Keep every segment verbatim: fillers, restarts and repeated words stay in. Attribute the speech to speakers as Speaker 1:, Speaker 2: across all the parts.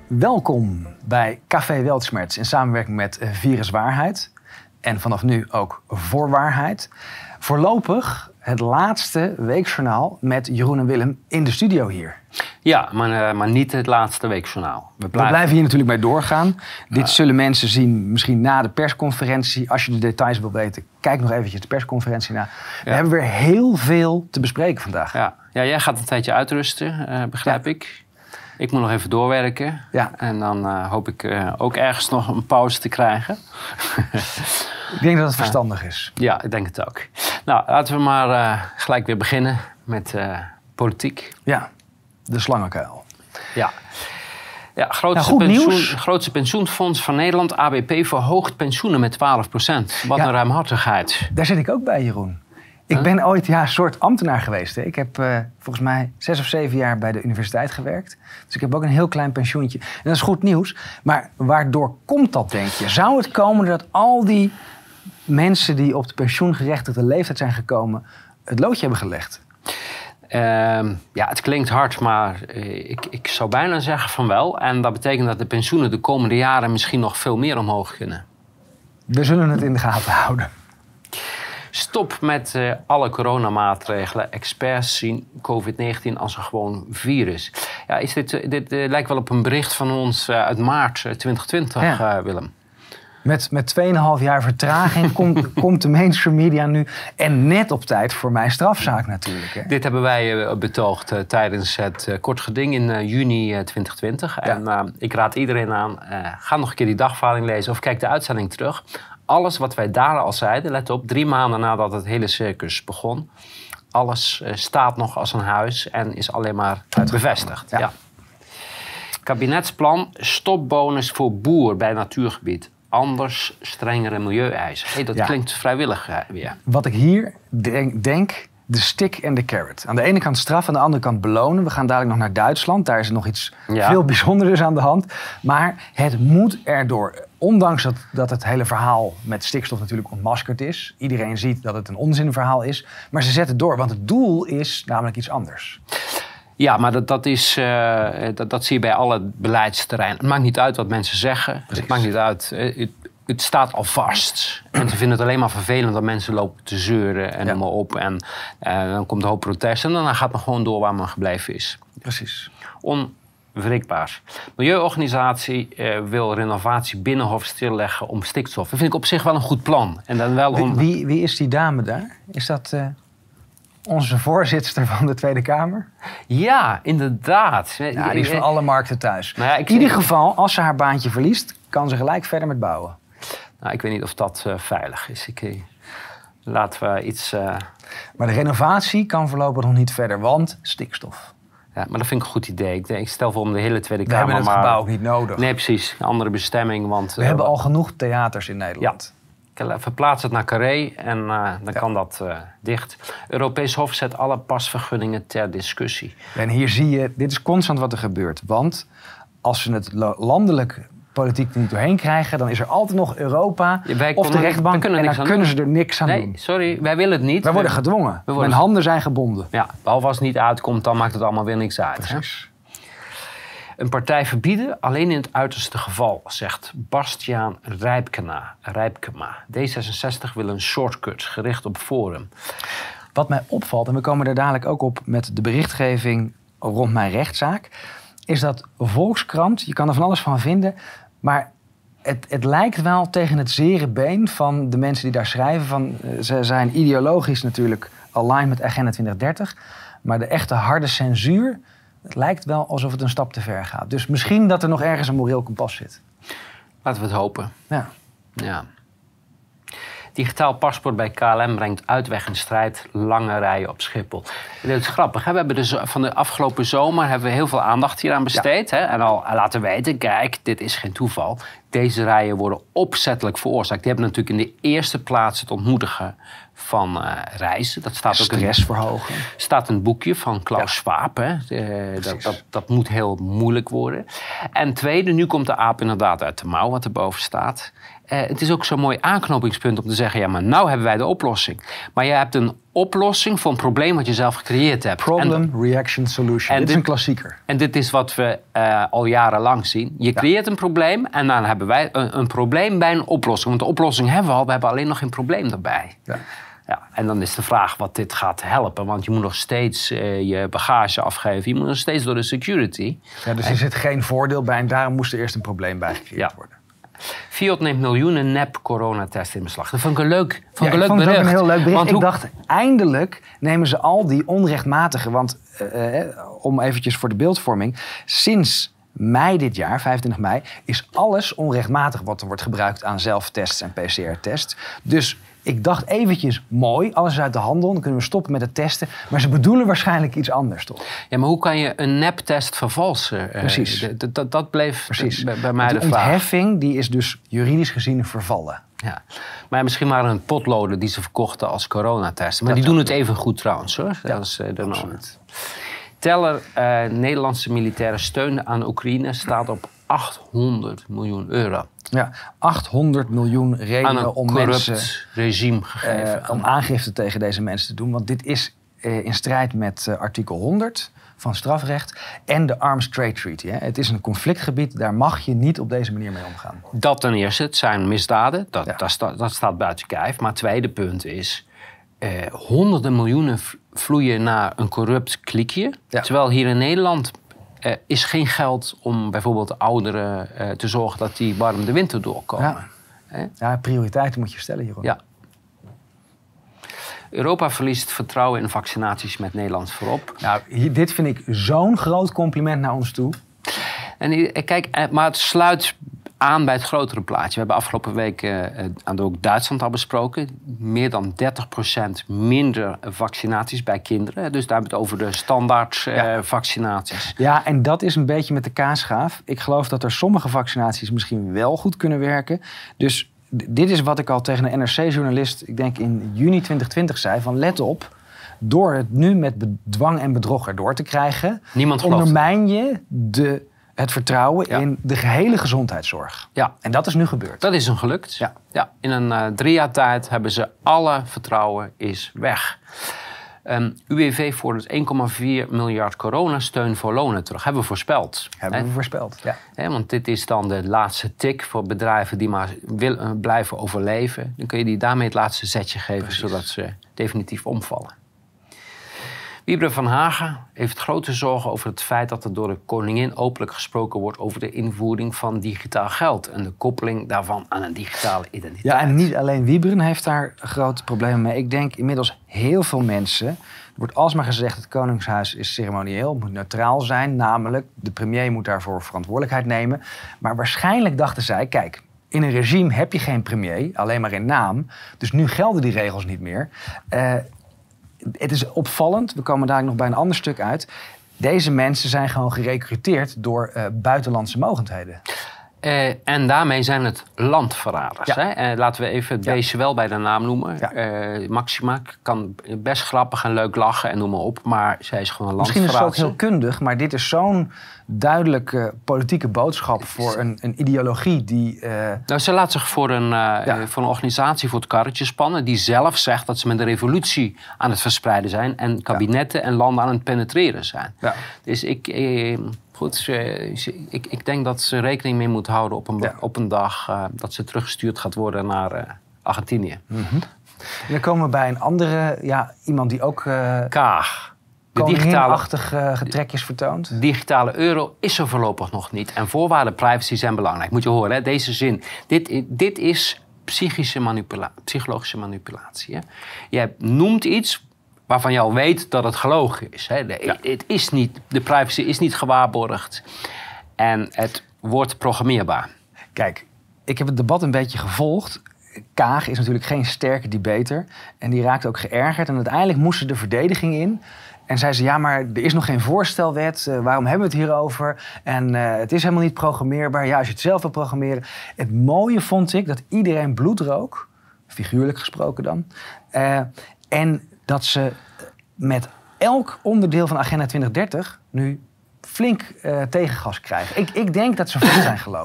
Speaker 1: Welkom bij Café Weltschmerz in samenwerking met Virus Waarheid. En vanaf nu ook Voorwaarheid. Voorlopig het laatste weekjournaal met Jeroen en Willem in de studio hier.
Speaker 2: Ja, maar, uh, maar niet het laatste weekjournaal.
Speaker 1: We blijven, We blijven hier natuurlijk mee doorgaan. Dit uh, zullen mensen zien misschien na de persconferentie. Als je de details wil weten, kijk nog eventjes de persconferentie na. We ja. hebben weer heel veel te bespreken vandaag.
Speaker 2: Ja, ja jij gaat een tijdje uitrusten, uh, begrijp ja. ik. Ik moet nog even doorwerken. Ja. En dan uh, hoop ik uh, ook ergens nog een pauze te krijgen.
Speaker 1: Ik denk dat het verstandig is.
Speaker 2: Ja, ik denk het ook. Nou, laten we maar uh, gelijk weer beginnen met uh, politiek.
Speaker 1: Ja, de slangenkuil.
Speaker 2: Ja. Ja, grootste,
Speaker 1: nou,
Speaker 2: pensioen, grootste pensioenfonds van Nederland, A B P, verhoogt pensioenen met twaalf procent. Wat ja, een ruimhartigheid.
Speaker 1: Daar zit ik ook bij, Jeroen. Ik huh? ben ooit ja, een soort ambtenaar geweest. Hè. Ik heb uh, volgens mij zes of zeven jaar bij de universiteit gewerkt. Dus ik heb ook een heel klein pensioentje. En dat is goed nieuws. Maar waardoor komt dat, denk je? Zou het komen dat al die mensen die op de pensioengerechtigde leeftijd zijn gekomen het loodje hebben gelegd?
Speaker 2: Uh, ja, het klinkt hard, maar uh, ik, ik zou bijna zeggen van wel. En dat betekent dat de pensioenen de komende jaren misschien nog veel meer omhoog kunnen.
Speaker 1: We zullen het in de gaten houden.
Speaker 2: Stop met uh, alle coronamaatregelen. Experts zien covid negentien als een gewoon virus. Ja, is dit, uh, dit uh, lijkt wel op een bericht van ons uh, uit maart twintig twintig, ja. uh, Willem.
Speaker 1: Met, met twee komma vijf jaar vertraging komt, komt de mainstream media nu. En net op tijd voor mijn strafzaak natuurlijk. Hè.
Speaker 2: Dit hebben wij uh, betoogd uh, tijdens het uh, kort geding in uh, juni uh, twintig twintig. Ja. En uh, ik raad iedereen aan, uh, ga nog een keer die dagvaarding lezen of kijk de uitzending terug. Alles wat wij daar al zeiden, let op, drie maanden nadat het hele circus begon. Alles uh, staat nog als een huis en is alleen maar bevestigd. Ja. Ja. Kabinetsplan, stopbonus voor boer bij natuurgebied. Anders strengere milieueisen. Hey, dat ja. klinkt vrijwillig uh, weer.
Speaker 1: Wat ik hier denk, denk, de stick en de carrot. Aan de ene kant straf, aan de andere kant belonen. We gaan dadelijk nog naar Duitsland. Daar is er nog iets ja. veel bijzonders aan de hand. Maar het moet erdoor. Ondanks dat, dat het hele verhaal met stikstof natuurlijk ontmaskerd is. Iedereen ziet dat het een onzinverhaal is. Maar ze zetten door, want het doel is namelijk iets anders.
Speaker 2: Ja, maar dat, dat, is, uh, dat, dat zie je bij alle beleidsterreinen. Het maakt niet uit wat mensen zeggen. Precies. Het maakt niet uit. Het, het staat al vast. En ze vinden het alleen maar vervelend dat mensen lopen te zeuren en ja. noem maar op. En uh, dan komt een hoop protest en dan gaat men gewoon door waar men gebleven is.
Speaker 1: Precies.
Speaker 2: Onwrikbaar. Milieuorganisatie uh, wil renovatie Binnenhof stilleggen om stikstof. Dat vind ik op zich wel een goed plan. En dan wel om...
Speaker 1: wie, wie is die dame daar? Is dat... Uh... onze voorzitter van de Tweede Kamer?
Speaker 2: Ja, inderdaad.
Speaker 1: Ja, die is van alle markten thuis.
Speaker 2: Nou ja, ik
Speaker 1: in ieder geval, als ze haar baantje verliest, kan ze gelijk verder met bouwen.
Speaker 2: Nou, ik weet niet of dat uh, veilig is. Ik, uh, laten we iets... Uh...
Speaker 1: Maar de renovatie kan voorlopig nog niet verder, want stikstof.
Speaker 2: Ja, maar dat vind ik een goed idee. Ik, denk, ik stel voor om de hele Tweede
Speaker 1: we
Speaker 2: Kamer...
Speaker 1: We hebben het
Speaker 2: maar...
Speaker 1: gebouw ook niet nodig.
Speaker 2: Nee, precies. Een andere bestemming, want...
Speaker 1: We
Speaker 2: uh,
Speaker 1: hebben al genoeg theaters in Nederland.
Speaker 2: Ja. Verplaats het naar Carré en uh, dan ja. kan dat uh, dicht. Europees Hof zet alle pasvergunningen ter discussie.
Speaker 1: En hier zie je, dit is constant wat er gebeurt. Want als ze het landelijk politiek niet doorheen krijgen, dan is er altijd nog Europa ja, of de rechtbank en dan kunnen ze er niks aan
Speaker 2: nee,
Speaker 1: doen.
Speaker 2: Sorry, wij willen het niet.
Speaker 1: Wij worden gedwongen. We worden... Mijn handen zijn gebonden.
Speaker 2: Ja, behalve als het niet uitkomt, dan maakt het allemaal weer niks uit.
Speaker 1: Precies.
Speaker 2: Een partij verbieden alleen in het uiterste geval, zegt Bastiaan Rijpkema. Rijpkema. D zesenzestig wil een shortcut gericht op Forum.
Speaker 1: Wat mij opvalt, en we komen daar dadelijk ook op met de berichtgeving rond mijn rechtszaak, is dat Volkskrant, je kan er van alles van vinden, maar het, het lijkt wel tegen het zere been van de mensen die daar schrijven. Van, ze zijn ideologisch natuurlijk aligned met Agenda twintig dertig, maar de echte harde censuur, het lijkt wel alsof het een stap te ver gaat. Dus misschien dat er nog ergens een moreel kompas zit.
Speaker 2: Laten we het hopen.
Speaker 1: Ja.
Speaker 2: Ja. Digitaal paspoort bij K L M brengt uitweg in strijd, lange rijen op Schiphol. Dat is grappig. Hè? We hebben dus van de afgelopen zomer hebben we heel veel aandacht hieraan besteed. Ja. Hè? En al laten weten, kijk, dit is geen toeval. Deze rijen worden opzettelijk veroorzaakt. Die hebben natuurlijk in de eerste plaats het ontmoedigen van uh, reizen. Dat staat ook
Speaker 1: stress verhogen.
Speaker 2: Er staat een boekje van Klaus ja. Schwab. Hè? Uh, dat, dat, dat moet heel moeilijk worden. En tweede, nu komt de aap inderdaad uit de mouw, wat erboven staat. uh, het is ook zo'n mooi aanknopingspunt om te zeggen... ja, maar nou hebben wij de oplossing. Maar je hebt een oplossing voor een probleem wat je zelf gecreëerd hebt.
Speaker 1: Problem,
Speaker 2: en,
Speaker 1: reaction, solution. En dit is een klassieker.
Speaker 2: En dit is wat we uh, al jarenlang zien. Je creëert ja. een probleem en dan hebben wij een, een probleem bij een oplossing. Want de oplossing hebben we al, we hebben alleen nog geen probleem erbij. Ja. Ja, en dan is de vraag wat dit gaat helpen. Want je moet nog steeds uh, je bagage afgeven. Je moet nog steeds door de security.
Speaker 1: Ja, dus er zit geen voordeel bij en daarom moest er eerst een probleem bij gecreëerd ja. worden.
Speaker 2: Fiat neemt miljoenen nep-coronatests in beslag. Dat vond ik een leuk, vond
Speaker 1: ja,
Speaker 2: ik een leuk
Speaker 1: vond
Speaker 2: bericht.
Speaker 1: Het ook een heel leuk bericht.
Speaker 2: Want
Speaker 1: ik
Speaker 2: hoe...
Speaker 1: dacht, eindelijk nemen ze al die onrechtmatige... Want uh, om eventjes voor de beeldvorming... Sinds mei dit jaar, vijfentwintig mei... is alles onrechtmatig wat er wordt gebruikt aan zelftests en P C R-tests. Dus... Ik dacht eventjes, mooi, alles is uit de handel, dan kunnen we stoppen met het testen. Maar ze bedoelen waarschijnlijk iets anders, toch?
Speaker 2: Ja, maar hoe kan je een neptest vervalsen?
Speaker 1: Precies.
Speaker 2: Uh, dat, dat, dat bleef
Speaker 1: Precies.
Speaker 2: bij, bij mij de,
Speaker 1: de
Speaker 2: vraag.
Speaker 1: De ontheffing die is dus juridisch gezien vervallen.
Speaker 2: Ja. Maar misschien waren het potloden die ze verkochten als coronatesten. Maar dat die doen het even goed trouwens, hoor.
Speaker 1: Ja,
Speaker 2: dat is uh, de Teller, uh, Nederlandse militaire steun aan Oekraïne staat op achthonderd miljoen euro.
Speaker 1: Ja, achthonderd miljoen redenen om mensen...
Speaker 2: regime gegeven.
Speaker 1: Uh, om aangifte tegen deze mensen te doen. Want dit is uh, in strijd met uh, artikel honderd van strafrecht en de Arms Trade Treaty. Hè. Het is een conflictgebied, daar mag je niet op deze manier mee omgaan.
Speaker 2: Dat ten eerste, het zijn misdaden, dat, ja. dat, sta, dat staat buiten kijf. Maar het tweede punt is... Uh, honderden miljoenen vloeien naar een corrupt kliekje. Ja. Terwijl hier in Nederland... Uh, is geen geld om bijvoorbeeld de ouderen uh, te zorgen dat die warm de winter doorkomen.
Speaker 1: Ja, eh? ja prioriteiten moet je stellen hierom.
Speaker 2: Ja. Europa verliest vertrouwen in vaccinaties met Nederland voorop.
Speaker 1: Nou, hier, dit vind ik zo'n groot compliment naar ons toe.
Speaker 2: En kijk, maar het sluit aan bij het grotere plaatje. We hebben afgelopen week uh, aan ook Duitsland al besproken. Meer dan dertig procent minder vaccinaties bij kinderen. Dus daar hebben we het over de standaard uh, ja. vaccinaties.
Speaker 1: Ja, en dat is een beetje met de kaasschaaf. Ik geloof dat er sommige vaccinaties misschien wel goed kunnen werken. Dus d- dit is wat ik al tegen een N R C-journalist... ik denk in juni twintig twintig zei, van let op... door het nu met bedwang en bedrog erdoor te krijgen...
Speaker 2: Niemand gelooft.
Speaker 1: Ondermijn je de... het vertrouwen ja. in de gehele gezondheidszorg.
Speaker 2: Ja.
Speaker 1: En dat is nu gebeurd.
Speaker 2: Dat is hem gelukt.
Speaker 1: Ja.
Speaker 2: Ja. In een uh, drie jaar tijd hebben ze alle vertrouwen is weg. Um, U W V vordert één komma vier miljard coronasteun voor lonen terug. Hebben we voorspeld.
Speaker 1: Hebben
Speaker 2: He?
Speaker 1: we voorspeld, ja.
Speaker 2: He, want dit is dan de laatste tik voor bedrijven die maar willen uh, blijven overleven. Dan kun je die daarmee het laatste zetje geven, Precies. zodat ze definitief omvallen. Wiebren van Hagen heeft grote zorgen over het feit dat er door de koningin openlijk gesproken wordt over de invoering van digitaal geld en de koppeling daarvan aan een digitale identiteit.
Speaker 1: Ja, en niet alleen Wiebren heeft daar grote problemen mee. Ik denk inmiddels heel veel mensen. Er wordt alsmaar gezegd het Koningshuis is ceremonieel, moet neutraal zijn. Namelijk, de premier moet daarvoor verantwoordelijkheid nemen. Maar waarschijnlijk dachten zij, kijk, in een regime heb je geen premier, alleen maar in naam. Dus nu gelden die regels niet meer. Uh, Het is opvallend, we komen daar nog bij een ander stuk uit. Deze mensen zijn gewoon gerecruiteerd door uh, buitenlandse mogendheden.
Speaker 2: Uh, en daarmee zijn het landverraders. Ja. Hè? Uh, laten we even het beestje ja. wel bij de naam noemen. Ja. Uh, Maxima kan best grappig en leuk lachen en noem maar op. Maar zij is gewoon een
Speaker 1: Misschien
Speaker 2: landverrader.
Speaker 1: Misschien is het ook heel kundig, maar dit is zo'n duidelijke politieke boodschap voor een, een ideologie die... Uh...
Speaker 2: Nou, ze laat zich voor een, uh, ja. voor een organisatie voor het karretje spannen... die zelf zegt dat ze met een revolutie aan het verspreiden zijn... en kabinetten ja. en landen aan het penetreren zijn. Ja. Dus ik... Uh, Goed, ze, ze, ik, ik denk dat ze rekening mee moet houden op een, ja. op een dag... Uh, dat ze teruggestuurd gaat worden naar uh, Argentinië.
Speaker 1: Mm-hmm. En dan komen we bij een andere... Ja, iemand die ook... Uh,
Speaker 2: Kaag.
Speaker 1: De digitale-achtige getrekjes vertoont.
Speaker 2: Digitale euro is er voorlopig nog niet. En voorwaarden privacy zijn belangrijk. Moet je horen, hè? Deze zin. Dit, dit is psychische manipula- psychologische manipulatie. Hè? Jij noemt iets... waarvan je al weet dat het gelogen is. Hè? De, ja. het is niet, de privacy is niet gewaarborgd. En het wordt programmeerbaar.
Speaker 1: Kijk, ik heb het debat een beetje gevolgd. Kaag is natuurlijk geen sterke debater. En die raakte ook geërgerd. En uiteindelijk moest ze de verdediging in. En zei ze, ja, maar er is nog geen voorstelwet. Uh, waarom hebben we het hierover? En uh, het is helemaal niet programmeerbaar. Ja, als je het zelf wil programmeren. Het mooie vond ik dat iedereen bloed rook. Figuurlijk gesproken dan. Uh, en... dat ze met elk onderdeel van Agenda twintig dertig nu flink uh, tegengas krijgen. Ik, ik denk dat ze vast zijn gelopen.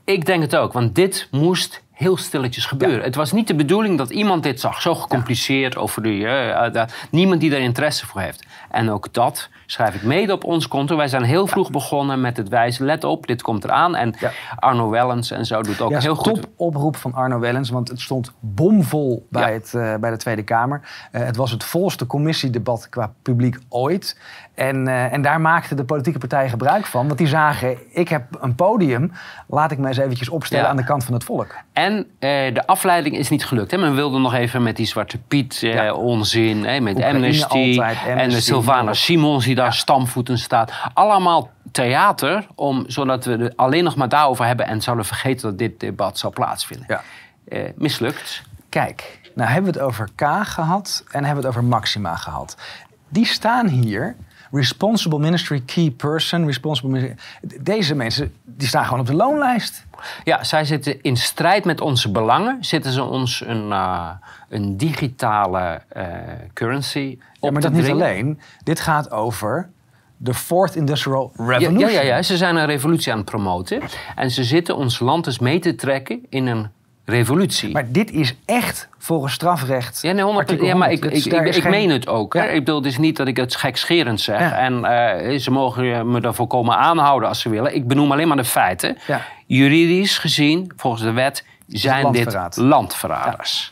Speaker 2: Ik denk het ook, want dit moest heel stilletjes gebeuren. Ja. Het was niet de bedoeling dat iemand dit zag. Zo gecompliceerd ja. over de... Uh, uh, niemand die er interesse voor heeft. En ook dat schrijf ik mede op ons konto. Wij zijn heel vroeg ja. begonnen met het wijzen. Let op, dit komt eraan. En ja. Arno Wellens en zo doet ook ja, heel goed.
Speaker 1: Top oproep van Arno Wellens. Want het stond bomvol bij, ja. het, uh, bij de Tweede Kamer. Uh, het was het volste commissiedebat qua publiek ooit. En, uh, en daar maakten de politieke partijen gebruik van. Want die zagen, ik heb een podium. Laat ik me eens eventjes opstellen ja. aan de kant van het volk.
Speaker 2: En uh, de afleiding is niet gelukt. Hè? Men wilde nog even met die Zwarte Piet uh, ja. onzin. Hè? Met Oekraïne Amnesty. Altijd, Amnesty. En de Sylvana Simons die daar ja. stampvoeten staat. Allemaal theater. Om, zodat we het alleen nog maar daarover hebben. En zouden vergeten dat dit debat zou plaatsvinden. Ja. Uh, mislukt.
Speaker 1: Kijk, nou hebben we het over K gehad. En hebben we het over Maxima gehad. Die staan hier... Responsible Ministry Key Person. Responsible ministry. Deze mensen die staan gewoon op de loonlijst.
Speaker 2: Ja, zij zitten in strijd met onze belangen. Zitten ze ons een, uh, een digitale uh, currency op
Speaker 1: ja, maar
Speaker 2: te
Speaker 1: dat
Speaker 2: dringen.
Speaker 1: niet alleen. Dit gaat over de Fourth Industrial Revolution.
Speaker 2: Ja, ja, ja, ja, ze zijn een revolutie aan het promoten. En ze zitten ons land dus mee te trekken in een revolutie.
Speaker 1: Maar dit is echt volgens strafrecht.
Speaker 2: Ja, nee, honderd procent. Ja, maar ik, ik, ik, ik, ik geen... meen het ook. Ja. Hè? Ik bedoel, het is niet dat ik het gekscherend zeg. Ja. En uh, ze mogen me daarvoor komen aanhouden als ze willen. Ik benoem alleen maar de feiten. Ja. Juridisch gezien, volgens de wet, zijn landverraad. dit landverraders.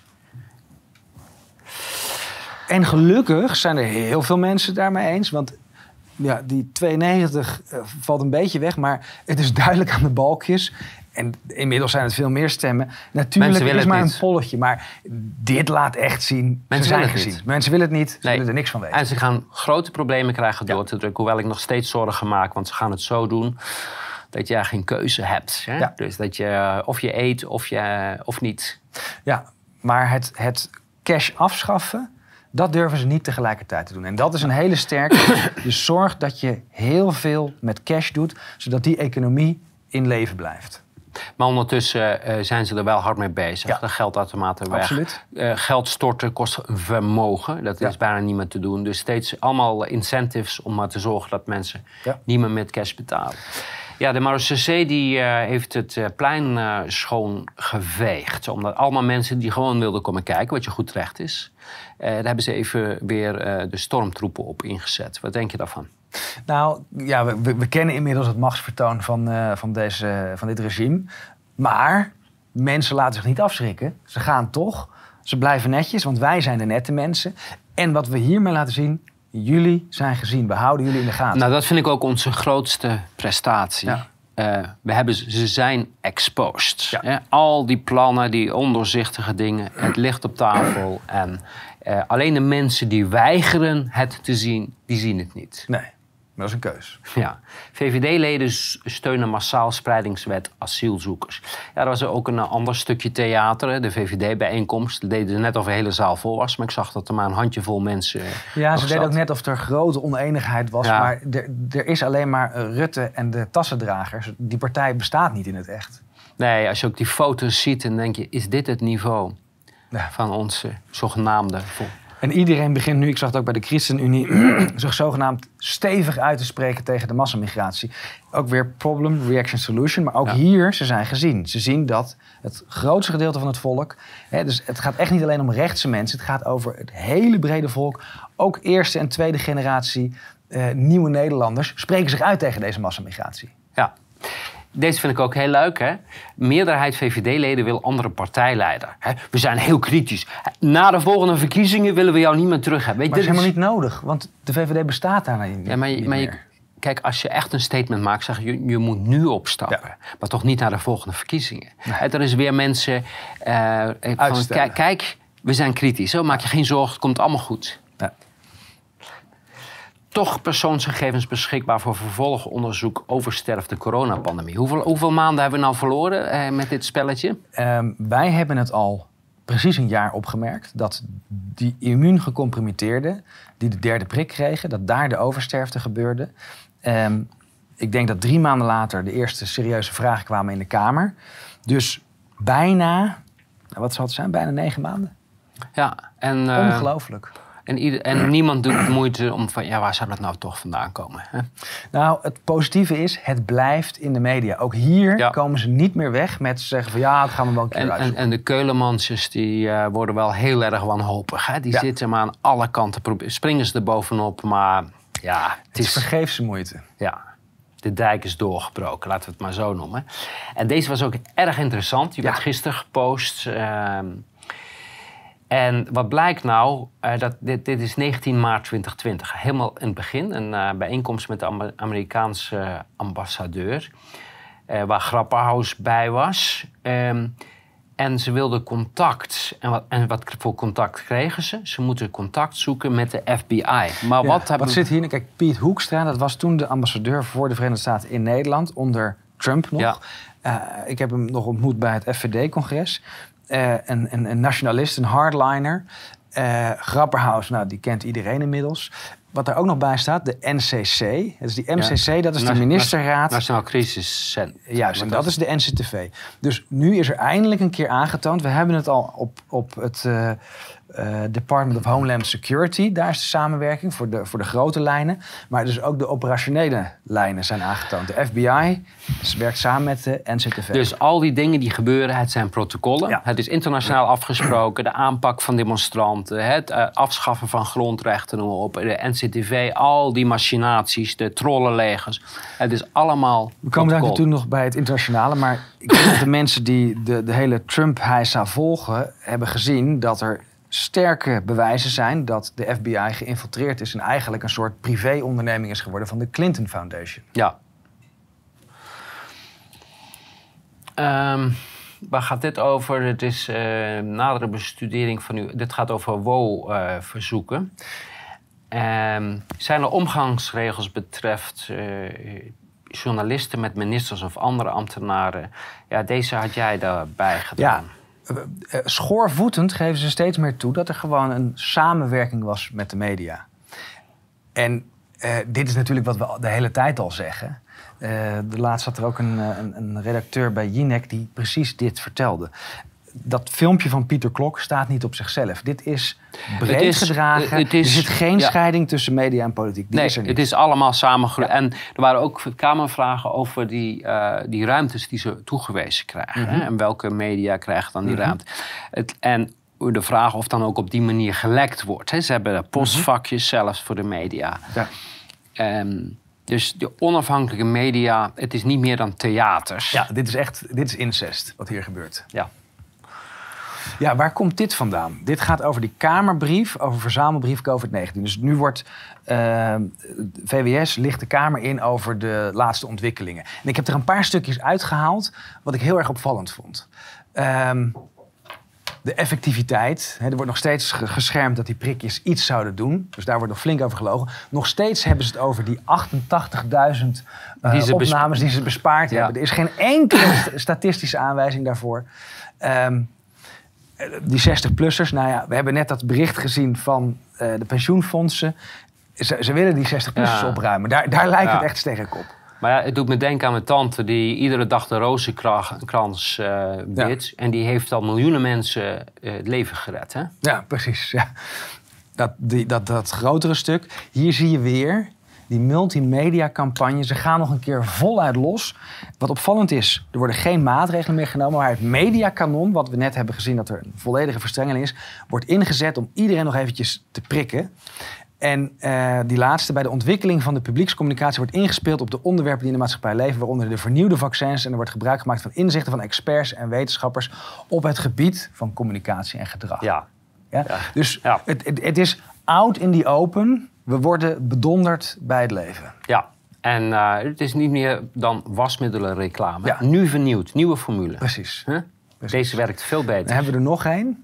Speaker 1: Ja. En gelukkig zijn er heel veel mensen daarmee eens. Want ja, die tweeënnegentig uh, valt een beetje weg. Maar het is duidelijk aan de balkjes. En inmiddels zijn het veel meer stemmen. Natuurlijk is het maar niet. een polletje. Maar dit laat echt zien.
Speaker 2: Mensen willen het gezien. niet.
Speaker 1: Mensen willen het niet. Ze nee. willen er niks van weten.
Speaker 2: En ze gaan grote problemen krijgen door ja. te drukken. Hoewel ik nog steeds zorgen maak. Want ze gaan het zo doen dat je geen keuze hebt. Hè? Ja. Dus dat je of je eet of, je, of niet.
Speaker 1: Ja, maar het, het cash afschaffen... dat durven ze niet tegelijkertijd te doen. En dat is een hele sterke... Dus zorg dat je heel veel met cash doet... zodat die economie in leven blijft.
Speaker 2: Maar ondertussen uh, zijn ze er wel hard mee bezig. Ja. De geldautomaten weg.
Speaker 1: Absoluut.
Speaker 2: Uh, geld storten kost een vermogen. Dat is ja. bijna niet meer te doen. Dus steeds allemaal incentives om maar te zorgen dat mensen ja. niet meer met cash betalen. Ja, de Marseillais die uh, heeft het uh, plein uh, schoon geveegd. Omdat allemaal mensen die gewoon wilden komen kijken, wat je goed terecht is. Uh, daar hebben ze even weer uh, de stormtroepen op ingezet. Wat denk je daarvan?
Speaker 1: Nou, ja, we, we kennen inmiddels het machtsvertoon van, uh, van, deze, van dit regime. Maar mensen laten zich niet afschrikken. Ze gaan toch. Ze blijven netjes, want wij zijn de nette mensen. En wat we hiermee laten zien... jullie zijn gezien, we houden jullie in de gaten.
Speaker 2: Nou, dat vind ik ook onze grootste prestatie. Ja. Uh, we hebben, ze zijn exposed. Ja. Hè? Al die plannen, die ondoorzichtige dingen, het ligt op tafel. En uh, alleen de mensen die weigeren het te zien, die zien het niet.
Speaker 1: Nee, dat is een keus.
Speaker 2: Ja. V V D-leden steunen massaal spreidingswet asielzoekers. Ja, er was ook een ander stukje theater, de V V D-bijeenkomst. Dat deden ze net of de hele zaal vol was. Maar ik zag dat er maar een handjevol mensen
Speaker 1: Ja, ze deden ook net of er grote oneenigheid was. Ja. Maar er, er is alleen maar Rutte en de tassendragers. Die partij bestaat niet in het echt.
Speaker 2: Nee, als je ook die foto's ziet, dan denk je... is dit het niveau ja. van onze zogenaamde...
Speaker 1: En iedereen begint nu, ik zag het ook bij de ChristenUnie... zich zogenaamd stevig uit te spreken tegen de massamigratie. Ook weer problem, reaction, solution. Maar ook ja. hier, ze zijn gezien. Ze zien dat het grootste gedeelte van het volk... Hè, dus het gaat echt niet alleen om rechtse mensen. Het gaat over het hele brede volk. Ook eerste en tweede generatie uh, nieuwe Nederlanders... spreken zich uit tegen deze massamigratie.
Speaker 2: Ja. Deze vind ik ook heel leuk, hè? Meerderheid V V D-leden wil andere partijleider. Hè? We zijn heel kritisch. Na de volgende verkiezingen willen we jou niet meer terug hebben. Weet,
Speaker 1: maar dat is helemaal niet nodig, want de V V D bestaat daar niet,
Speaker 2: ja, maar,
Speaker 1: niet
Speaker 2: maar
Speaker 1: meer.
Speaker 2: Je, kijk, als je echt een statement maakt, zeg je, je moet nu opstappen. Ja. Maar toch niet naar de volgende verkiezingen. Nee. Er is weer mensen... Uh, van, kijk, kijk, we zijn kritisch. Zo, maak je geen zorgen, het komt allemaal goed. Ja. Toch persoonsgegevens beschikbaar voor vervolgonderzoek over sterfte coronapandemie. Hoeveel, hoeveel maanden hebben we nou verloren eh, met dit spelletje?
Speaker 1: Um, wij hebben het al precies een jaar opgemerkt dat die immuungecompromitteerden die de derde prik kregen, dat daar de oversterfte gebeurde. Um, ik denk dat drie maanden later de eerste serieuze vragen kwamen in de Kamer. Dus bijna, wat zal het zijn, bijna negen maanden.
Speaker 2: Ja, en uh,
Speaker 1: ongelooflijk.
Speaker 2: En, ieder, en niemand doet moeite om van, ja, waar zou dat nou toch vandaan komen? Hè?
Speaker 1: Nou, het positieve is, het blijft in de media. Ook hier
Speaker 2: Ja.
Speaker 1: komen ze niet meer weg met zeggen van ja, dat gaan we wel een keer
Speaker 2: En, en,
Speaker 1: uitzoeken.
Speaker 2: en de Keulemans die uh, worden wel heel erg wanhopig. Hè? Die
Speaker 1: Ja.
Speaker 2: zitten maar aan alle kanten, probe- springen ze er bovenop. Maar ja, het
Speaker 1: Het is
Speaker 2: is...
Speaker 1: vergeefse moeite.
Speaker 2: Ja, de dijk is doorgebroken, laten we het maar zo noemen. En deze was ook erg interessant. Die
Speaker 1: Ja.
Speaker 2: werd gisteren gepost. Uh, en wat blijkt nou, uh, dat dit, dit is negentien maart twintig twintig. Helemaal in het begin. Een uh, bijeenkomst met de Amer- Amerikaanse ambassadeur. Uh, waar Grapperhaus bij was. Um, en ze wilden contact. En wat, en wat voor contact kregen ze? Ze moeten contact zoeken met de F B I. Maar
Speaker 1: Ja,
Speaker 2: wat hebben
Speaker 1: wat zit hier? Kijk, Piet Hoekstra, dat was toen de ambassadeur voor de Verenigde Staten in Nederland. Onder Trump nog.
Speaker 2: Ja.
Speaker 1: Uh, ik heb hem nog ontmoet bij het F V D-congres. Uh, een, een, een nationalist, een hardliner. Uh, Grapperhaus, nou, die kent iedereen inmiddels. Wat er ook nog bij staat, de N C C. Dat is die M C C, ja. Dat is de ministerraad.
Speaker 2: Nationaal Crisiscentrum.
Speaker 1: Juist, en dat is de N C T V. Dus nu is er eindelijk een keer aangetoond. We hebben het al op, op het uh, uh, Department of Homeland Security. Daar is de samenwerking voor de, voor de grote lijnen. Maar dus ook de operationele lijnen zijn aangetoond. De F B I werkt samen met de N C T V.
Speaker 2: Dus al die dingen die gebeuren, het zijn protocollen. Ja. Het is internationaal afgesproken. De aanpak van demonstranten, het uh, afschaffen van grondrechten, noem maar op. De N C T V, al die machinaties, de trollenlegers. Het is allemaal
Speaker 1: We komen daar natuurlijk nog bij het internationale. Maar ik denk dat de mensen die de, de hele Trump-heisa volgen, hebben gezien dat er sterke bewijzen zijn dat de F B I geïnfiltreerd is en eigenlijk een soort privé-onderneming is geworden van de Clinton Foundation.
Speaker 2: Ja. Um, waar gaat dit over? Het is uh, nadere bestudering van u. Dit gaat over W O-verzoeken. Um, zijn er omgangsregels betreft uh, journalisten met ministers of andere ambtenaren? Ja, deze had jij daarbij gedaan.
Speaker 1: Ja. Uh, schoorvoetend geven ze steeds meer toe dat er gewoon een samenwerking was met de media. En uh, dit is natuurlijk wat we de hele tijd al zeggen. Uh, de laatst zat er ook een, een, een redacteur bij Jinek die precies dit vertelde. Dat filmpje van Pieter Klok staat niet op zichzelf. Dit is breed is, gedragen. Het is, er zit geen ja. scheiding tussen media en politiek. Die
Speaker 2: nee,
Speaker 1: is er niet.
Speaker 2: Het is allemaal samengegroeid. Ja. En er waren ook kamervragen over die, uh, die ruimtes die ze toegewezen krijgen. Mm-hmm. Hè? En welke media krijgen dan die mm-hmm. ruimte. Het, en de vraag of dan ook op die manier gelekt wordt. Hè? Ze hebben postvakjes mm-hmm. zelfs voor de media. Ja. Um, Dus de onafhankelijke media, het is niet meer dan theaters.
Speaker 1: Ja, dit is echt, dit is incest wat hier gebeurt.
Speaker 2: Ja.
Speaker 1: Ja, waar komt dit vandaan? Dit gaat over die Kamerbrief, over verzamelbrief covid negentien. Dus nu wordt uh, V W S ligt de Kamer in over de laatste ontwikkelingen. En ik heb er een paar stukjes uitgehaald wat ik heel erg opvallend vond. Um, De effectiviteit. Hè, er wordt nog steeds geschermd dat die prikjes iets zouden doen. Dus daar wordt nog flink over gelogen. Nog steeds hebben ze het over die achtentachtigduizend uh, die opnames bespa- die ze bespaard ja. hebben. Er is geen enkele statistische aanwijzing daarvoor. Um, die zestig-plussers, nou ja, we hebben net dat bericht gezien van uh, de pensioenfondsen. Ze, ze willen die zestig-plussers ja. opruimen. Daar, daar lijkt ja. het echt sterk op.
Speaker 2: Maar ja, het doet me denken aan mijn tante die iedere dag de rozenkrans uh, bidt. Ja. En die heeft al miljoenen mensen uh, het leven gered, hè?
Speaker 1: Ja, precies. Ja. Dat, die, dat, dat grotere stuk. Hier zie je weer die multimedia-campagne. Ze gaan nog een keer voluit los. Wat opvallend is, er worden geen maatregelen meer genomen. Maar het mediakanon, wat we net hebben gezien dat er een volledige verstrengeling is, wordt ingezet om iedereen nog eventjes te prikken. En uh, die laatste, bij de ontwikkeling van de publiekscommunicatie wordt ingespeeld op de onderwerpen die in de maatschappij leven, waaronder de vernieuwde vaccins. En er wordt gebruik gemaakt van inzichten van experts en wetenschappers op het gebied van communicatie en gedrag.
Speaker 2: Ja.
Speaker 1: Ja? Ja. Dus ja. Het, het, het is out in the open. We worden bedonderd bij het leven.
Speaker 2: Ja. En uh, het is niet meer dan wasmiddelenreclame. Ja. Nu vernieuwd, nieuwe formule.
Speaker 1: Precies.
Speaker 2: Huh? Precies. Deze werkt veel beter.
Speaker 1: Dan hebben we er nog één.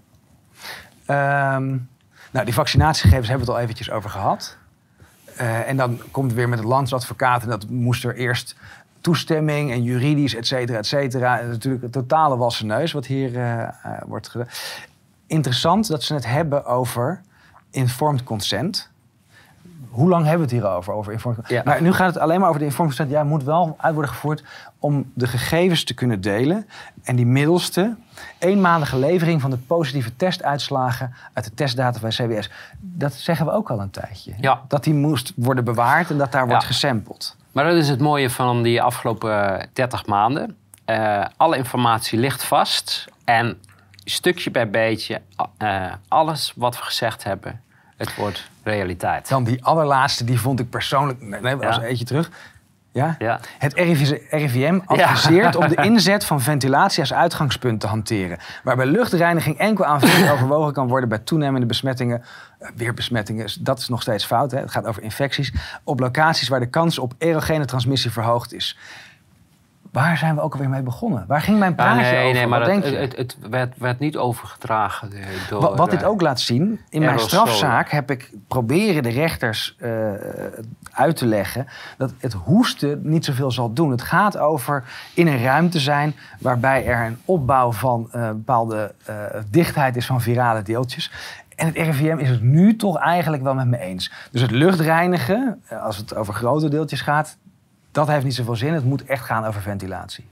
Speaker 1: Um, Nou, die vaccinatiegegevens hebben we het al eventjes over gehad. Uh, en dan komt het weer met de landsadvocaat. En dat moest er eerst toestemming en juridisch, et cetera, et cetera. En natuurlijk een totale wassen neus wat hier uh, uh, wordt gedaan. Interessant dat ze het hebben over informed consent. hoe lang hebben we het hierover? Over informatiestand?
Speaker 2: Ja.
Speaker 1: Maar nu gaat het alleen maar over de informatiestand. Ja, moet wel uit worden gevoerd om de gegevens te kunnen delen. En die middelste eenmalige levering van de positieve testuitslagen uit de testdata bij C W S. Dat zeggen we ook al een tijdje.
Speaker 2: Ja.
Speaker 1: Dat die moest worden bewaard en dat daar wordt
Speaker 2: Ja.
Speaker 1: gesampled.
Speaker 2: Maar dat is het mooie van die afgelopen dertig maanden. Uh, alle informatie ligt vast. En stukje bij beetje, uh, alles wat we gezegd hebben, het wordt realiteit.
Speaker 1: Dan die allerlaatste, die vond ik persoonlijk... Nee, nee was
Speaker 2: Ja.
Speaker 1: een eentje terug. Ja?
Speaker 2: Ja.
Speaker 1: Het R I V M adviseert om de inzet van ventilatie als uitgangspunt te hanteren. Waarbij luchtreiniging enkel aanvullend overwogen kan worden bij toenemende besmettingen. Uh, weer besmettingen, dat is nog steeds fout. Hè? Het gaat over infecties. Op locaties waar de kans op erogene transmissie verhoogd is. Waar zijn we ook alweer mee begonnen? Waar ging mijn praatje
Speaker 2: ja, nee,
Speaker 1: over?
Speaker 2: Nee, maar
Speaker 1: wat
Speaker 2: het,
Speaker 1: denk je?
Speaker 2: Het, het, het werd, werd niet overgedragen door...
Speaker 1: Wat, wat dit ook laat zien, in mijn
Speaker 2: aerosolen.
Speaker 1: strafzaak heb ik proberen de rechters uh, uit te leggen dat het hoesten niet zoveel zal doen. Het gaat over in een ruimte zijn waarbij er een opbouw van uh, bepaalde uh, dichtheid is van virale deeltjes. En het R I V M is het nu toch eigenlijk wel met me eens. Dus het luchtreinigen, als het over grote deeltjes gaat, dat heeft niet zoveel zin. Het moet echt gaan over ventilatie.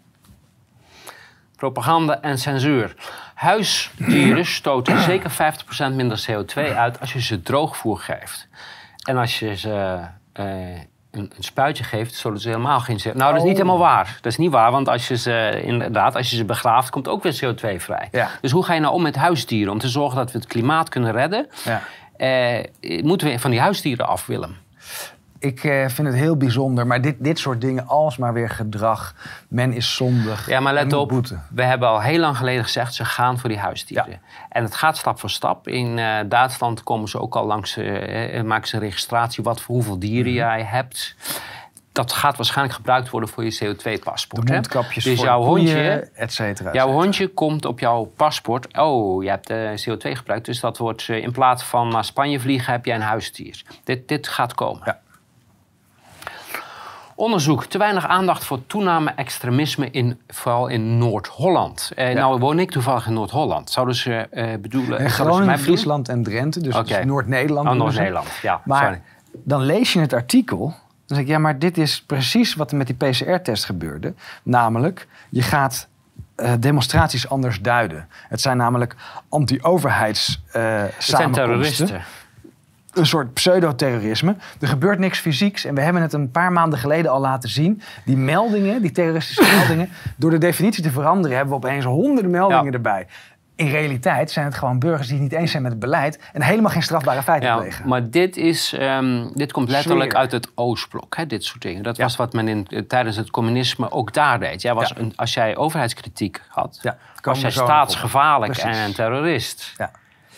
Speaker 2: Propaganda en censuur. Huisdieren stoten zeker vijftig procent minder C O twee uit als je ze droogvoer geeft. En als je ze uh, een, een spuitje geeft, zullen ze helemaal geen C O twee... Nou, dat is niet
Speaker 1: Oh.
Speaker 2: helemaal waar. Dat is niet waar, want als je ze, inderdaad, als je ze begraaft, komt ook weer C O twee vrij.
Speaker 1: Ja.
Speaker 2: Dus hoe ga je nou om met huisdieren? Om te zorgen dat we het klimaat kunnen redden,
Speaker 1: Ja.
Speaker 2: uh, moeten we van die huisdieren af, Willem.
Speaker 1: Ik uh, vind het heel bijzonder, maar dit, dit soort dingen, alsmaar weer gedrag. Men is zondig.
Speaker 2: Ja, maar let
Speaker 1: men moet
Speaker 2: op,
Speaker 1: boeten.
Speaker 2: we hebben al heel lang geleden gezegd, ze gaan voor die huisdieren.
Speaker 1: Ja.
Speaker 2: En het gaat stap voor stap. In uh, Duitsland komen ze ook al langs, uh, maken ze een registratie wat voor hoeveel dieren
Speaker 1: Mm-hmm.
Speaker 2: jij hebt. Dat gaat waarschijnlijk gebruikt worden voor je C O twee paspoort.
Speaker 1: De mondkapjes
Speaker 2: Dus
Speaker 1: voor
Speaker 2: jouw
Speaker 1: de koeien,
Speaker 2: hondje,
Speaker 1: et cetera.
Speaker 2: jouw hondje komt op jouw paspoort. Oh, je hebt uh, C O twee gebruikt. Dus dat wordt uh, in plaats van naar Spanje vliegen, heb jij een huisdier. Dit, dit gaat komen.
Speaker 1: Ja.
Speaker 2: Onderzoek. Te weinig aandacht voor toename extremisme, in, vooral in Noord-Holland. Eh,
Speaker 1: Ja.
Speaker 2: Nou woon ik toevallig in Noord-Holland. Zouden ze uh, bedoelen...
Speaker 1: En
Speaker 2: zouden ze mij
Speaker 1: Groningen,
Speaker 2: bedoelen?
Speaker 1: Friesland en Drenthe, dus,
Speaker 2: Oké.
Speaker 1: dus Noord-Nederland.
Speaker 2: Oh,
Speaker 1: doen ze.
Speaker 2: Noord-Nederland, ja.
Speaker 1: Maar
Speaker 2: sorry.
Speaker 1: dan lees je het artikel. Dan zeg ik, ja, maar dit is precies wat er met die P C R-test gebeurde. Namelijk, je gaat uh, demonstraties anders duiden. Het zijn namelijk anti-overheids uh,
Speaker 2: Het zijn terroristen.
Speaker 1: Een soort pseudoterrorisme. Er gebeurt niks fysieks. En we hebben het een paar maanden geleden al laten zien. Die meldingen, die terroristische meldingen, door de definitie te veranderen, hebben we opeens honderden meldingen
Speaker 2: Ja.
Speaker 1: erbij. In realiteit zijn het gewoon burgers die het niet eens zijn met het beleid en helemaal geen strafbare feiten
Speaker 2: Ja,
Speaker 1: plegen.
Speaker 2: maar dit, is, um, dit komt letterlijk
Speaker 1: Sfeer.
Speaker 2: uit het Oostblok, hè, dit soort dingen. Dat
Speaker 1: Ja.
Speaker 2: was wat men in, tijdens het communisme ook daar deed. Jij was
Speaker 1: Ja.
Speaker 2: een, als jij overheidskritiek had,
Speaker 1: Ja,
Speaker 2: was
Speaker 1: komen
Speaker 2: jij
Speaker 1: we zo nog op.
Speaker 2: staatsgevaarlijk
Speaker 1: Precies.
Speaker 2: en een terrorist.
Speaker 1: Ja.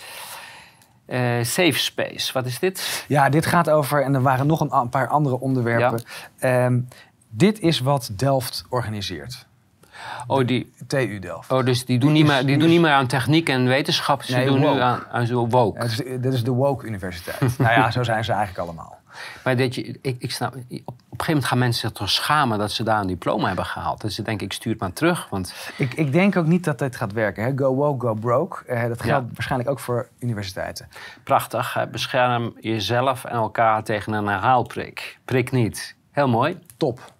Speaker 2: Uh, safe space, wat is dit?
Speaker 1: Ja, dit gaat over, en er waren nog een, a- een paar andere onderwerpen. Ehm, dit is wat Delft organiseert.
Speaker 2: Oh, die,
Speaker 1: T U Delft.
Speaker 2: oh dus die doen,
Speaker 1: Die
Speaker 2: niet
Speaker 1: is-
Speaker 2: meer, die
Speaker 1: die
Speaker 2: doen
Speaker 1: is-
Speaker 2: niet meer aan techniek en wetenschap. Ze
Speaker 1: Nee,
Speaker 2: doen
Speaker 1: woke.
Speaker 2: nu aan, aan zo woke.
Speaker 1: Ja, het is de- dit is de Woke Universiteit. Nou ja, zo zijn ze eigenlijk allemaal.
Speaker 2: Maar dat je, ik, ik snap, op, op een gegeven moment gaan mensen zich toch schamen dat ze daar een diploma hebben gehaald. Dus ze denken, ik stuur het maar terug. Want
Speaker 1: Ik, ik denk ook niet dat dit gaat werken. Hè? Go woke, go broke. Eh, dat geldt
Speaker 2: Ja.
Speaker 1: waarschijnlijk ook voor universiteiten.
Speaker 2: prachtig, hè, bescherm jezelf en elkaar tegen een herhaalprik. Prik niet. Heel mooi.
Speaker 1: Top.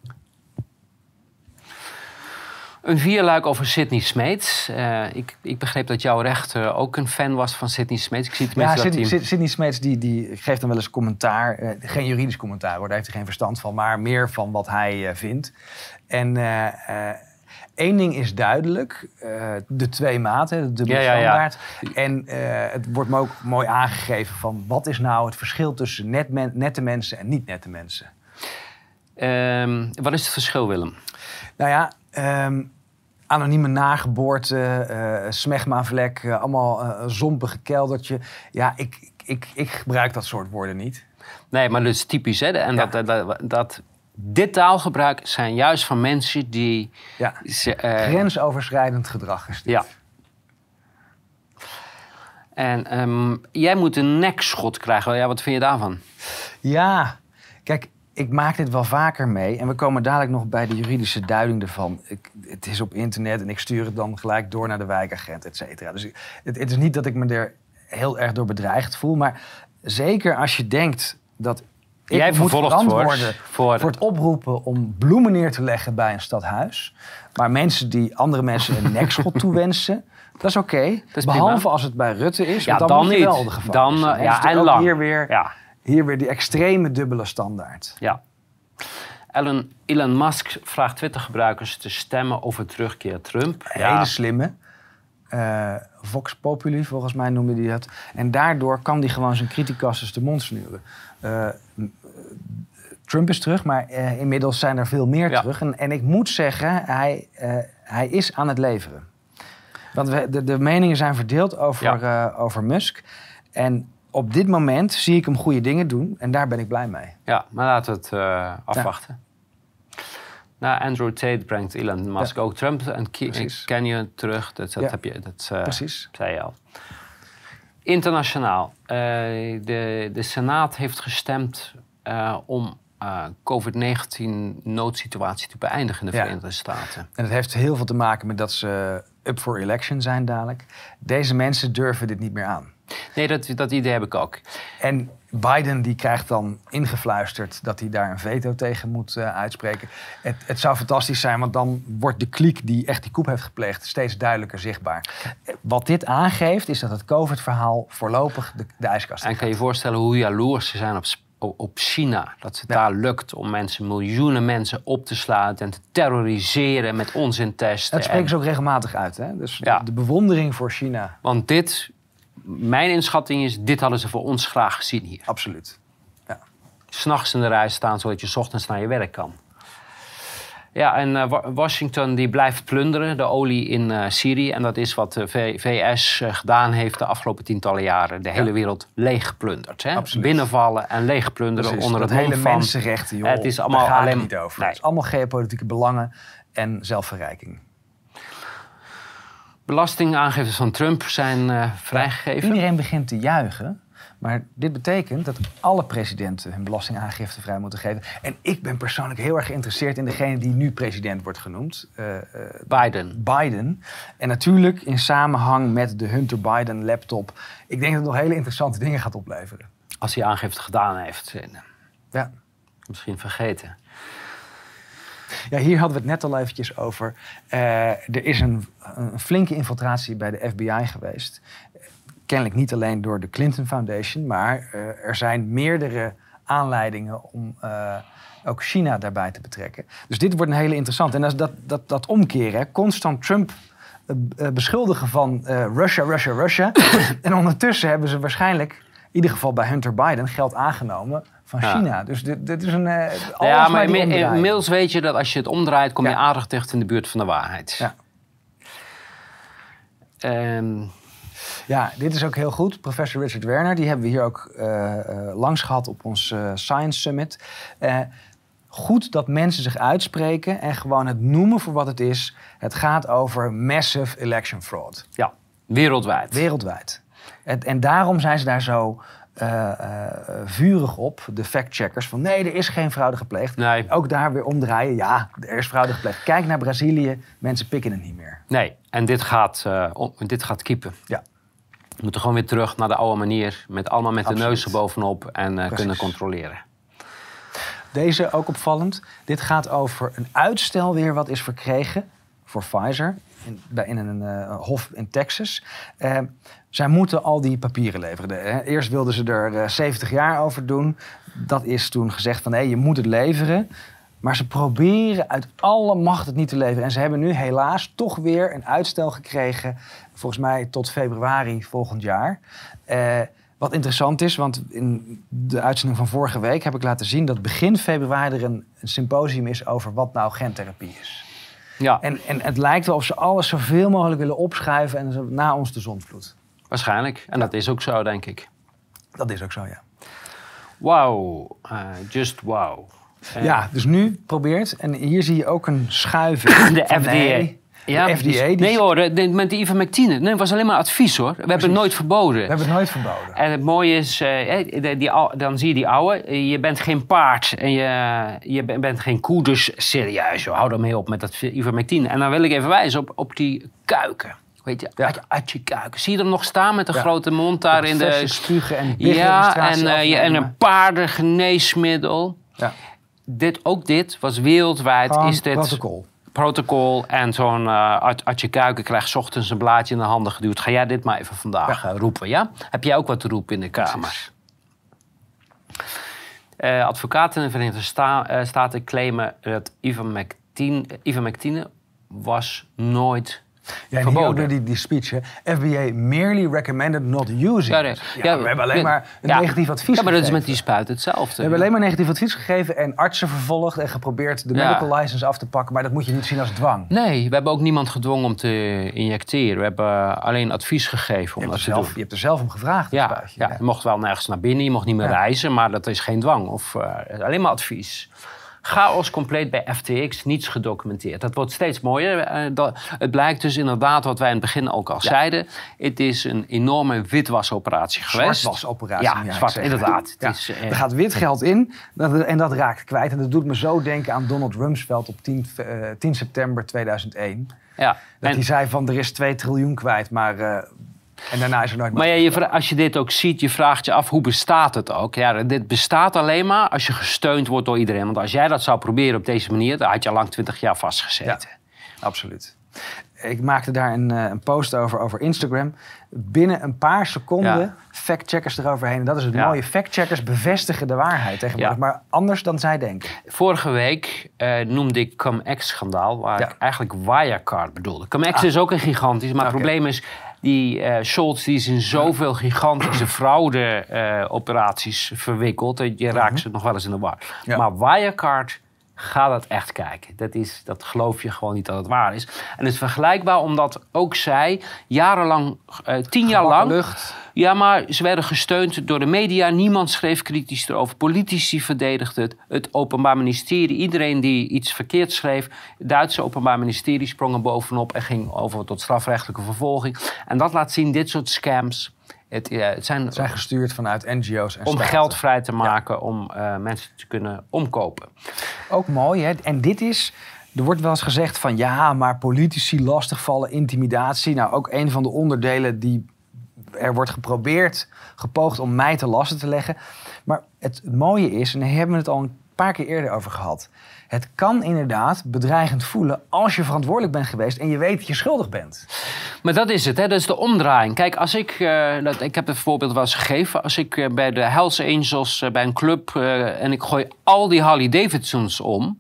Speaker 2: Een vierluik over Sydney Smeets. Uh, ik, ik begreep dat jouw rechter ook een fan was van Sydney Smeets. Ik zie
Speaker 1: Ja,
Speaker 2: tenminste
Speaker 1: Sydney,
Speaker 2: dat hij...
Speaker 1: Syd- Sydney Smeets die, die geeft dan wel eens commentaar. Eh, geen juridisch commentaar, hoor. Daar heeft hij geen verstand van. Maar meer van wat hij uh, vindt. En uh, uh, één ding is duidelijk. Uh, de twee maten, de dubbele
Speaker 2: Ja, ja, ja.
Speaker 1: standaard. En uh, het wordt me ook mooi aangegeven van... wat is nou het verschil tussen net men, nette mensen en niet nette mensen?
Speaker 2: Um, wat is het verschil, Willem?
Speaker 1: Nou ja, um, anonieme nageboorte, uh, smegmavlek, uh, allemaal uh, zompige keldertje. Ja, ik, ik, ik, ik gebruik dat soort woorden niet.
Speaker 2: Nee, maar dat is typisch, hè? En
Speaker 1: Ja.
Speaker 2: dat, dat, dat, dat, dit taalgebruik zijn juist van mensen die...
Speaker 1: Ja.
Speaker 2: Ze, uh,
Speaker 1: Grensoverschrijdend gedrag is dit.
Speaker 2: Ja. En um, jij moet een nekschot krijgen. Ja, wat vind je daarvan?
Speaker 1: Ja, kijk, ik maak dit wel vaker mee. En we komen dadelijk nog bij de juridische duiding ervan. Ik, het is op internet en ik stuur het dan gelijk door naar de wijkagent, et cetera. Dus ik, het, het is niet dat ik me er heel erg door bedreigd voel. Maar zeker als je denkt dat Ik
Speaker 2: Jij
Speaker 1: moet
Speaker 2: vervolgd
Speaker 1: verantwoorden
Speaker 2: wordt voor...
Speaker 1: voor het oproepen om bloemen neer te leggen bij een stadhuis. Maar mensen die andere mensen een nekschot toewensen, dat is oké. Okay. Behalve prima. Als het bij Rutte is,
Speaker 2: ja,
Speaker 1: want dan,
Speaker 2: dan
Speaker 1: moet je
Speaker 2: niet.
Speaker 1: wel de geval
Speaker 2: dan,
Speaker 1: zijn.
Speaker 2: uh, ja,
Speaker 1: dus
Speaker 2: en
Speaker 1: ook
Speaker 2: lang.
Speaker 1: Hier weer,
Speaker 2: ja.
Speaker 1: hier weer die extreme dubbele standaard.
Speaker 2: Ja. Elon, Elon Musk vraagt Twitter-gebruikers te stemmen over terugkeer Trump.
Speaker 1: Een
Speaker 2: ja.
Speaker 1: hele slimme. Uh, Vox Populi, volgens mij noemde hij dat. En daardoor kan hij gewoon zijn criticasters de mond snuren. Uh, Trump is terug, maar uh, inmiddels zijn er veel meer ja. terug. En, en ik moet zeggen, hij, uh, hij is aan het leveren. Want we, de, de meningen zijn verdeeld over, ja. uh, over Musk. En op dit moment zie ik hem goede dingen doen. En daar ben ik blij mee.
Speaker 2: Ja, maar laten we het uh, afwachten. Ja. Na Andrew Tate brengt Elon Musk ja. ook Trump en Canyon terug. Dat, dat, ja. heb je, dat uh,
Speaker 1: Precies.
Speaker 2: zei je al. Internationaal. Uh, de, de Senaat heeft gestemd uh, om uh, covid negentien noodsituatie te beëindigen in de ja. Verenigde Staten.
Speaker 1: En het heeft heel veel te maken met dat ze up for election zijn dadelijk. Deze mensen durven dit niet meer aan.
Speaker 2: Nee, dat, dat idee heb ik ook.
Speaker 1: En Biden die krijgt dan ingefluisterd dat hij daar een veto tegen moet uh, uitspreken. Het, het zou fantastisch zijn, want dan wordt de kliek die echt die coup heeft gepleegd steeds duidelijker zichtbaar. Wat dit aangeeft is dat het COVID-verhaal voorlopig de, de ijskast
Speaker 2: En kan je je voorstellen hoe jaloers ze zijn op, op China? Dat het ja. daar lukt om mensen, miljoenen mensen op te sluiten en te terroriseren met onzintesten.
Speaker 1: Dat spreken ze ook regelmatig uit, hè? Dus ja. de, de bewondering voor China.
Speaker 2: Want dit... Mijn inschatting is, dit hadden ze voor ons graag gezien hier.
Speaker 1: Absoluut. Ja.
Speaker 2: 'S Nachts in de rij staan, zodat je 's ochtends naar je werk kan. Ja, en uh, Washington die blijft plunderen, de olie in uh, Syrië. En dat is wat de v- VS uh, gedaan heeft de afgelopen tientallen jaren. De hele ja. wereld leeggeplunderd. Hè? Binnenvallen en leegplunderen
Speaker 1: Precies,
Speaker 2: onder
Speaker 1: dat
Speaker 2: het
Speaker 1: hele
Speaker 2: mom van...
Speaker 1: mensenrechten, joh.
Speaker 2: Het is allemaal
Speaker 1: daar
Speaker 2: alleen...
Speaker 1: niet over.
Speaker 2: Nee.
Speaker 1: Het is allemaal geopolitieke belangen en zelfverrijking.
Speaker 2: Belastingaangiftes van Trump zijn uh, vrijgegeven.
Speaker 1: Iedereen begint te juichen. Maar dit betekent dat alle presidenten hun belastingaangifte vrij moeten geven. En ik ben persoonlijk heel erg geïnteresseerd in degene die nu president wordt genoemd. Uh, uh,
Speaker 2: Biden.
Speaker 1: Biden. En natuurlijk in samenhang met de Hunter Biden laptop. Ik denk dat het nog hele interessante dingen gaat opleveren.
Speaker 2: Als hij aangifte gedaan heeft.
Speaker 1: Ja.
Speaker 2: Misschien vergeten.
Speaker 1: Ja, hier hadden we het net al eventjes over. Uh, er is een, een flinke infiltratie bij de F B I geweest. Kennelijk niet alleen door de Clinton Foundation, maar uh, er zijn meerdere aanleidingen om uh, ook China daarbij te betrekken. Dus dit wordt een hele interessante. En dat, dat, dat, dat omkeren, constant Trump uh, uh, beschuldigen van uh, Russia, Russia, Russia. En ondertussen hebben ze waarschijnlijk, in ieder geval bij Hunter Biden, geld aangenomen van China. Ja. Dus dit, dit is een... Uh,
Speaker 2: ja, maar inmiddels weet je dat als je het omdraait, kom je ja. aardig dicht in de buurt van de waarheid.
Speaker 1: Ja.
Speaker 2: Um,
Speaker 1: Ja, dit is ook heel goed. Professor Richard Werner, die hebben we hier ook uh, uh, langs gehad op ons uh, Science Summit. Uh, goed dat mensen zich uitspreken en gewoon het noemen voor wat het is. Het gaat over massive election fraud.
Speaker 2: Ja, wereldwijd.
Speaker 1: Wereldwijd. En, en daarom zijn ze daar zo uh, uh, vurig op, de fact-checkers, van nee, er is geen fraude gepleegd.
Speaker 2: Nee.
Speaker 1: Ook daar weer omdraaien, ja, er is fraude gepleegd. Kijk naar Brazilië, mensen pikken het niet meer.
Speaker 2: Nee, en dit gaat, uh, om, dit gaat kiepen.
Speaker 1: Ja.
Speaker 2: We moeten gewoon weer terug naar de oude manier. Met allemaal met
Speaker 1: Absoluut.
Speaker 2: de neus erbovenop en uh, kunnen controleren.
Speaker 1: Deze ook opvallend. Dit gaat over een uitstel weer wat is verkregen voor Pfizer. In, bij, in een uh, hof in Texas. Uh, zij moeten al die papieren leveren. De, hè. Eerst wilden ze er uh, zeventig jaar over doen. Dat is toen gezegd van hé, je moet het leveren. Maar ze proberen uit alle macht het niet te leveren. En ze hebben nu helaas toch weer een uitstel gekregen. Volgens mij tot februari volgend jaar. Uh, wat interessant is, want in de uitzending van vorige week heb ik laten zien dat begin februari er een, een symposium is over wat nou gentherapie is.
Speaker 2: Ja.
Speaker 1: En, en het lijkt wel of ze alles zoveel mogelijk willen opschuiven en zo na ons de zondvloed.
Speaker 2: Waarschijnlijk. En ja. dat is ook zo, denk ik.
Speaker 1: Dat is ook zo, ja.
Speaker 2: Wauw. Uh, just wow.
Speaker 1: Uh, ja, dus nu probeert, en hier zie je ook een schuiven.
Speaker 2: De F D A.
Speaker 1: Nee,
Speaker 2: ja,
Speaker 1: de F D A.
Speaker 2: Dus,
Speaker 1: die
Speaker 2: nee hoor, de, de, met die ivermectine. Nee, het was alleen maar advies hoor. We Precies. hebben het nooit verboden.
Speaker 1: We hebben het nooit verboden.
Speaker 2: En het mooie is, uh, die, die, dan zie je die ouwe. Je bent geen paard en je, je bent geen koe, dus serieus. Joh, hou ermee op met dat ivermectine. En dan wil ik even wijzen op, op die kuiken. Weet je,
Speaker 1: Ja.
Speaker 2: uit, uit je kuiken. Zie je hem nog staan met een
Speaker 1: Ja.
Speaker 2: grote mond daar in de...
Speaker 1: spugen en
Speaker 2: Ja, en, uh, ja, en een paardengeneesmiddel.
Speaker 1: Ja.
Speaker 2: Dit, ook dit was wereldwijd.
Speaker 1: Gewoon
Speaker 2: is dit
Speaker 1: protocol.
Speaker 2: protocol. En zo'n uh, uit, uit je kuiken krijgt 's ochtends een blaadje in de handen geduwd. Ga jij dit maar even vandaag
Speaker 1: Ja.
Speaker 2: uh, roepen, ja? Heb jij ook wat te roepen in de Kamer? Uh, advocaten in de Verenigde Sta- uh, Staten claimen dat ivermectine, ivermectine was nooit
Speaker 1: Ja, en hier ook weer die, die speech, hè. F B A merely recommended not using.
Speaker 2: Ja, nee.
Speaker 1: it. Ja,
Speaker 2: Ja,
Speaker 1: we hebben alleen
Speaker 2: ja,
Speaker 1: maar een
Speaker 2: ja.
Speaker 1: negatief advies
Speaker 2: Ja, maar dat is
Speaker 1: gegeven.
Speaker 2: met die spuit hetzelfde.
Speaker 1: We hebben alleen maar negatief advies gegeven en artsen vervolgd en geprobeerd de
Speaker 2: Ja.
Speaker 1: medical license af te pakken. Maar dat moet je niet zien als dwang.
Speaker 2: Nee, we hebben ook niemand gedwongen om te injecteren. We hebben alleen advies gegeven om
Speaker 1: Je
Speaker 2: dat
Speaker 1: hebt,
Speaker 2: te
Speaker 1: er zelf,
Speaker 2: doen.
Speaker 1: je hebt er zelf om gevraagd. dat
Speaker 2: Ja,
Speaker 1: spuitje.
Speaker 2: ja, je mocht wel nergens naar binnen, je mocht niet meer
Speaker 1: Ja.
Speaker 2: reizen, maar dat is geen dwang. Of uh, alleen maar advies. Chaos compleet bij F T X, niets gedocumenteerd. Dat wordt steeds mooier. Uh, dat, het blijkt dus inderdaad, wat wij in het begin ook al
Speaker 1: Ja.
Speaker 2: zeiden. Het is een enorme witwasoperatie geweest.
Speaker 1: Zwartwasoperatie.
Speaker 2: Ja,
Speaker 1: moet je
Speaker 2: zwart,
Speaker 1: eigenlijk zeggen.
Speaker 2: inderdaad.
Speaker 1: Ja.
Speaker 2: Het is, uh,
Speaker 1: Er gaat wit geld in dat, en dat raakt kwijt. En dat doet me zo denken aan Donald Rumsfeld op tien, uh, tien september tweeduizend één.
Speaker 2: ja.
Speaker 1: Dat
Speaker 2: En-
Speaker 1: hij zei van er is twee triljoen kwijt, maar... Uh, en daarna is er nooit meer...
Speaker 2: Maar ja, je, vra- als je dit ook ziet, je vraagt je af, hoe bestaat het ook? Ja, dit bestaat alleen maar als je gesteund wordt door iedereen. Want als jij dat zou proberen op deze manier, dan had je al lang twintig jaar vastgezeten.
Speaker 1: Absoluut. Ik maakte daar een, uh, een post over, over Instagram. Binnen een paar seconden
Speaker 2: Ja.
Speaker 1: factcheckers eroverheen. En dat is het
Speaker 2: Ja.
Speaker 1: mooie. Factcheckers bevestigen de waarheid tegenwoordig.
Speaker 2: Ja.
Speaker 1: Maar anders dan zij denken.
Speaker 2: Vorige week eh, noemde ik Cum-Ex-schandaal, waar
Speaker 1: Ja.
Speaker 2: ik eigenlijk Wirecard bedoelde. Cum-Ex
Speaker 1: Ah.
Speaker 2: is ook een gigantisch, maar
Speaker 1: Oké.
Speaker 2: het probleem is... Die uh, Scholz die is in zoveel gigantische fraude-operaties verwikkeld. dat Je raakt ze nog wel eens in de war.
Speaker 1: Ja.
Speaker 2: Maar Wirecard, ga dat echt kijken. Dat, is, dat geloof je gewoon niet dat het waar is. En het is vergelijkbaar omdat ook zij jarenlang, uh, tien jaar
Speaker 1: Gebakken
Speaker 2: lang...
Speaker 1: lucht.
Speaker 2: Ja, maar ze werden gesteund door de media. Niemand schreef kritisch erover. Politici verdedigden het. Het Openbaar Ministerie. Iedereen die iets verkeerd schreef. Het Duitse Openbaar Ministerie sprong er bovenop en ging over tot strafrechtelijke vervolging. En dat laat zien, dit soort scams. Het, uh, het zijn,
Speaker 1: Zijn gestuurd vanuit N G O's en
Speaker 2: om
Speaker 1: staten.
Speaker 2: geld vrij te maken, om uh, mensen te kunnen omkopen.
Speaker 1: Ook mooi, hè? En dit is... Er wordt wel eens gezegd van ja, maar politici lastigvallen, intimidatie. Nou, ook een van de onderdelen die er wordt geprobeerd, gepoogd om mij te lasten te leggen. Maar het, het mooie is, en daar hebben we het al een paar keer eerder over gehad. Het kan inderdaad bedreigend voelen als je verantwoordelijk bent geweest en je weet dat je schuldig bent.
Speaker 2: Maar dat is het, hè? Dat is de omdraaiing. Kijk, als ik, uh, dat, ik heb het voorbeeld wel eens gegeven. Als ik uh, bij de Hells Angels, uh, bij een club, uh, en ik gooi al die Harley Davidsons om.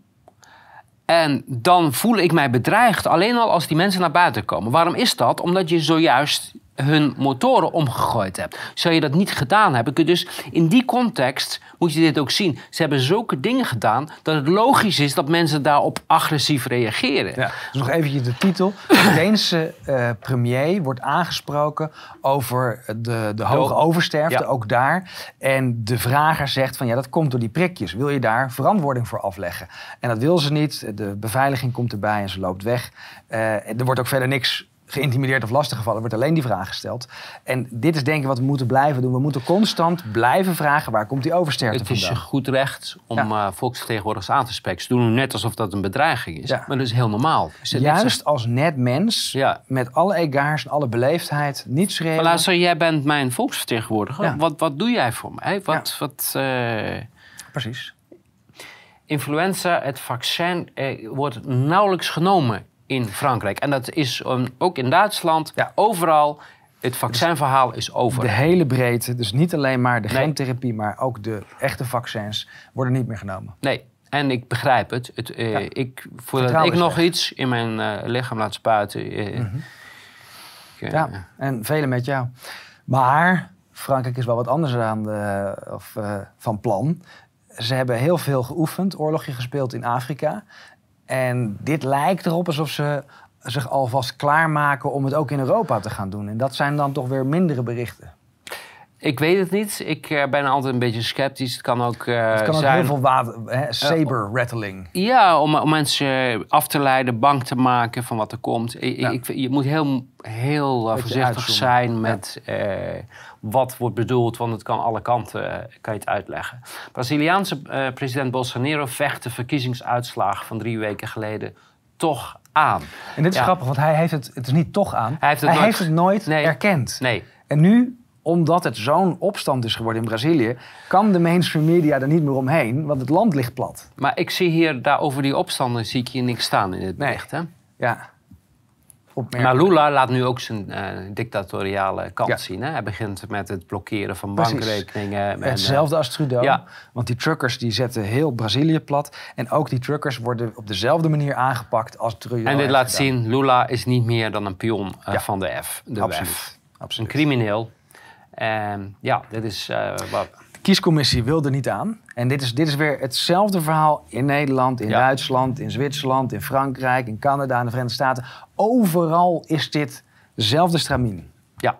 Speaker 2: En dan voel ik mij bedreigd, alleen al als die mensen naar buiten komen. Waarom is dat? Omdat je zojuist hun motoren omgegooid hebt. Zou je dat niet gedaan hebben? Dus in die context moet je dit ook zien. Ze hebben zulke dingen gedaan dat het logisch is dat mensen daarop agressief reageren.
Speaker 1: Ja. Dus nog eventjes de titel. De Deense uh, premier wordt aangesproken over de, de hoge oversterfte,
Speaker 2: Ja.
Speaker 1: ook daar. En de vrager zegt van ja, dat komt door die prikjes. Wil je daar verantwoording voor afleggen? En dat wil ze niet. De beveiliging komt erbij en ze loopt weg. Uh, er wordt ook verder niks geïntimideerd of lastiggevallen. Er wordt alleen die vraag gesteld. En dit is denk ik wat we moeten blijven doen. We moeten constant blijven vragen, waar komt die oversterfte
Speaker 2: Het is
Speaker 1: vandaan?
Speaker 2: je goed recht om
Speaker 1: Ja.
Speaker 2: uh, volksvertegenwoordigers aan te spreken. Ze doen nu net alsof dat een bedreiging is.
Speaker 1: Ja.
Speaker 2: Maar dat is heel normaal. Is het niet
Speaker 1: Juist
Speaker 2: zo?
Speaker 1: als net mens,
Speaker 2: Ja.
Speaker 1: met alle egaars en alle beleefdheid, niet schreeuwen.
Speaker 2: Maar luister, jij bent mijn volksvertegenwoordiger.
Speaker 1: Ja.
Speaker 2: Wat, wat doe jij voor mij? Wat, wat, uh...
Speaker 1: Precies.
Speaker 2: Influenza, het vaccin, eh, wordt nauwelijks genomen in Frankrijk. En dat is um, ook in Duitsland,
Speaker 1: Ja.
Speaker 2: overal. Het vaccinverhaal is over.
Speaker 1: De hele breedte, dus niet alleen maar de
Speaker 2: Nee.
Speaker 1: gentherapie, maar ook de echte vaccins worden niet meer genomen.
Speaker 2: Nee, en ik begrijp het. het uh,
Speaker 1: Ja.
Speaker 2: ik, voordat
Speaker 1: Vertrouwen
Speaker 2: ik
Speaker 1: is
Speaker 2: nog
Speaker 1: weg.
Speaker 2: iets in mijn uh, lichaam laat spuiten... Uh,
Speaker 1: Mhm.
Speaker 2: ik, uh,
Speaker 1: Ja, en velen met jou. Maar Frankrijk is wel wat anders aan de, of, uh, van plan. Ze hebben heel veel geoefend, oorlogje gespeeld in Afrika. En dit lijkt erop alsof ze zich alvast klaarmaken om het ook in Europa te gaan doen. En dat zijn dan toch weer mindere berichten.
Speaker 2: Ik weet het niet. Ik uh, ben altijd een beetje sceptisch. Het kan ook uh,
Speaker 1: Het kan ook
Speaker 2: zijn...
Speaker 1: heel veel water, hè, saber rattling.
Speaker 2: Ja, om, om mensen af te leiden, bang te maken van wat er komt. Ik,
Speaker 1: Ja.
Speaker 2: ik, je moet heel, heel uh,
Speaker 1: Beetje
Speaker 2: voorzichtig
Speaker 1: uitzoomen.
Speaker 2: zijn met uh, wat wordt bedoeld, want het kan alle kanten uh, kan je het uitleggen. Braziliaanse uh, president Bolsonaro vecht de verkiezingsuitslagen van drie weken geleden toch aan.
Speaker 1: En dit is
Speaker 2: ja.
Speaker 1: grappig, want hij heeft het, het is niet toch aan.
Speaker 2: Hij heeft het
Speaker 1: hij
Speaker 2: nooit,
Speaker 1: heeft het nooit
Speaker 2: nee.
Speaker 1: erkend.
Speaker 2: Nee.
Speaker 1: En nu, omdat het zo'n opstand is geworden in Brazilië, kan de mainstream media er niet meer omheen, want het land ligt plat.
Speaker 2: Maar ik zie hier, daar over die opstanden zie ik hier niks staan in het bericht. Hè?
Speaker 1: Ja.
Speaker 2: Maar Lula laat nu ook zijn uh, dictatoriale kant
Speaker 1: ja.
Speaker 2: zien. Hè? Hij begint met het blokkeren van
Speaker 1: Precies.
Speaker 2: bankrekeningen. En,
Speaker 1: hetzelfde als Trudeau.
Speaker 2: Ja.
Speaker 1: Want die truckers die zetten heel Brazilië plat. En ook die truckers worden op dezelfde manier aangepakt als Trudeau.
Speaker 2: En dit laat
Speaker 1: gedaan.
Speaker 2: zien, Lula is niet meer dan een pion uh, ja. van de F. De
Speaker 1: Absoluut.
Speaker 2: F.
Speaker 1: Absoluut.
Speaker 2: Een crimineel. En ja, dit is uh, wat...
Speaker 1: De kiescommissie wilde niet aan. En dit is, dit is weer hetzelfde verhaal in Nederland, in ja. Duitsland, in Zwitserland, in Frankrijk, in Canada, in de Verenigde Staten. Overal is dit dezelfde stramien.
Speaker 2: Ja.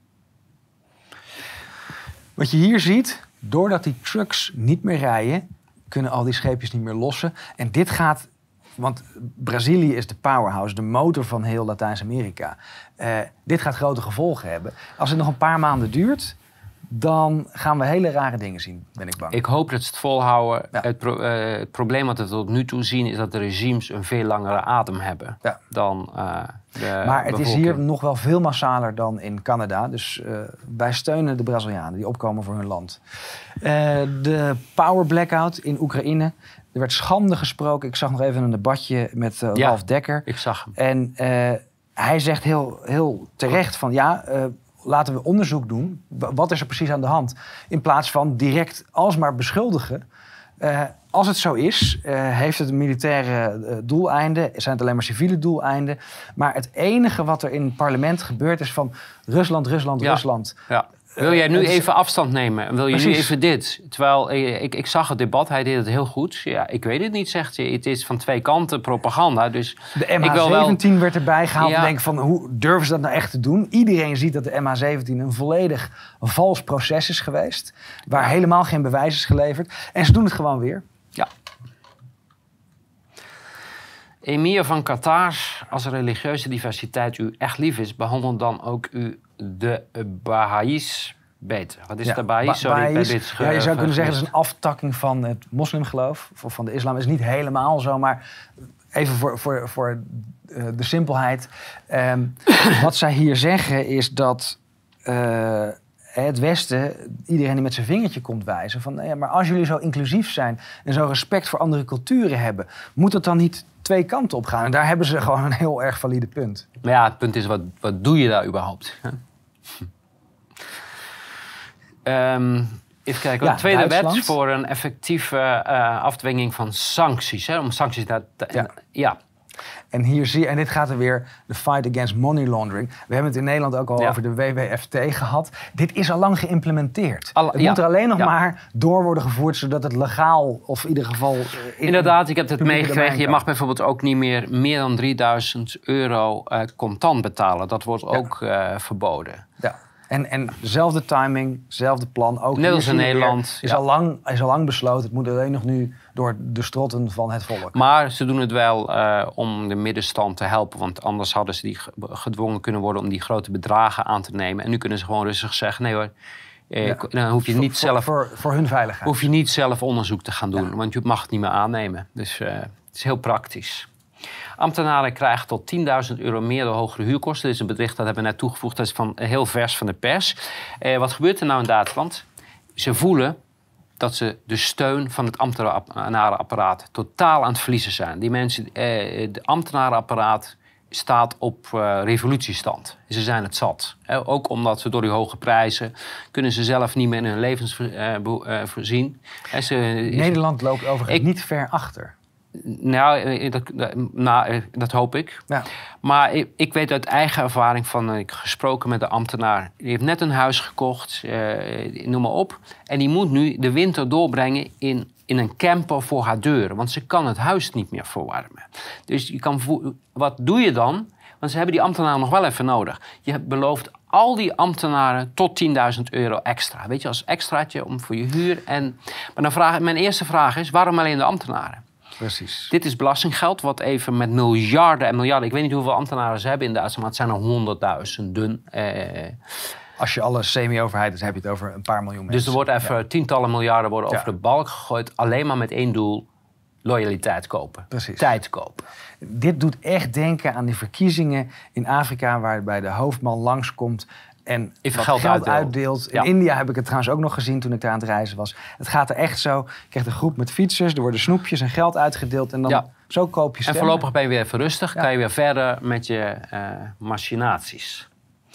Speaker 1: Wat je hier ziet, doordat die trucks niet meer rijden, kunnen al die scheepjes niet meer lossen. En dit gaat, want Brazilië is de powerhouse, de motor van heel Latijns-Amerika. Uh, dit gaat grote gevolgen hebben. Als het nog een paar maanden duurt, dan gaan we hele rare dingen zien, ben ik bang.
Speaker 2: Ik hoop dat ze het volhouden.
Speaker 1: Ja.
Speaker 2: Het, pro- uh, het probleem wat we tot nu toe zien is dat de regimes een veel langere adem hebben
Speaker 1: ja.
Speaker 2: dan uh, de
Speaker 1: Maar het
Speaker 2: bevolking.
Speaker 1: is hier nog wel veel massaler dan in Canada. Dus uh, wij steunen de Brazilianen die opkomen voor hun land. Uh, de power blackout in Oekraïne. Er werd schande gesproken. Ik zag nog even een debatje met uh,
Speaker 2: ja,
Speaker 1: Ralf Dekker.
Speaker 2: Ik zag hem.
Speaker 1: En uh, hij zegt heel, heel terecht van ja... Uh, laten we onderzoek doen. Wat is er precies aan de hand? In plaats van direct alsmaar beschuldigen. Uh, als het zo is, uh, heeft het militaire uh, doeleinden. Zijn het alleen maar civiele doeleinden. Maar het enige wat er in het parlement gebeurt is van Rusland, Rusland,
Speaker 2: ja.
Speaker 1: Rusland.
Speaker 2: Ja. Wil jij nu
Speaker 1: uh,
Speaker 2: even afstand nemen? Wil je
Speaker 1: precies.
Speaker 2: nu even dit? Terwijl, ik, ik zag het debat, hij deed het heel goed. Ja, ik weet het niet, zegt hij. Het is van twee kanten propaganda. Dus
Speaker 1: de M H zeventien
Speaker 2: wel...
Speaker 1: werd erbij gehaald.
Speaker 2: Ja.
Speaker 1: En denk van, hoe durven ze dat nou echt te doen? Iedereen ziet dat de M H zeventien een volledig vals proces is geweest. Waar ja. helemaal geen bewijs is geleverd. En ze doen het gewoon weer.
Speaker 2: Ja. Emir van Qatar, als religieuze diversiteit u echt lief is, behandel dan ook u de Baha'is beter. Wat is ja, de Baha'is? Sorry,
Speaker 1: Baha'is,
Speaker 2: ik ben dit ge-
Speaker 1: ja, je zou kunnen zeggen,
Speaker 2: gemist.
Speaker 1: het is een aftakking van het moslimgeloof. Of van de islam. Het is niet helemaal zo, maar even voor, voor, voor uh, de simpelheid. Um, wat zij hier zeggen is dat uh, het Westen, iedereen die met zijn vingertje komt wijzen, van ja, maar als jullie zo inclusief zijn en zo respect voor andere culturen hebben, moet het dan niet twee kanten op gaan? En daar hebben ze gewoon een heel erg valide punt.
Speaker 2: Maar ja, het punt is, wat, wat doe je daar überhaupt? um, even kijken.
Speaker 1: Ja,
Speaker 2: de tweede
Speaker 1: Duitsland.
Speaker 2: wet voor een effectieve uh, afdwinging van sancties. Hè? Om sancties daar te,
Speaker 1: Ja.
Speaker 2: ja.
Speaker 1: En hier zie je, en dit gaat er weer, de fight against money laundering. We hebben het in Nederland ook al ja. over de W W F T gehad. Dit is al lang geïmplementeerd. Al, het ja. moet er alleen nog ja. maar door worden gevoerd, zodat het legaal, of in ieder geval... In
Speaker 2: Inderdaad, ik heb het meegekregen. Je mag bijvoorbeeld ook niet meer meer dan drieduizend euro uh, contant betalen. Dat wordt ja. ook uh, verboden.
Speaker 1: Ja. En, en dezelfde timing, dezelfde plan. Ook
Speaker 2: net als in Nederland.
Speaker 1: Weer, is,
Speaker 2: ja.
Speaker 1: al lang, is al lang besloten. Het moet alleen nog nu door de strotten van het volk.
Speaker 2: Maar ze doen het wel uh, om de middenstand te helpen. Want anders hadden ze die gedwongen kunnen worden om die grote bedragen aan te nemen. En nu kunnen ze gewoon rustig zeggen, nee hoor. Eh, ja. Dan hoef je niet
Speaker 1: voor,
Speaker 2: zelf,
Speaker 1: voor, voor hun veiligheid.
Speaker 2: Hoef je niet zelf onderzoek te gaan doen.
Speaker 1: Ja.
Speaker 2: Want je mag het niet meer aannemen. Dus uh, het is heel praktisch. Ambtenaren krijgen tot tienduizend euro meer door hogere huurkosten. Dit is een bericht dat hebben we net toegevoegd. Dat is van, heel vers van de pers. Eh, wat gebeurt er nou in Duitsland? Ze voelen dat ze de steun van het ambtenarenapparaat totaal aan het verliezen zijn. Die mensen, eh, de ambtenarenapparaat staat op uh, revolutiestand. Ze zijn het zat. Eh, ook omdat ze door die hoge prijzen kunnen ze zelf niet meer in hun levens uh, uh, voorzien. Eh, ze,
Speaker 1: Nederland loopt overigens ik, niet ver achter.
Speaker 2: Nou, dat, nou, dat hoop ik.
Speaker 1: Ja.
Speaker 2: Maar ik, ik weet uit eigen ervaring van... Ik heb gesproken met de ambtenaar. Die heeft net een huis gekocht, uh, noem maar op. En die moet nu de winter doorbrengen in, in een camper voor haar deuren. Want ze kan het huis niet meer verwarmen. Dus je kan vo- wat doe je dan? Want ze hebben die ambtenaren nog wel even nodig. Je belooft al die ambtenaren tot tienduizend euro extra. Weet je, als extraatje om voor je huur. En, maar dan vraag, mijn eerste vraag is, waarom alleen de ambtenaren?
Speaker 1: Precies.
Speaker 2: Dit is belastinggeld wat even met miljarden en miljarden... Ik weet niet hoeveel ambtenaren ze hebben in Duitsland... maar het zijn er honderdduizenden. Eh,
Speaker 1: Als je alle semi-overheid is, heb je het over een paar miljoen mensen.
Speaker 2: dus er wordt even ja. tientallen miljarden worden
Speaker 1: ja.
Speaker 2: over de balk gegooid... alleen maar met één doel, loyaliteit kopen.
Speaker 1: Precies.
Speaker 2: Tijd kopen.
Speaker 1: Dit doet echt denken aan die verkiezingen in Afrika, waarbij de hoofdman langskomt en
Speaker 2: Even
Speaker 1: geld,
Speaker 2: geld
Speaker 1: geld
Speaker 2: uitdeelt.
Speaker 1: uitdeelt.
Speaker 2: Ja.
Speaker 1: In India heb ik het trouwens ook nog gezien toen ik daar aan het reizen was. Het gaat er echt zo. Je krijgt een groep met fietsers, er worden snoepjes en geld uitgedeeld en dan
Speaker 2: Ja.
Speaker 1: zo koop je
Speaker 2: En
Speaker 1: stemmen.
Speaker 2: voorlopig ben je weer even rustig.
Speaker 1: Ja.
Speaker 2: Kan je weer verder met je uh, machinaties.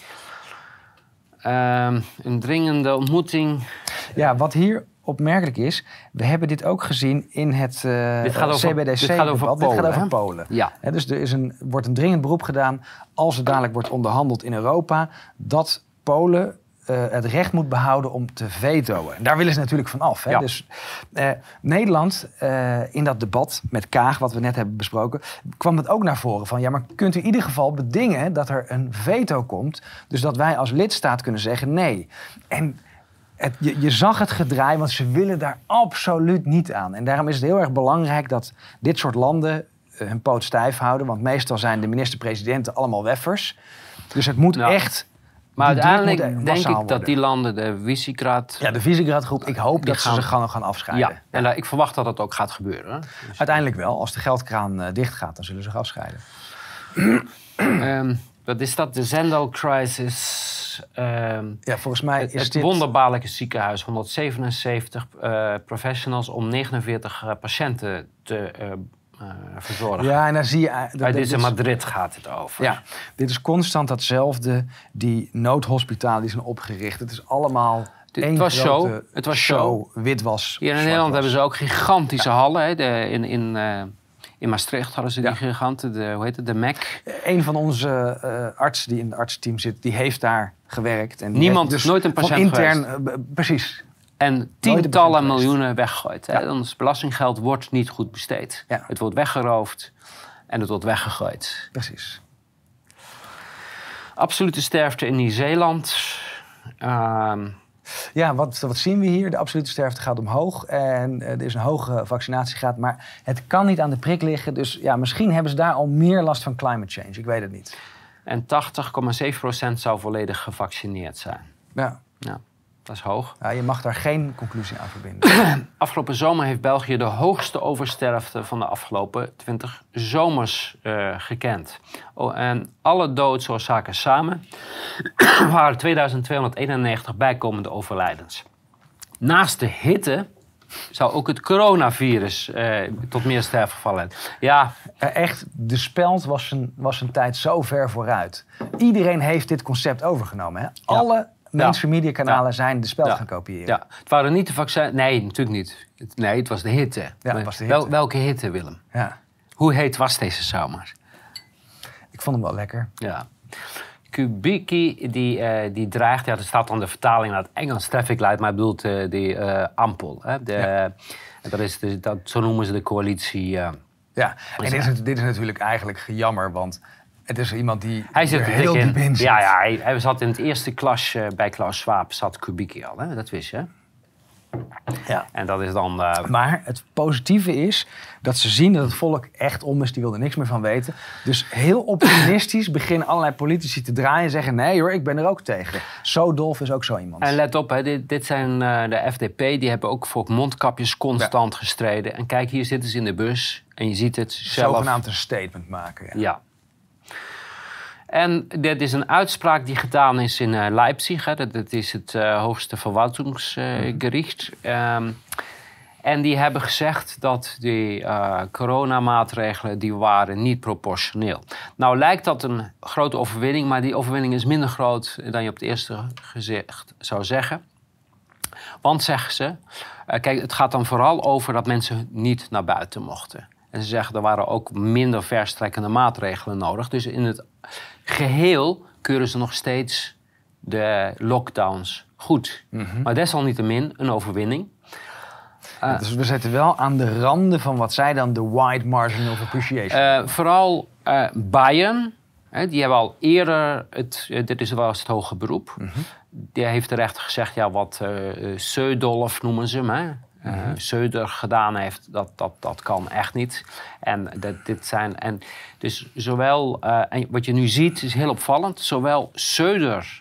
Speaker 2: Um, een dringende ontmoeting.
Speaker 1: Ja, wat hier opmerkelijk is, we hebben dit ook gezien in het uh,
Speaker 2: dit gaat over,
Speaker 1: C B D C.
Speaker 2: Dit gaat over
Speaker 1: debat.
Speaker 2: Polen.
Speaker 1: Dit gaat over
Speaker 2: hè?
Speaker 1: Polen.
Speaker 2: Ja.
Speaker 1: He, dus er is een, wordt een dringend beroep gedaan, als er dadelijk wordt onderhandeld in Europa, dat Polen uh, het recht moet behouden om te vetoen. En daar willen ze natuurlijk van af. Hè?
Speaker 2: Ja.
Speaker 1: Dus uh, Nederland, uh, in dat debat met Kaag, wat we net hebben besproken, kwam het ook naar voren van, ja, maar kunt u in ieder geval bedingen dat er een veto komt, dus dat wij als lidstaat kunnen zeggen nee. En Het, je, je zag het gedraai, want ze willen daar absoluut niet aan. En daarom is het heel erg belangrijk dat dit soort landen uh, hun poot stijf houden. Want meestal zijn de minister-presidenten allemaal weffers. Dus het moet
Speaker 2: nou,
Speaker 1: echt...
Speaker 2: Maar uiteindelijk
Speaker 1: moet
Speaker 2: denk ik
Speaker 1: worden.
Speaker 2: dat die landen, de Visegrad...
Speaker 1: Ja, de Visegrad-groep, ik hoop dat
Speaker 2: gaan,
Speaker 1: ze zich gaan, gaan afscheiden.
Speaker 2: Ja, en uh, ik verwacht dat dat ook gaat gebeuren. Hè? Dus
Speaker 1: uiteindelijk wel. Als de geldkraan uh, dicht gaat, dan zullen ze zich afscheiden.
Speaker 2: um, wat is dat? De Zendel-crisis... Um,
Speaker 1: ja, volgens mij
Speaker 2: het,
Speaker 1: is
Speaker 2: het
Speaker 1: dit...
Speaker 2: wonderbaarlijke ziekenhuis, honderdzevenenzeventig uh, professionals om negenenveertig uh, patiënten te uh, uh, verzorgen.
Speaker 1: Ja, en dan zie je... Uh,
Speaker 2: Bij dit in Madrid gaat het over.
Speaker 1: Ja, dit is constant datzelfde. Die noodhospitalen die zijn opgericht. Het is allemaal
Speaker 2: dit,
Speaker 1: één
Speaker 2: het was
Speaker 1: grote
Speaker 2: show. Het was
Speaker 1: show.
Speaker 2: show.
Speaker 1: Witwas.
Speaker 2: Hier in Nederland hebben ze ook gigantische ja. hallen. Hè, de, in, in, uh, in Maastricht hadden ze die ja. giganten, de, hoe heet het, de M A C.
Speaker 1: Een van onze uh, artsen die in het artsteam zit, die heeft daar gewerkt. En
Speaker 2: Niemand,
Speaker 1: dus
Speaker 2: nooit een patiënt
Speaker 1: intern,
Speaker 2: geweest.
Speaker 1: Uh, precies.
Speaker 2: En tientallen miljoenen weggegooid. Hè? Ja. Ons belastinggeld wordt niet goed besteed.
Speaker 1: Ja.
Speaker 2: Het wordt weggeroofd en het wordt weggegooid.
Speaker 1: Precies.
Speaker 2: Absolute sterfte in Nieuw-Zeeland. Uh,
Speaker 1: Ja, wat, wat zien we hier? De absolute sterfte gaat omhoog en uh, er is een hoge vaccinatiegraad. Maar het kan niet aan de prik liggen. Dus ja, misschien hebben ze daar al meer last van climate change. Ik weet het niet.
Speaker 2: En tachtig komma zeven procent zou volledig gevaccineerd zijn.
Speaker 1: Ja.
Speaker 2: Ja, dat is hoog.
Speaker 1: Ja, je mag daar geen conclusie aan verbinden.
Speaker 2: Afgelopen zomer heeft België de hoogste oversterfte van de afgelopen twintig zomers uh, gekend. Oh, en alle doodsoorzaken samen waren tweeduizend tweehonderdeenennegentig bijkomende overlijdens. Naast de hitte zou ook het coronavirus uh, tot meer sterfgevallen hebben. Ja.
Speaker 1: Uh, echt, de speld was een, was een tijd zo ver vooruit. Iedereen heeft dit concept overgenomen. Hè? Alle ja. mainstream media kanalen ja. zijn de speld ja. gaan kopiëren.
Speaker 2: Ja. Het waren niet de vaccins. Nee, natuurlijk niet. Het, nee, het was de hitte.
Speaker 1: Ja, het was de hitte.
Speaker 2: Wel, welke hitte, Willem?
Speaker 1: Ja.
Speaker 2: Hoe heet was deze zomer?
Speaker 1: Ik vond hem wel lekker.
Speaker 2: Ja. Kubicki die, uh, die dreigt, ja, er staat dan de vertaling naar het Engels, traffic light, maar bedoelt uh, die uh, ampel. Hè? De, ja. dat is de, dat, zo noemen ze de coalitie. Uh,
Speaker 1: ja, en dit is, dit is natuurlijk eigenlijk gejammer, want het is iemand die
Speaker 2: hij zit
Speaker 1: er heel diep in zit.
Speaker 2: Ja, ja hij, hij zat in het eerste klasje uh, bij Klaus Schwab, zat Kubicki al, hè? Dat wist je.
Speaker 1: Ja.
Speaker 2: En dat is dan... Uh...
Speaker 1: Maar het positieve is dat ze zien dat het volk echt om is. Die wil er niks meer van weten. Dus heel optimistisch beginnen allerlei politici te draaien en zeggen... nee hoor, ik ben er ook tegen. Zo dolf is ook zo iemand.
Speaker 2: En let op, hè, dit, dit zijn uh, de F D P. Die hebben ook voor mondkapjes constant ja. gestreden. En kijk, hier zitten ze in de bus. En je ziet het zelf...
Speaker 1: Zogenaamd een statement maken. Ja.
Speaker 2: ja. En dit is een uitspraak die gedaan is in uh, Leipzig. Hè. Dat, dat is het uh, hoogste verwaltingsgericht. Uh, um, en die hebben gezegd dat die uh, coronamaatregelen die waren niet proportioneel. Nou lijkt dat een grote overwinning, maar die overwinning is minder groot dan je op het eerste gezicht zou zeggen. Want zeggen ze, uh, kijk, het gaat dan vooral over dat mensen niet naar buiten mochten. En ze zeggen, er waren ook minder verstrekkende maatregelen nodig. Dus in het geheel keuren ze nog steeds de lockdowns goed. Mm-hmm. Maar desalniettemin een overwinning.
Speaker 1: Uh, dus we zitten wel aan de randen van wat zij dan de wide margin of appreciation.
Speaker 2: Uh, vooral uh, Bayern, hè, die hebben al eerder, het, uh, dit is wel eens het hoge beroep. Mm-hmm. Die heeft de rechter gezegd, ja, wat uh, Södolf noemen ze hem, hè. Uh, mm-hmm. Söder gedaan heeft, dat, dat, dat kan echt niet. En dat, dit zijn, en dus zowel, uh, en wat je nu ziet is heel opvallend, zowel Söder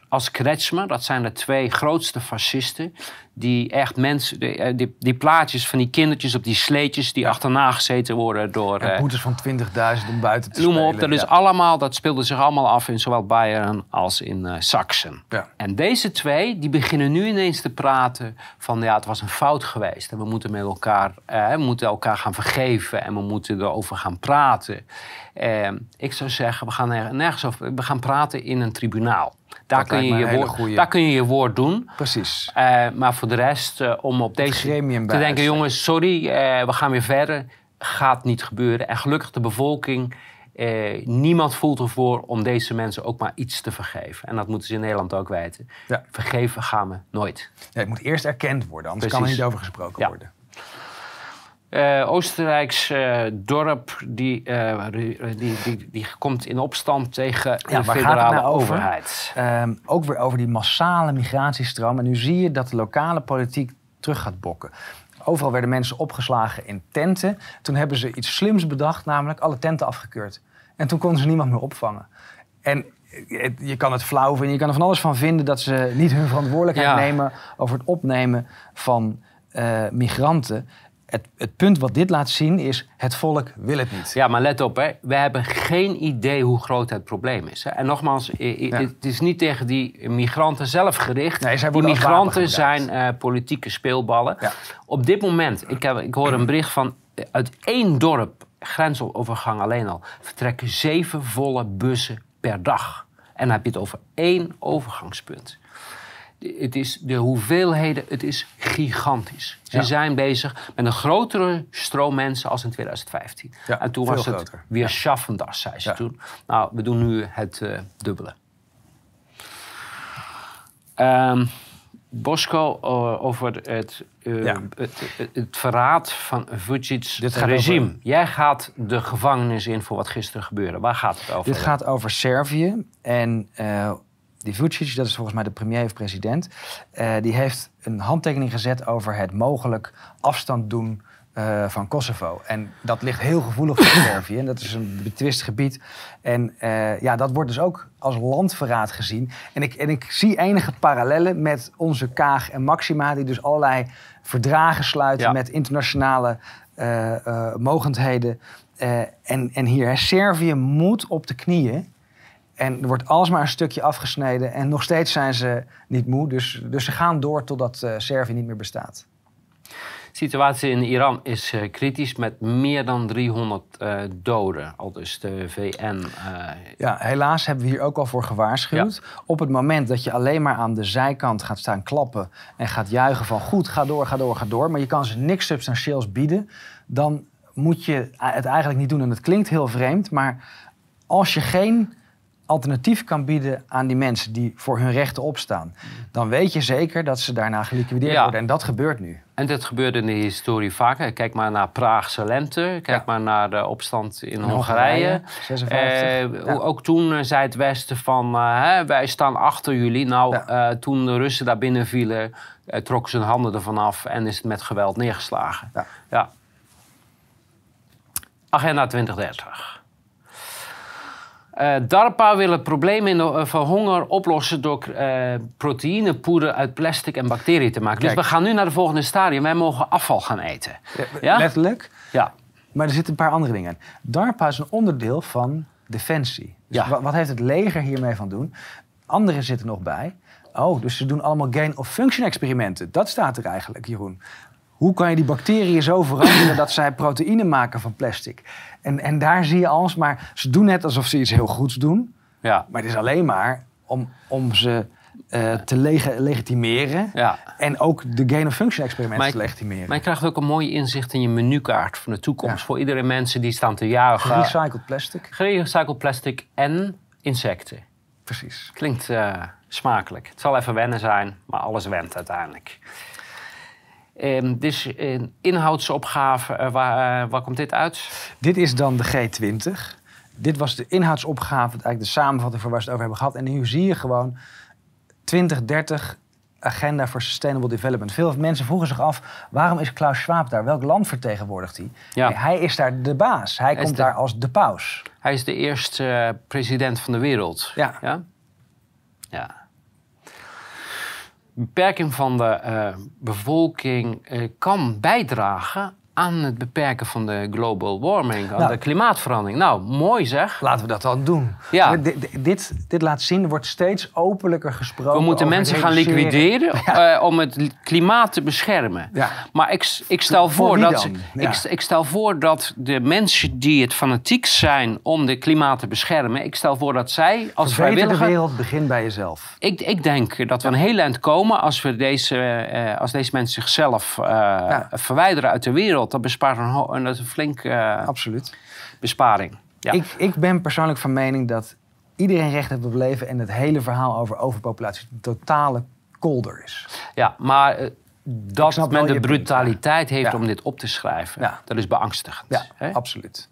Speaker 2: als Kretschmer. Dat zijn de twee grootste fascisten. Die echt mensen, die, die, die plaatjes van die kindertjes op die sleetjes die ja. achterna gezeten worden door...
Speaker 1: En boetes van twintigduizend om buiten te
Speaker 2: noem
Speaker 1: spelen.
Speaker 2: op, dat, is
Speaker 1: ja.
Speaker 2: allemaal, dat speelde zich allemaal af in zowel Bayern als in uh, Sachsen.
Speaker 1: Ja.
Speaker 2: En deze twee, die beginnen nu ineens te praten van... ja, het was een fout geweest en we moeten met elkaar, uh, we moeten elkaar gaan vergeven... en we moeten erover gaan praten. Uh, ik zou zeggen, we gaan nergens over... we gaan praten in een tribunaal. Daar kun, je je woord, goeie... daar kun je je woord doen.
Speaker 1: Precies.
Speaker 2: Uh, maar voor de rest, uh, om op deze te denken... jongens, sorry, uh, we gaan weer verder. Gaat niet gebeuren. En gelukkig de bevolking... Uh, niemand voelt ervoor om deze mensen ook maar iets te vergeven. En dat moeten ze in Nederland ook weten. Ja. Vergeven gaan we nooit.
Speaker 1: Ja, het moet eerst erkend worden, anders Precies. kan er niet over gesproken ja. worden.
Speaker 2: Uh, Oostenrijks uh, dorp die, uh, die, die, die, die komt in opstand tegen ja, de federale nou overheid.
Speaker 1: Um, ook weer over die massale migratiestroom. En nu zie je dat de lokale politiek terug gaat bokken. Overal werden mensen opgeslagen in tenten. Toen hebben ze iets slims bedacht, namelijk alle tenten afgekeurd. En toen konden ze niemand meer opvangen. En je kan het flauw vinden, je kan er van alles van vinden... dat ze niet hun verantwoordelijkheid ja. nemen over het opnemen van uh, migranten... Het, het punt wat dit laat zien is, het volk wil het niet.
Speaker 2: Ja, maar let op, hè. We hebben geen idee hoe groot het probleem is. Hè. En nogmaals, ja. het is niet tegen die migranten zelf gericht. Nee, die migranten zijn uh, politieke speelballen. Ja. Op dit moment, ik, heb, ik hoor een bericht van... uit één dorp, grensovergang alleen al... vertrekken zeven volle bussen per dag. En dan heb je het over één overgangspunt. Het is de hoeveelheden, het is gigantisch. Ze ja. zijn bezig met een grotere stroom mensen als in twintig vijftien. Ja, en toen was het groter. weer ja. schaffendas, zei ze ja. toen. Nou, we doen nu het uh, dubbele. Um, Bosko, uh, over het, uh, ja. het, het, het verraad van Vucic's regime. Over... Jij gaat de gevangenis in voor wat gisteren gebeurde. Waar gaat het over?
Speaker 1: Dit gaat over Servië en... Uh, Die Vucic, dat is volgens mij de premier of president... Uh, die heeft een handtekening gezet over het mogelijk afstand doen uh, van Kosovo. En dat ligt heel gevoelig voor Servië. En dat is een betwist gebied. En uh, ja, dat wordt dus ook als landverraad gezien. En ik, en ik zie enige parallellen met onze Kaag en Maxima... die dus allerlei verdragen sluiten ja. met internationale uh, uh, mogendheden. Uh, en, en hier, hè, Servië moet op de knieën... En er wordt alsmaar een stukje afgesneden. En nog steeds zijn ze niet moe. Dus, dus ze gaan door totdat uh, Servië niet meer bestaat.
Speaker 2: De situatie in Iran is uh, kritisch met meer dan driehonderd uh, doden. Al dus de V N. Uh...
Speaker 1: Ja, helaas hebben we hier ook al voor gewaarschuwd. Ja. Op het moment dat je alleen maar aan de zijkant gaat staan klappen... en gaat juichen van goed, ga door, ga door, ga door... maar je kan ze niks substantieels bieden... dan moet je het eigenlijk niet doen. En dat klinkt heel vreemd, maar als je geen... alternatief kan bieden aan die mensen die voor hun rechten opstaan... dan weet je zeker dat ze daarna geliquideerd ja. worden. En dat gebeurt nu.
Speaker 2: En dat gebeurde in de historie vaker. Kijk maar naar Praagse lente. Kijk ja. maar naar de opstand in, in Hongarije. Hongarije zesenvijftig. Uh, ja. Ook toen uh, zei het Westen van... Uh, hè, wij staan achter jullie. Nou, ja. uh, toen de Russen daar binnen vielen... Uh, trokken ze hun handen ervan af... en is het met geweld neergeslagen. Ja. Ja. Agenda twintig dertig. Uh, DARPA wil het probleem in de, uh, van honger oplossen door uh, proteïnepoeder uit plastic en bacteriën te maken. Kijk. Dus we gaan nu naar de volgende stadium. Wij mogen afval gaan eten.
Speaker 1: Ja, ja? Letterlijk? Ja. Maar er zitten een paar andere dingen in. DARPA is een onderdeel van Defensie. Dus ja. wat, wat heeft het leger hiermee van doen? Anderen zitten nog bij. Oh, dus ze doen allemaal gain-of-function experimenten. Dat staat er eigenlijk, Jeroen. Hoe kan je die bacteriën zo veranderen dat zij proteïne maken van plastic? En, en daar zie je alsmaar... Ze doen net alsof ze iets heel goeds doen. Ja. Maar het is alleen maar om, om ze uh, te leg- legitimeren. Ja. En ook de gain-of-function experimenten te legitimeren.
Speaker 2: Maar je krijgt ook een mooi inzicht in je menukaart van de toekomst. Ja. Voor iedere mensen die staan te juichen.
Speaker 1: Gerecycled plastic.
Speaker 2: Gerecycled plastic en insecten.
Speaker 1: Precies.
Speaker 2: Klinkt uh, smakelijk. Het zal even wennen zijn, maar alles went uiteindelijk. Um, dus een inhoudsopgave, uh, waar, uh, waar komt dit uit?
Speaker 1: Dit is dan de G twintig. Dit was de inhoudsopgave, eigenlijk de samenvatting voor waar we het over hebben gehad. En nu zie je gewoon twintig dertig agenda voor Sustainable Development. Veel mensen vroegen zich af, waarom is Klaus Schwab daar? Welk land vertegenwoordigt hij? Ja. Nee, hij is daar de baas. Hij, hij komt de, daar als de paus.
Speaker 2: Hij is de eerste uh, president van de wereld.
Speaker 1: Ja.
Speaker 2: Ja. ja. beperking van de uh, bevolking uh, kan bijdragen aan het beperken van de global warming, aan
Speaker 1: nou,
Speaker 2: de klimaatverandering. Nou, mooi zeg.
Speaker 1: Laten we dat dan doen.
Speaker 2: Ja.
Speaker 1: Dit, dit, dit laat zien, er wordt steeds openlijker gesproken.
Speaker 2: We moeten mensen gaan liquideren ja. uh, om het klimaat te beschermen.
Speaker 1: Ja.
Speaker 2: Maar ik, ik, stel voor
Speaker 1: voor
Speaker 2: dat,
Speaker 1: ja.
Speaker 2: ik, ik stel voor dat de mensen die het fanatiek zijn om de klimaat te beschermen, ik stel voor dat zij als vrijwilliger...
Speaker 1: de wereld, begin bij jezelf.
Speaker 2: Ik, ik denk dat we een heel eind komen als, we deze, uh, als deze mensen zichzelf uh, ja. verwijderen uit de wereld. Dat bespaart een, een, een flinke uh,
Speaker 1: Absoluut.
Speaker 2: besparing. Ja.
Speaker 1: Ik, ik ben persoonlijk van mening dat iedereen recht heeft op leven en het hele verhaal over overpopulatie een totale kolder is.
Speaker 2: Ja, maar uh, dat men de brutaliteit
Speaker 1: punt, ja.
Speaker 2: heeft
Speaker 1: ja.
Speaker 2: om dit op te schrijven, ja. dat is beangstigend.
Speaker 1: Ja,
Speaker 2: hè?
Speaker 1: absoluut.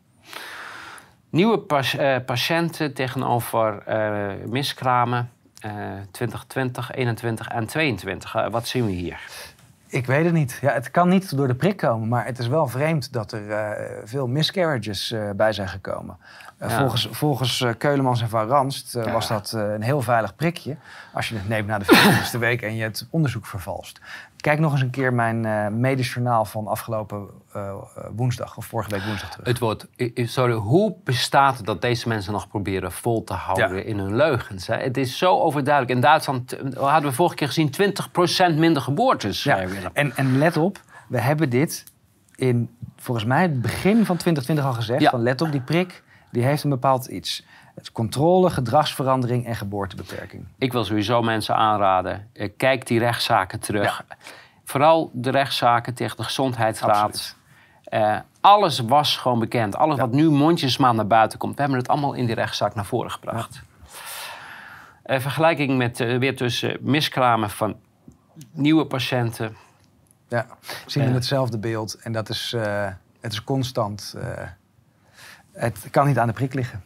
Speaker 2: Nieuwe pas, uh, patiënten tegenover uh, miskramen uh, twintig twintig, eenentwintig en tweeëntwintig. Uh, wat zien we hier?
Speaker 1: Ik weet het niet. Ja, het kan niet door de prik komen, maar het is wel vreemd dat er uh, veel miscarriages uh, bij zijn gekomen. Uh, ja. Volgens, volgens uh, Keulemans en Van Ranst uh, ja. was dat uh, een heel veilig prikje. Als je het neemt na de veertigste week en je het onderzoek vervalst. Kijk nog eens een keer mijn uh, medisch journaal van afgelopen uh, woensdag, of vorige week woensdag terug.
Speaker 2: Het wordt, sorry, hoe bestaat het dat deze mensen nog proberen vol te houden ja. in hun leugens? Hè? Het is zo overduidelijk. In Duitsland hadden we vorige keer gezien twintig procent minder geboortes.
Speaker 1: Ja. En, en let op, we hebben dit in volgens mij het begin van twintig twintig al gezegd. Ja. Van let op, die prik, die heeft een bepaald iets. Het is controle, gedragsverandering en geboortebeperking.
Speaker 2: Ik wil sowieso mensen aanraden, kijk die rechtszaken terug. Ja. Vooral de rechtszaken tegen de Gezondheidsraad. Uh, alles was gewoon bekend. Alles ja. wat nu mondjesmaat naar buiten komt. We hebben het allemaal in die rechtszaak naar voren gebracht. Ja. Uh, vergelijking met uh, weer tussen miskramen van nieuwe patiënten.
Speaker 1: Ja, zien we uh, hetzelfde beeld. En dat is, uh, het is constant. Uh, het kan niet aan de prik liggen.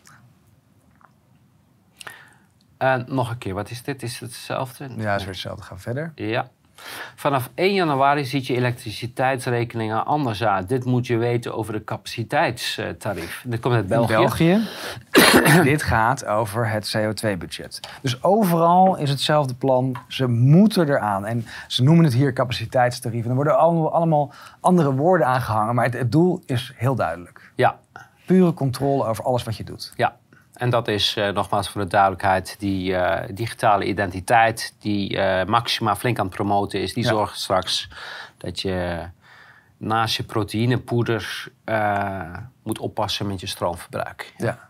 Speaker 2: Uh, nog een keer, wat is dit? Is het hetzelfde?
Speaker 1: Ja, het is weer hetzelfde. Gaan we verder.
Speaker 2: Ja. Vanaf één januari ziet je elektriciteitsrekeningen anders uit. Dit moet je weten over de capaciteitstarief. Dit komt uit België.
Speaker 1: In België. Dit gaat over het C O twee budget. Dus overal is hetzelfde plan. Ze moeten eraan. En ze noemen het hier capaciteitstarief. En er worden allemaal, allemaal andere woorden aangehangen. Maar het, het doel is heel duidelijk.
Speaker 2: Ja.
Speaker 1: Pure controle over alles wat je doet.
Speaker 2: Ja. En dat is, uh, nogmaals voor de duidelijkheid, die uh, digitale identiteit... die uh, Maxima flink aan het promoten is. Die ja. zorgt straks dat je naast je proteïnepoeder... Uh, moet oppassen met je stroomverbruik.
Speaker 1: Ja.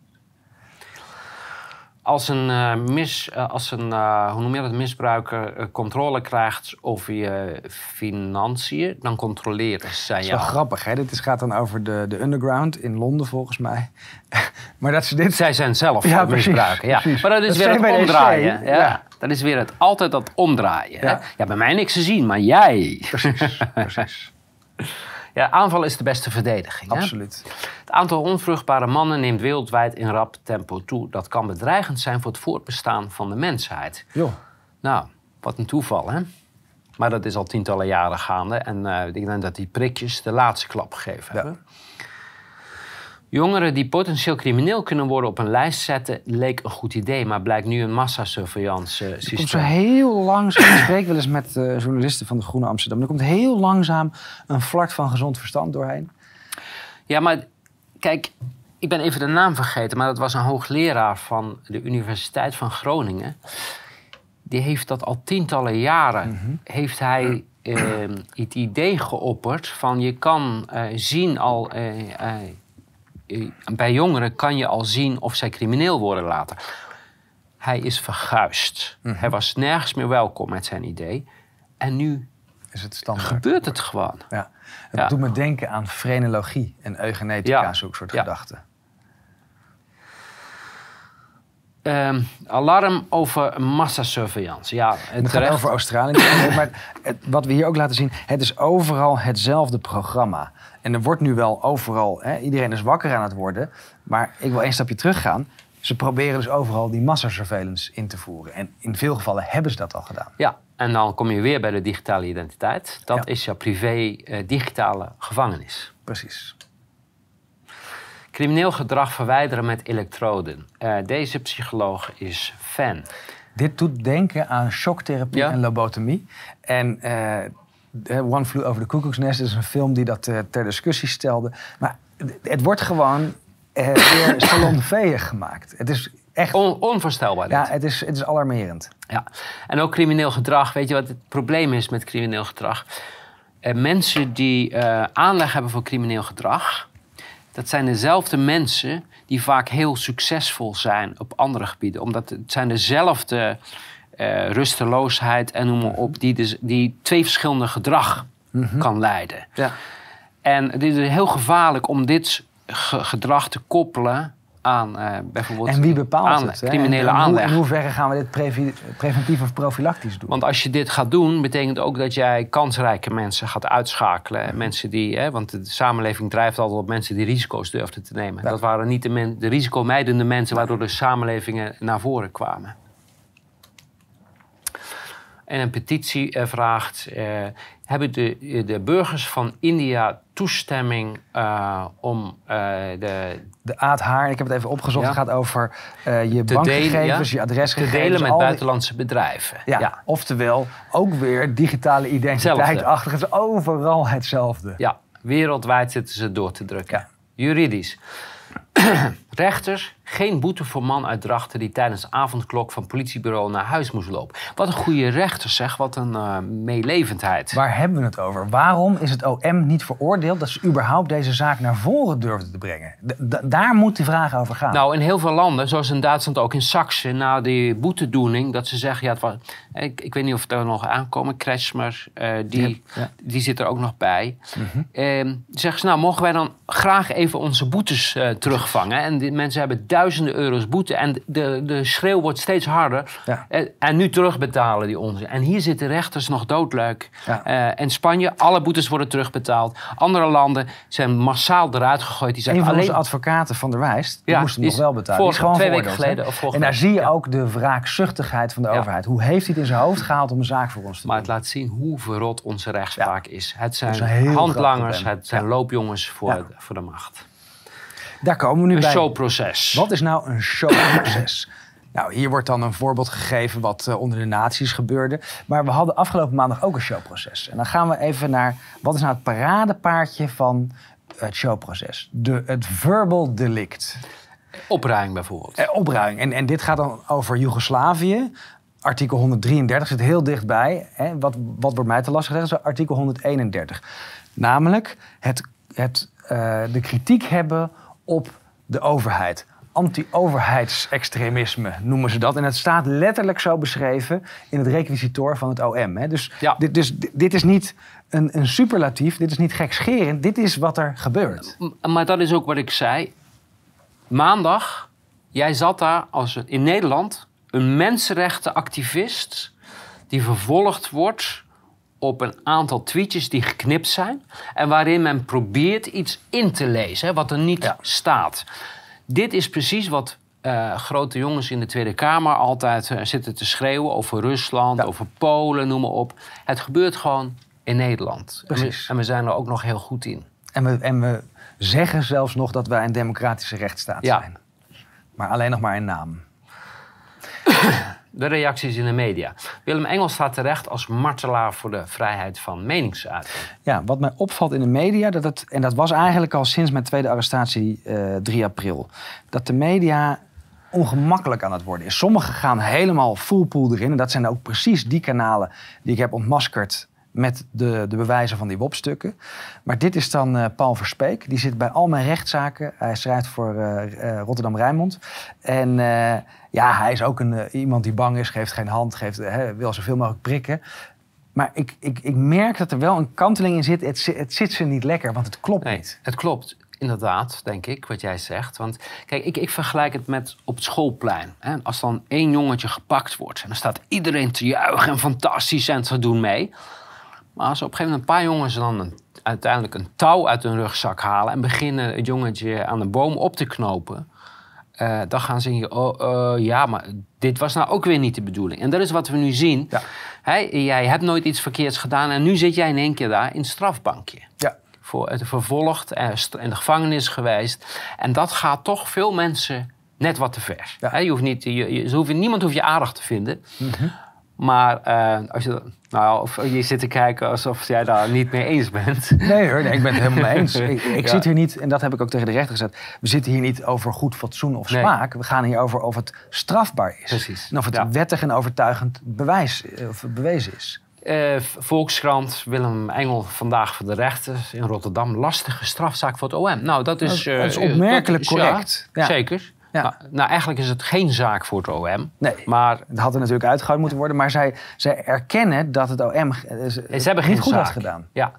Speaker 2: Als een, uh, mis, uh, als een uh, hoe noem je dat, misbruiker uh, controle krijgt over je financiën... dan controleren zij jou.
Speaker 1: Dat is wel grappig, hè? Dit is, gaat dan over de, de underground in Londen, volgens mij. Maar dat ze dit...
Speaker 2: Zij zijn zelf
Speaker 1: ja,
Speaker 2: misbruiken. Ja.
Speaker 1: Precies.
Speaker 2: Maar dat is
Speaker 1: dat
Speaker 2: weer het omdraaien. Ja.
Speaker 1: Ja.
Speaker 2: Dat is weer het, altijd dat omdraaien. Ja. ja, bij mij niks te zien, maar jij.
Speaker 1: Precies, precies.
Speaker 2: Ja, aanval is de beste verdediging.
Speaker 1: Absoluut.
Speaker 2: Hè? Het aantal onvruchtbare mannen neemt wereldwijd in rap tempo toe. Dat kan bedreigend zijn voor het voortbestaan van de mensheid.
Speaker 1: Jo.
Speaker 2: Nou, wat een toeval, hè? Maar dat is al tientallen jaren gaande. En uh, ik denk dat die prikjes de laatste klap gegeven
Speaker 1: ja.
Speaker 2: hebben. Jongeren die potentieel crimineel kunnen worden op een lijst zetten... leek een goed idee, maar blijkt nu een massasurveillance uh, systeem.
Speaker 1: Er komt zo heel langzaam... Ik spreek wel eens met uh, journalisten van de Groene Amsterdam. Er komt heel langzaam een vlak van gezond verstand doorheen.
Speaker 2: Ja, maar kijk, ik ben even de naam vergeten... maar dat was een hoogleraar van de Universiteit van Groningen. Die heeft dat al tientallen jaren... Mm-hmm. heeft hij uh, het idee geopperd van... je kan uh, zien al... Uh, uh, bij jongeren kan je al zien of zij crimineel worden later. Hij is verguisd. Mm-hmm. Hij was nergens meer welkom met zijn idee. En nu
Speaker 1: is het standaard.
Speaker 2: Gebeurt het gewoon.
Speaker 1: Ja. Het ja. doet me denken aan frenologie en eugenetica, ja. zo'n soort ja. gedachten.
Speaker 2: Um, alarm over massasurveillance. Ja,
Speaker 1: het gaat terecht... over Australië. Maar het, wat we hier ook laten zien, het is overal hetzelfde programma. En er wordt nu wel overal, hè, iedereen is wakker aan het worden. Maar ik wil één stapje teruggaan. Ze proberen dus overal die massasurveillance in te voeren. En in veel gevallen hebben ze dat al gedaan.
Speaker 2: Ja, en dan kom je weer bij de digitale identiteit. Dat ja. is jouw privé uh, digitale gevangenis.
Speaker 1: Precies.
Speaker 2: Crimineel gedrag verwijderen met elektroden. Uh, deze psycholoog is fan.
Speaker 1: Dit doet denken aan shocktherapie
Speaker 2: Ja.
Speaker 1: en lobotomie. En uh, One Flew Over the Cuckoo's Nest is een film die dat uh, ter discussie stelde. Maar het wordt gewoon uh, weer salonveeg gemaakt. Het is echt...
Speaker 2: On, onvoorstelbaar dit.
Speaker 1: Ja, het is, het is alarmerend.
Speaker 2: Ja. En ook crimineel gedrag. Weet je wat het probleem is met crimineel gedrag? Uh, mensen die uh, aanleg hebben voor crimineel gedrag... dat zijn dezelfde mensen die vaak heel succesvol zijn op andere gebieden. Omdat het zijn dezelfde uh, rusteloosheid en noem maar op... die, dus, die twee verschillende gedrag mm-hmm. kan leiden. Ja. En het is heel gevaarlijk om dit ge- gedrag te koppelen... aan uh, bijvoorbeeld
Speaker 1: en wie bepaalt aan, het,
Speaker 2: criminele
Speaker 1: en, en
Speaker 2: aanleg.
Speaker 1: Hoe, in hoeverre gaan we dit previ- preventief of profilactisch doen?
Speaker 2: Want als je dit gaat doen, betekent ook dat jij kansrijke mensen gaat uitschakelen. Mm-hmm. Mensen die, hè, want de samenleving drijft altijd op mensen die risico's durfden te nemen. Ja. Dat waren niet de, men, de risicomijdende mensen waardoor de samenlevingen naar voren kwamen. En een petitie uh, vraagt... Uh, hebben de, de burgers van India toestemming uh, om uh, de...
Speaker 1: De Aadhaar, ik heb het even opgezocht. Ja. Het gaat over uh, je
Speaker 2: te
Speaker 1: bankgegevens,
Speaker 2: delen, ja.
Speaker 1: je adresgegevens.
Speaker 2: Te delen met
Speaker 1: al
Speaker 2: buitenlandse bedrijven.
Speaker 1: Ja, ja. Oftewel, ook weer digitale identiteit achter. Het is overal hetzelfde.
Speaker 2: Ja, wereldwijd zitten ze door te drukken.
Speaker 1: Ja.
Speaker 2: Juridisch. Rechters, geen boete voor man uit Drachten... die tijdens de avondklok van politiebureau naar huis moest lopen. Wat een goede rechter, zeg. Wat een uh, meelevendheid.
Speaker 1: Waar hebben we het over? Waarom is het O M niet veroordeeld... dat ze überhaupt deze zaak naar voren durfden te brengen? D- d- daar moet die vraag over gaan.
Speaker 2: Nou, in heel veel landen, zoals in Duitsland ook in Saxe... na die boetedoening, dat ze zeggen... Ja, het was, ik, ik weet niet of het er nog aankomen, Kretschmer... Uh, die,
Speaker 1: ja, ja.
Speaker 2: die zit er ook nog bij.
Speaker 1: Mm-hmm.
Speaker 2: Uh, zeggen ze, nou, mogen wij dan graag even onze boetes uh, terugvangen? En die mensen hebben duizenden euro's boete. En de, de schreeuw wordt steeds harder.
Speaker 1: Ja.
Speaker 2: En, en nu terugbetalen die onzin. En hier zitten rechters nog doodleuk.
Speaker 1: Ja.
Speaker 2: Uh, en Spanje, alle boetes worden terugbetaald. Andere landen zijn massaal eruit gegooid. Die zeggen
Speaker 1: een van
Speaker 2: alleen...
Speaker 1: onze advocaten van der Wijst, die
Speaker 2: ja,
Speaker 1: moest hem nog wel betalen.
Speaker 2: Vorige,
Speaker 1: die is gewoon
Speaker 2: twee weken geleden.
Speaker 1: Of
Speaker 2: vorige
Speaker 1: en daar
Speaker 2: week.
Speaker 1: zie je
Speaker 2: ja.
Speaker 1: ook de wraakzuchtigheid van de
Speaker 2: ja.
Speaker 1: overheid. Hoe heeft hij het in zijn hoofd gehaald om een zaak voor ons te
Speaker 2: maar
Speaker 1: doen?
Speaker 2: het laat zien hoe verrot onze rechtspraak ja. is. Het zijn
Speaker 1: is
Speaker 2: handlangers, het zijn ja. loopjongens voor,
Speaker 1: ja.
Speaker 2: voor de macht.
Speaker 1: Daar komen we nu
Speaker 2: een
Speaker 1: bij.
Speaker 2: Een showproces.
Speaker 1: Wat is nou een showproces? Nou, hier wordt dan een voorbeeld gegeven wat uh, onder de nazi's gebeurde. Maar we hadden afgelopen maandag ook een showproces. En dan gaan we even naar, wat is nou het paradepaardje van het showproces? De, het verbal delict.
Speaker 2: Opruiming bijvoorbeeld.
Speaker 1: Eh, opruiming. En, en dit gaat dan over Joegoslavië. Artikel honderddrieëndertig zit heel dichtbij. Hè? Wat, wat wordt mij te lastig gelegd is artikel honderdeenendertig. Namelijk het, het, uh, de kritiek hebben op de overheid. Anti-overheidsextremisme noemen ze dat. En het staat letterlijk zo beschreven in het requisitoor van het O M. Hè? Dus,
Speaker 2: ja.
Speaker 1: dit, dus dit is niet een, een superlatief, dit is niet gekscherend. Dit is wat er gebeurt.
Speaker 2: Maar dat is ook wat ik zei. Maandag, jij zat daar als een, in Nederland een mensenrechtenactivist die vervolgd wordt op een aantal tweetjes die geknipt zijn en waarin men probeert iets in te lezen, hè, wat er niet ja. staat. Dit is precies wat uh, grote jongens in de Tweede Kamer altijd uh, zitten te schreeuwen over Rusland, ja. over Polen, noem maar op. Het gebeurt gewoon in Nederland.
Speaker 1: Precies.
Speaker 2: En we, en we zijn er ook nog heel goed in.
Speaker 1: En we, en we zeggen zelfs nog dat wij een democratische rechtsstaat
Speaker 2: ja.
Speaker 1: zijn. Maar alleen nog maar in naam.
Speaker 2: De reacties in de media. Willem Engel staat terecht als martelaar voor de vrijheid van meningsuiting.
Speaker 1: Ja, wat mij opvalt in de media, dat het, en dat was eigenlijk al sinds mijn tweede arrestatie uh, drie april... dat de media ongemakkelijk aan het worden is. Sommigen gaan helemaal full pool erin. En dat zijn ook precies die kanalen die ik heb ontmaskerd met de, de bewijzen van die W O P-stukken. Maar dit is dan uh, Paul Verspeek. Die zit bij al mijn rechtszaken. Hij schrijft voor uh, uh, Rotterdam-Rijnmond. En uh, ja, hij is ook een, uh, iemand die bang is, geeft geen hand, geeft, uh, wil zoveel mogelijk prikken. Maar ik, ik, ik merk dat er wel een kanteling in zit. Het, het zit ze niet lekker, want het klopt
Speaker 2: nee,
Speaker 1: niet.
Speaker 2: Het klopt. Inderdaad, denk ik, wat jij zegt. Want kijk, ik, ik vergelijk het met op het schoolplein. Hè? Als dan één jongetje gepakt wordt en dan staat iedereen te juichen en fantastisch en ze doen mee. Maar als op een gegeven moment een paar jongens dan een, uiteindelijk een touw uit hun rugzak halen en beginnen het jongetje aan de boom op te knopen, uh, dan gaan ze zeggen, oh, uh, ja, maar dit was nou ook weer niet de bedoeling. En dat is wat we nu zien.
Speaker 1: Ja.
Speaker 2: Hey, jij hebt nooit iets verkeerds gedaan en nu zit jij in één keer daar in het strafbankje.
Speaker 1: Ja.
Speaker 2: Voor het vervolgd en in de gevangenis geweest. En dat gaat toch veel mensen net wat te ver.
Speaker 1: Ja.
Speaker 2: Hè, je hoeft niet, je, je, ze hoeven, niemand hoeft je aardig te vinden.
Speaker 1: Mm-hmm.
Speaker 2: Maar uh, als je, nou, of je zit te kijken alsof jij daar niet mee eens bent.
Speaker 1: Nee hoor, nee, ik ben het helemaal mee eens. Ik, ik
Speaker 2: Ja.
Speaker 1: zit hier niet, en dat heb ik ook tegen de rechter gezegd... we zitten hier niet over goed fatsoen of
Speaker 2: Nee.
Speaker 1: smaak. We gaan hier over of het strafbaar is.
Speaker 2: Precies.
Speaker 1: En of het
Speaker 2: Ja.
Speaker 1: wettig en overtuigend bewijs, of bewezen is.
Speaker 2: Uh, Volkskrant, Willem Engel vandaag voor de rechter in Rotterdam. Lastige strafzaak voor het O M. Nou, dat is, uh,
Speaker 1: dat is opmerkelijk
Speaker 2: dat is,
Speaker 1: correct.
Speaker 2: Ja,
Speaker 1: Ja.
Speaker 2: Zeker.
Speaker 1: Ja.
Speaker 2: Nou, nou, eigenlijk is het geen zaak voor het O M.
Speaker 1: Nee,
Speaker 2: Maar
Speaker 1: het had er natuurlijk uitgehouden moeten worden. Maar zij, zij erkennen dat het O M uh,
Speaker 2: ze hebben geen
Speaker 1: niet goed
Speaker 2: zaak.
Speaker 1: had gedaan.
Speaker 2: Ja.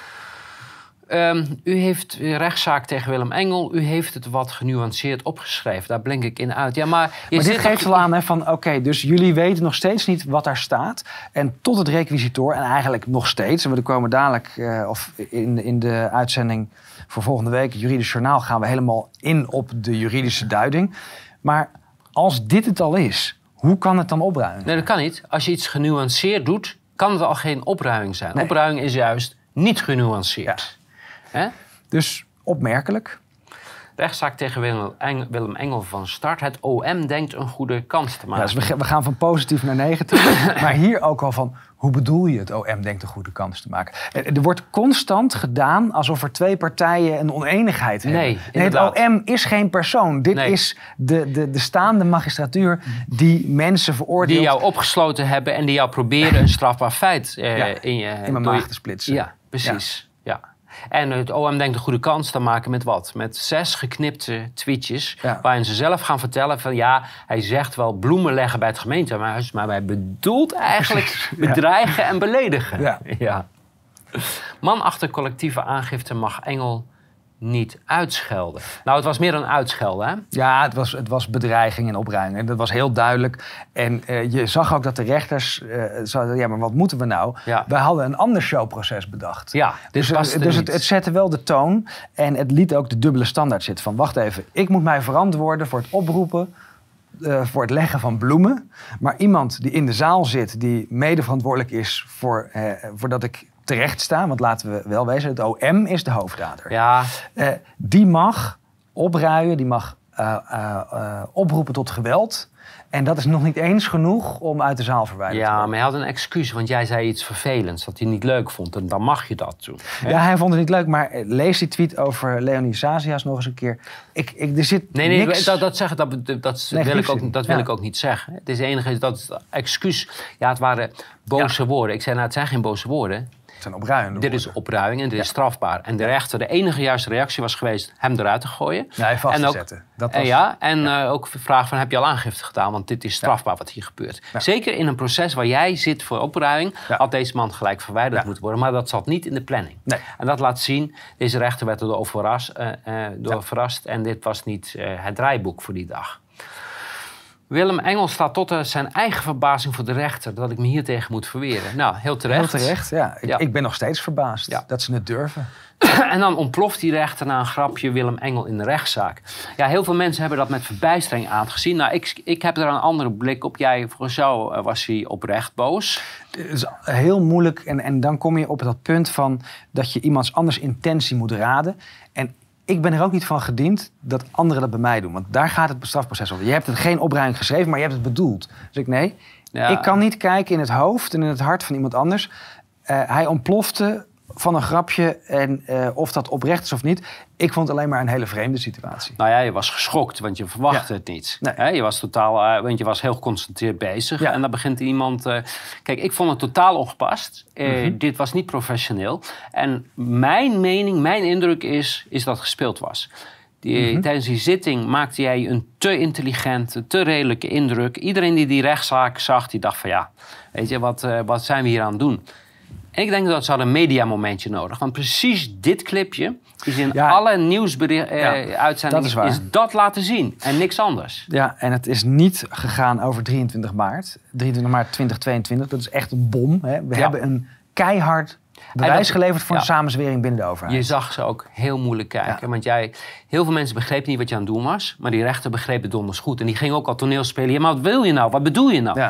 Speaker 2: Um, u heeft een rechtszaak tegen Willem Engel. U heeft het wat genuanceerd opgeschreven. Daar blink ik in uit. Ja, maar je
Speaker 1: Maar
Speaker 2: zit
Speaker 1: dit geeft
Speaker 2: toch-
Speaker 1: al aan hè, van, oké, okay, dus jullie weten nog steeds niet wat daar staat. En tot het requisitoor, en eigenlijk nog steeds... en we komen dadelijk, uh, of in, in de uitzending voor volgende week... Juridisch Journaal, gaan we helemaal in op de juridische duiding. Maar als dit het al is, hoe kan het dan opruimen?
Speaker 2: Nee, dat kan niet. Als je iets genuanceerd doet, kan het al geen opruiming zijn.
Speaker 1: Nee.
Speaker 2: Opruiming is juist niet genuanceerd. Hè?
Speaker 1: Dus opmerkelijk.
Speaker 2: Rechtszaak tegen Willem Engel, Willem Engel van start. Het O M denkt een goede kans te
Speaker 1: Ja,
Speaker 2: maken.
Speaker 1: dus we, we gaan van positief naar negatief. Maar hier ook al van, hoe bedoel je het O M denkt een goede kans te maken? Er wordt constant gedaan alsof er twee partijen een oneenigheid hebben.
Speaker 2: Nee,
Speaker 1: Nee, het
Speaker 2: inderdaad.
Speaker 1: O M is geen persoon. Dit
Speaker 2: Nee.
Speaker 1: is de, de, de staande magistratuur die mensen veroordeelt.
Speaker 2: Die jou opgesloten hebben en die jou proberen een strafbaar feit uh,
Speaker 1: Ja,
Speaker 2: in je
Speaker 1: in mijn
Speaker 2: door je-
Speaker 1: maag te splitsen.
Speaker 2: Ja, precies. Ja. En het O M denkt een goede kans te maken met wat? Met zes geknipte tweetjes.
Speaker 1: Ja.
Speaker 2: Waarin ze zelf gaan vertellen van ja, hij zegt wel bloemen leggen bij het gemeentehuis. Maar hij bedoelt eigenlijk
Speaker 1: Precies, ja.
Speaker 2: bedreigen en beledigen.
Speaker 1: Ja.
Speaker 2: Ja. Man achter collectieve aangifte mag Engel niet uitschelden. Nou, het was meer dan uitschelden, hè?
Speaker 1: Ja, het was, het was bedreiging en opruiming. En dat was heel duidelijk. En uh, je zag ook dat de rechters uh, zeiden... ja, maar wat moeten we nou?
Speaker 2: Ja.
Speaker 1: Wij hadden een ander showproces bedacht.
Speaker 2: Ja,
Speaker 1: Dus,
Speaker 2: dit was
Speaker 1: uh,
Speaker 2: er
Speaker 1: dus
Speaker 2: niet.
Speaker 1: het, het zette wel de toon. En het liet ook de dubbele standaard zitten. Van, wacht even, ik moet mij verantwoorden voor het oproepen... Uh, voor het leggen van bloemen. Maar iemand die in de zaal zit... die mede verantwoordelijk is voor, uh, voor dat ik terecht sta... want laten we wel wezen, het O M is de hoofddader.
Speaker 2: Ja,
Speaker 1: Uh, die mag opruien, die mag uh, uh, uh, oproepen tot geweld. En dat is nog niet eens genoeg om uit de zaal verwijderd te
Speaker 2: ja,
Speaker 1: worden.
Speaker 2: maar hij had een excuus, want jij zei iets vervelends... dat hij niet leuk vond en dan mag je dat doen. hè?
Speaker 1: Ja, hij vond het niet leuk, maar uh, lees die tweet over Leonie Sazias nog eens een keer. Ik, ik, er zit
Speaker 2: Nee, nee,
Speaker 1: niks...
Speaker 2: dat, dat, zeggen, dat, dat, dat wil,
Speaker 1: Negatief
Speaker 2: ik ook,
Speaker 1: in.
Speaker 2: dat wil
Speaker 1: Ja.
Speaker 2: ik ook niet zeggen. Het is het enige, dat is het excuus. Ja, het waren boze woorden. Ik zei, nou, het zijn geen boze woorden.
Speaker 1: Het zijn opruiende
Speaker 2: Dit is
Speaker 1: woorden.
Speaker 2: opruiming en dit is strafbaar. En de rechter, de enige juiste reactie was geweest hem eruit te gooien.
Speaker 1: Nee, vast
Speaker 2: en
Speaker 1: te
Speaker 2: ook,
Speaker 1: zetten. Dat
Speaker 2: En,
Speaker 1: was,
Speaker 2: ja, en ja. Uh, ook de vraag van, heb je al aangifte gedaan? Want dit is strafbaar wat hier gebeurt.
Speaker 1: Ja.
Speaker 2: Zeker in een proces waar jij zit voor opruiming...
Speaker 1: Ja.
Speaker 2: had deze man gelijk verwijderd
Speaker 1: Ja.
Speaker 2: moeten worden. Maar dat zat niet in de planning.
Speaker 1: Nee.
Speaker 2: En dat laat zien, deze rechter werd erdoor verrast, uh, uh, door
Speaker 1: Ja.
Speaker 2: verrast. En dit was niet uh, het draaiboek voor die dag. Willem Engel staat tot uh, zijn eigen verbazing voor de rechter... dat ik me hier tegen moet verweren. Nou, heel terecht.
Speaker 1: Heel terecht, ja. Ik,
Speaker 2: Ja.
Speaker 1: ik ben nog steeds verbaasd
Speaker 2: Ja.
Speaker 1: dat ze het durven.
Speaker 2: En dan ontploft die rechter na een grapje Willem Engel in de rechtszaak. Ja, heel veel mensen hebben dat met verbijstering aangezien. Nou, ik, ik heb er een andere blik op. Jij, volgens jou uh, was hij oprecht boos.
Speaker 1: Het is heel moeilijk en, en dan kom je op dat punt van... dat je iemands anders intentie moet raden. En ik ben er ook niet van gediend dat anderen dat bij mij doen. Want daar gaat het strafproces over. Je hebt het geen opruiming geschreven, maar je hebt het bedoeld. Dus ik, nee,
Speaker 2: Ja.
Speaker 1: ik kan niet kijken in het hoofd en in het hart van iemand anders. Uh, hij ontplofte van een grapje en uh, of dat oprecht is of niet. Ik vond het alleen maar een hele vreemde situatie.
Speaker 2: Nou ja, je was geschokt, want je verwachtte
Speaker 1: Ja.
Speaker 2: het niet.
Speaker 1: Nee.
Speaker 2: Hè, je was totaal, uh, want je was heel geconcentreerd bezig.
Speaker 1: Ja.
Speaker 2: En dan begint iemand... Uh, kijk, ik vond het totaal ongepast. Uh,
Speaker 1: Mhm.
Speaker 2: Dit was niet professioneel. En mijn mening, mijn indruk is, is dat het gespeeld was. Die,
Speaker 1: Mhm.
Speaker 2: Tijdens die zitting maakte jij een te intelligente, te redelijke indruk. Iedereen die die rechtszaak zag, die dacht van ja, weet je, wat, uh, wat zijn we hier aan het doen? En ik denk dat ze hadden een mediamomentje nodig. Want precies dit clipje is in
Speaker 1: Ja.
Speaker 2: alle nieuwsuitzendingen
Speaker 1: Ja,
Speaker 2: uh, uitzendingen
Speaker 1: dat is waar.
Speaker 2: is dat laten zien. En niks anders.
Speaker 1: Ja, en het is niet gegaan over drieëntwintig maart. drieëntwintig maart tweeduizend tweeëntwintig, dat is echt een bom. Hè. We
Speaker 2: Ja.
Speaker 1: hebben een keihard bewijs
Speaker 2: dat-
Speaker 1: geleverd voor
Speaker 2: ja.
Speaker 1: een samenzwering binnen de overheid.
Speaker 2: Je zag ze ook heel moeilijk kijken.
Speaker 1: Ja.
Speaker 2: Want jij, heel veel mensen begrepen niet wat je aan het doen was. Maar die rechter begreep het donders goed. En die ging ook al toneel spelen. Ja, maar wat wil je nou? Wat bedoel je nou?
Speaker 1: Ja.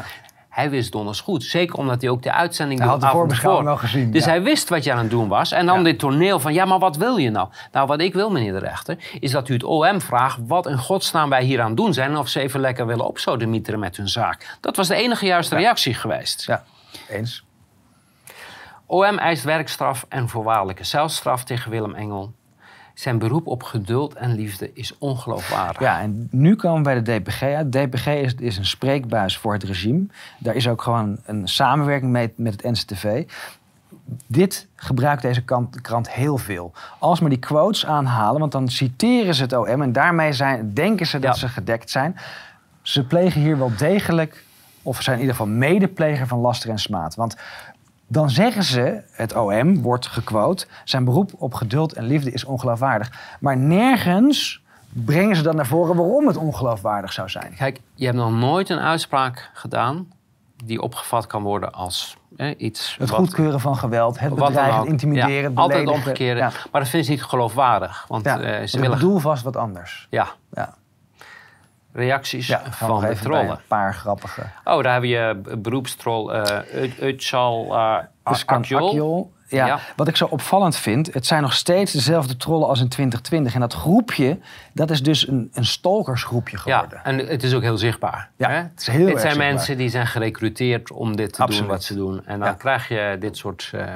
Speaker 2: Hij wist donders goed. Zeker omdat hij ook de uitzending
Speaker 1: Hij had de voorbeschouwing al gezien.
Speaker 2: Dus
Speaker 1: ja.
Speaker 2: hij wist wat je aan het doen was. En dan ja. dit toneel van, ja, maar wat wil je nou? Nou, wat ik wil, meneer de rechter, is dat u het O M vraagt wat in godsnaam wij hier aan het doen zijn en of ze even lekker willen opsodemieteren met hun zaak. Dat was de enige juiste ja. reactie geweest.
Speaker 1: Ja, eens.
Speaker 2: O M eist werkstraf en voorwaardelijke celstraf tegen Willem Engel. Zijn beroep op geduld en liefde is ongeloofwaardig.
Speaker 1: Ja, en nu komen we bij de D P G uit. D P G is, is een spreekbuis voor het regime. Daar is ook gewoon een samenwerking mee met het N C T V. Dit gebruikt deze krant, krant heel veel. Als maar die quotes aanhalen, want dan citeren ze het O M... en daarmee zijn, denken ze dat ja. ze gedekt zijn. Ze plegen hier wel degelijk, of zijn in ieder geval medepleger van laster en smaad. Want dan zeggen ze, het O M wordt gequote, zijn beroep op geduld en liefde is ongeloofwaardig. Maar nergens brengen ze dan naar voren waarom het ongeloofwaardig zou zijn.
Speaker 2: Kijk, je hebt nog nooit een uitspraak gedaan die opgevat kan worden als eh, iets...
Speaker 1: Het
Speaker 2: wat,
Speaker 1: goedkeuren van geweld, het bedreigen, het intimideren,
Speaker 2: ja,
Speaker 1: het
Speaker 2: altijd omgekeerde. Ja. Maar dat vinden ze niet geloofwaardig. Want,
Speaker 1: ja,
Speaker 2: uh, ze
Speaker 1: het
Speaker 2: willen...
Speaker 1: bedoel vast wat anders.
Speaker 2: Ja.
Speaker 1: ja.
Speaker 2: Reacties
Speaker 1: ja,
Speaker 2: van de trollen.
Speaker 1: Een paar grappige.
Speaker 2: Oh, daar heb je beroepstrol uh, Öcal uh, Akjol.
Speaker 1: Ja, ja, wat ik zo opvallend vind, het zijn nog steeds dezelfde trollen als in twintig twintig. En dat groepje, dat is dus een, een stalkersgroepje geworden.
Speaker 2: Ja, en het is ook heel zichtbaar.
Speaker 1: Ja,
Speaker 2: hè?
Speaker 1: Het is heel
Speaker 2: Het zijn
Speaker 1: zichtbaar.
Speaker 2: mensen die zijn gerecruiteerd om dit te
Speaker 1: Absoluut.
Speaker 2: doen wat ze doen. En dan ja. krijg je dit soort... Uh...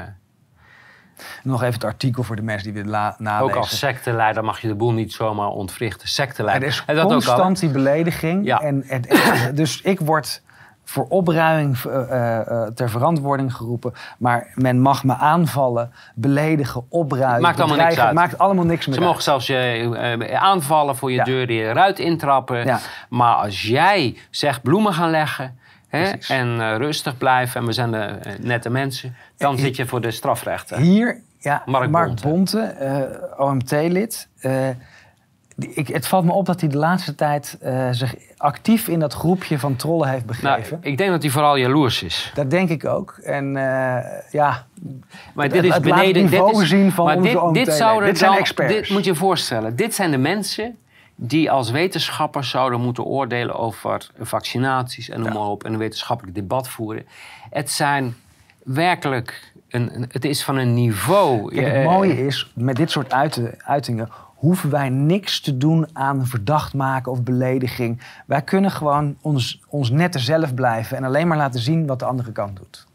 Speaker 1: Nog even het artikel voor de mensen die willen la- nalezen.
Speaker 2: Ook als secteleider mag je de boel niet zomaar ontwrichten. Secteleider.
Speaker 1: Er is
Speaker 2: en dat
Speaker 1: constant
Speaker 2: ook al,
Speaker 1: die belediging.
Speaker 2: Ja.
Speaker 1: En het, het, dus ik word voor opruiming uh, uh, ter verantwoording geroepen. Maar men mag me aanvallen, beledigen, opruimen.
Speaker 2: Maakt allemaal niks uit.
Speaker 1: Maakt allemaal niks meer
Speaker 2: Ze mogen zelfs je uh, aanvallen voor je ja. deur, die ruit intrappen. Ja. Maar als jij zegt bloemen gaan leggen... Hè, en uh, rustig blijven en we zijn de uh, nette mensen... dan uh, zit je voor de strafrechter.
Speaker 1: Hier, ja,
Speaker 2: Mark,
Speaker 1: Mark
Speaker 2: Bonte,
Speaker 1: Bonte uh, O M T-lid... Uh, Ik, het valt me op dat hij de laatste tijd uh, zich actief in dat groepje van trollen heeft begeven.
Speaker 2: Nou, ik denk dat hij vooral jaloers is.
Speaker 1: Dat denk ik ook. En uh, ja,
Speaker 2: maar dit is
Speaker 1: het
Speaker 2: beneden.
Speaker 1: Het niveau
Speaker 2: dit is,
Speaker 1: zien van
Speaker 2: maar
Speaker 1: onze
Speaker 2: dit,
Speaker 1: O M T.
Speaker 2: Dit, zouden
Speaker 1: dit zijn
Speaker 2: dan,
Speaker 1: experts.
Speaker 2: Dit moet je je voorstellen. Dit zijn de mensen die als wetenschappers zouden moeten oordelen over vaccinaties en noem maar op. En een wetenschappelijk debat voeren. Het zijn werkelijk... Een, het is van een niveau...
Speaker 1: Kijk, het mooie is, met dit soort uiten, uitingen... hoeven wij niks te doen aan verdacht maken of belediging. Wij kunnen gewoon ons, ons nette zelf blijven... en alleen maar laten zien wat de andere kant doet.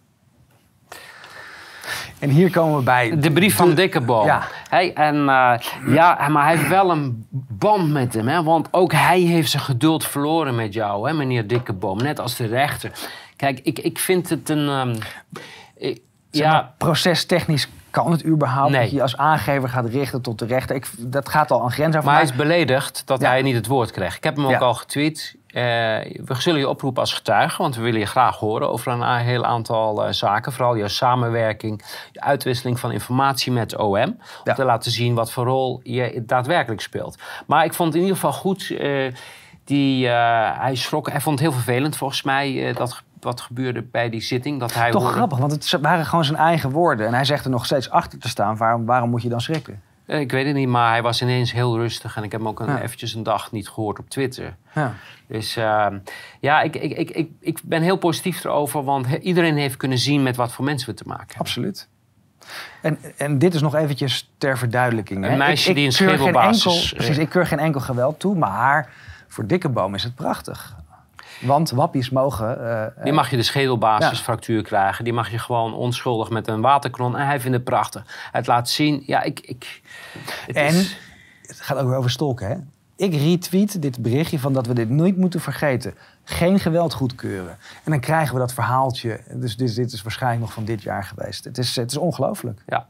Speaker 1: En hier komen we bij...
Speaker 2: De brief van Dikkeboom.
Speaker 1: Ja.
Speaker 2: Hey, en, uh, ja, maar hij heeft wel een band met hem. Hè? Want ook hij heeft zijn geduld verloren met jou, hè, meneer Dikkeboom. Net als de rechter. Kijk, ik, ik vind het een... Um, ik,
Speaker 1: Zeg maar, ja, procestechnisch kan het überhaupt
Speaker 2: nee.
Speaker 1: dat je als aangever gaat richten tot de rechter. Ik, dat gaat al een grens over.
Speaker 2: Maar hij is beledigd dat ja. hij niet het woord kreeg. Ik heb hem ook
Speaker 1: ja.
Speaker 2: al getweet. Uh, we zullen je oproepen als getuige, want we willen je graag horen over een heel aantal uh, zaken. Vooral jouw samenwerking, je uitwisseling van informatie met het O M. Om ja. te laten zien wat voor rol je daadwerkelijk speelt. Maar ik vond het in ieder geval goed. Uh, die, uh, hij schrok, hij vond het heel vervelend volgens mij uh, dat wat gebeurde bij die zitting. Dat hij
Speaker 1: Toch
Speaker 2: hoorde...
Speaker 1: grappig, want het waren gewoon zijn eigen woorden. En hij zegt er nog steeds achter te staan. Waarom, waarom moet je dan schrikken?
Speaker 2: Ik weet het niet, maar hij was ineens heel rustig. En ik heb hem ook een,
Speaker 1: ja.
Speaker 2: eventjes een dag niet gehoord op Twitter.
Speaker 1: Ja.
Speaker 2: Dus uh, ja, ik, ik, ik, ik, ik ben heel positief erover. Want he, iedereen heeft kunnen zien met wat voor mensen we te maken hebben.
Speaker 1: Absoluut. En, en dit is nog eventjes ter verduidelijking. Hè?
Speaker 2: Een meisje
Speaker 1: ik, ik
Speaker 2: die een
Speaker 1: Enkel,
Speaker 2: schedelbasis...
Speaker 1: precies, ik keur geen enkel geweld toe. Maar voor Dikkeboom is het prachtig. Want wappies mogen... Uh,
Speaker 2: die mag je de schedelbasisfractuur ja. krijgen. Die mag je gewoon onschuldig met een waterkron. En hij vindt het prachtig. Het laat zien... Ja, ik... ik het
Speaker 1: en
Speaker 2: is...
Speaker 1: het gaat ook weer over stalken, hè? Ik retweet dit berichtje van dat we dit nooit moeten vergeten. Geen geweld goedkeuren. En dan krijgen we dat verhaaltje. Dus dit, dit is waarschijnlijk nog van dit jaar geweest. Het is, het is ongelooflijk.
Speaker 2: Ja.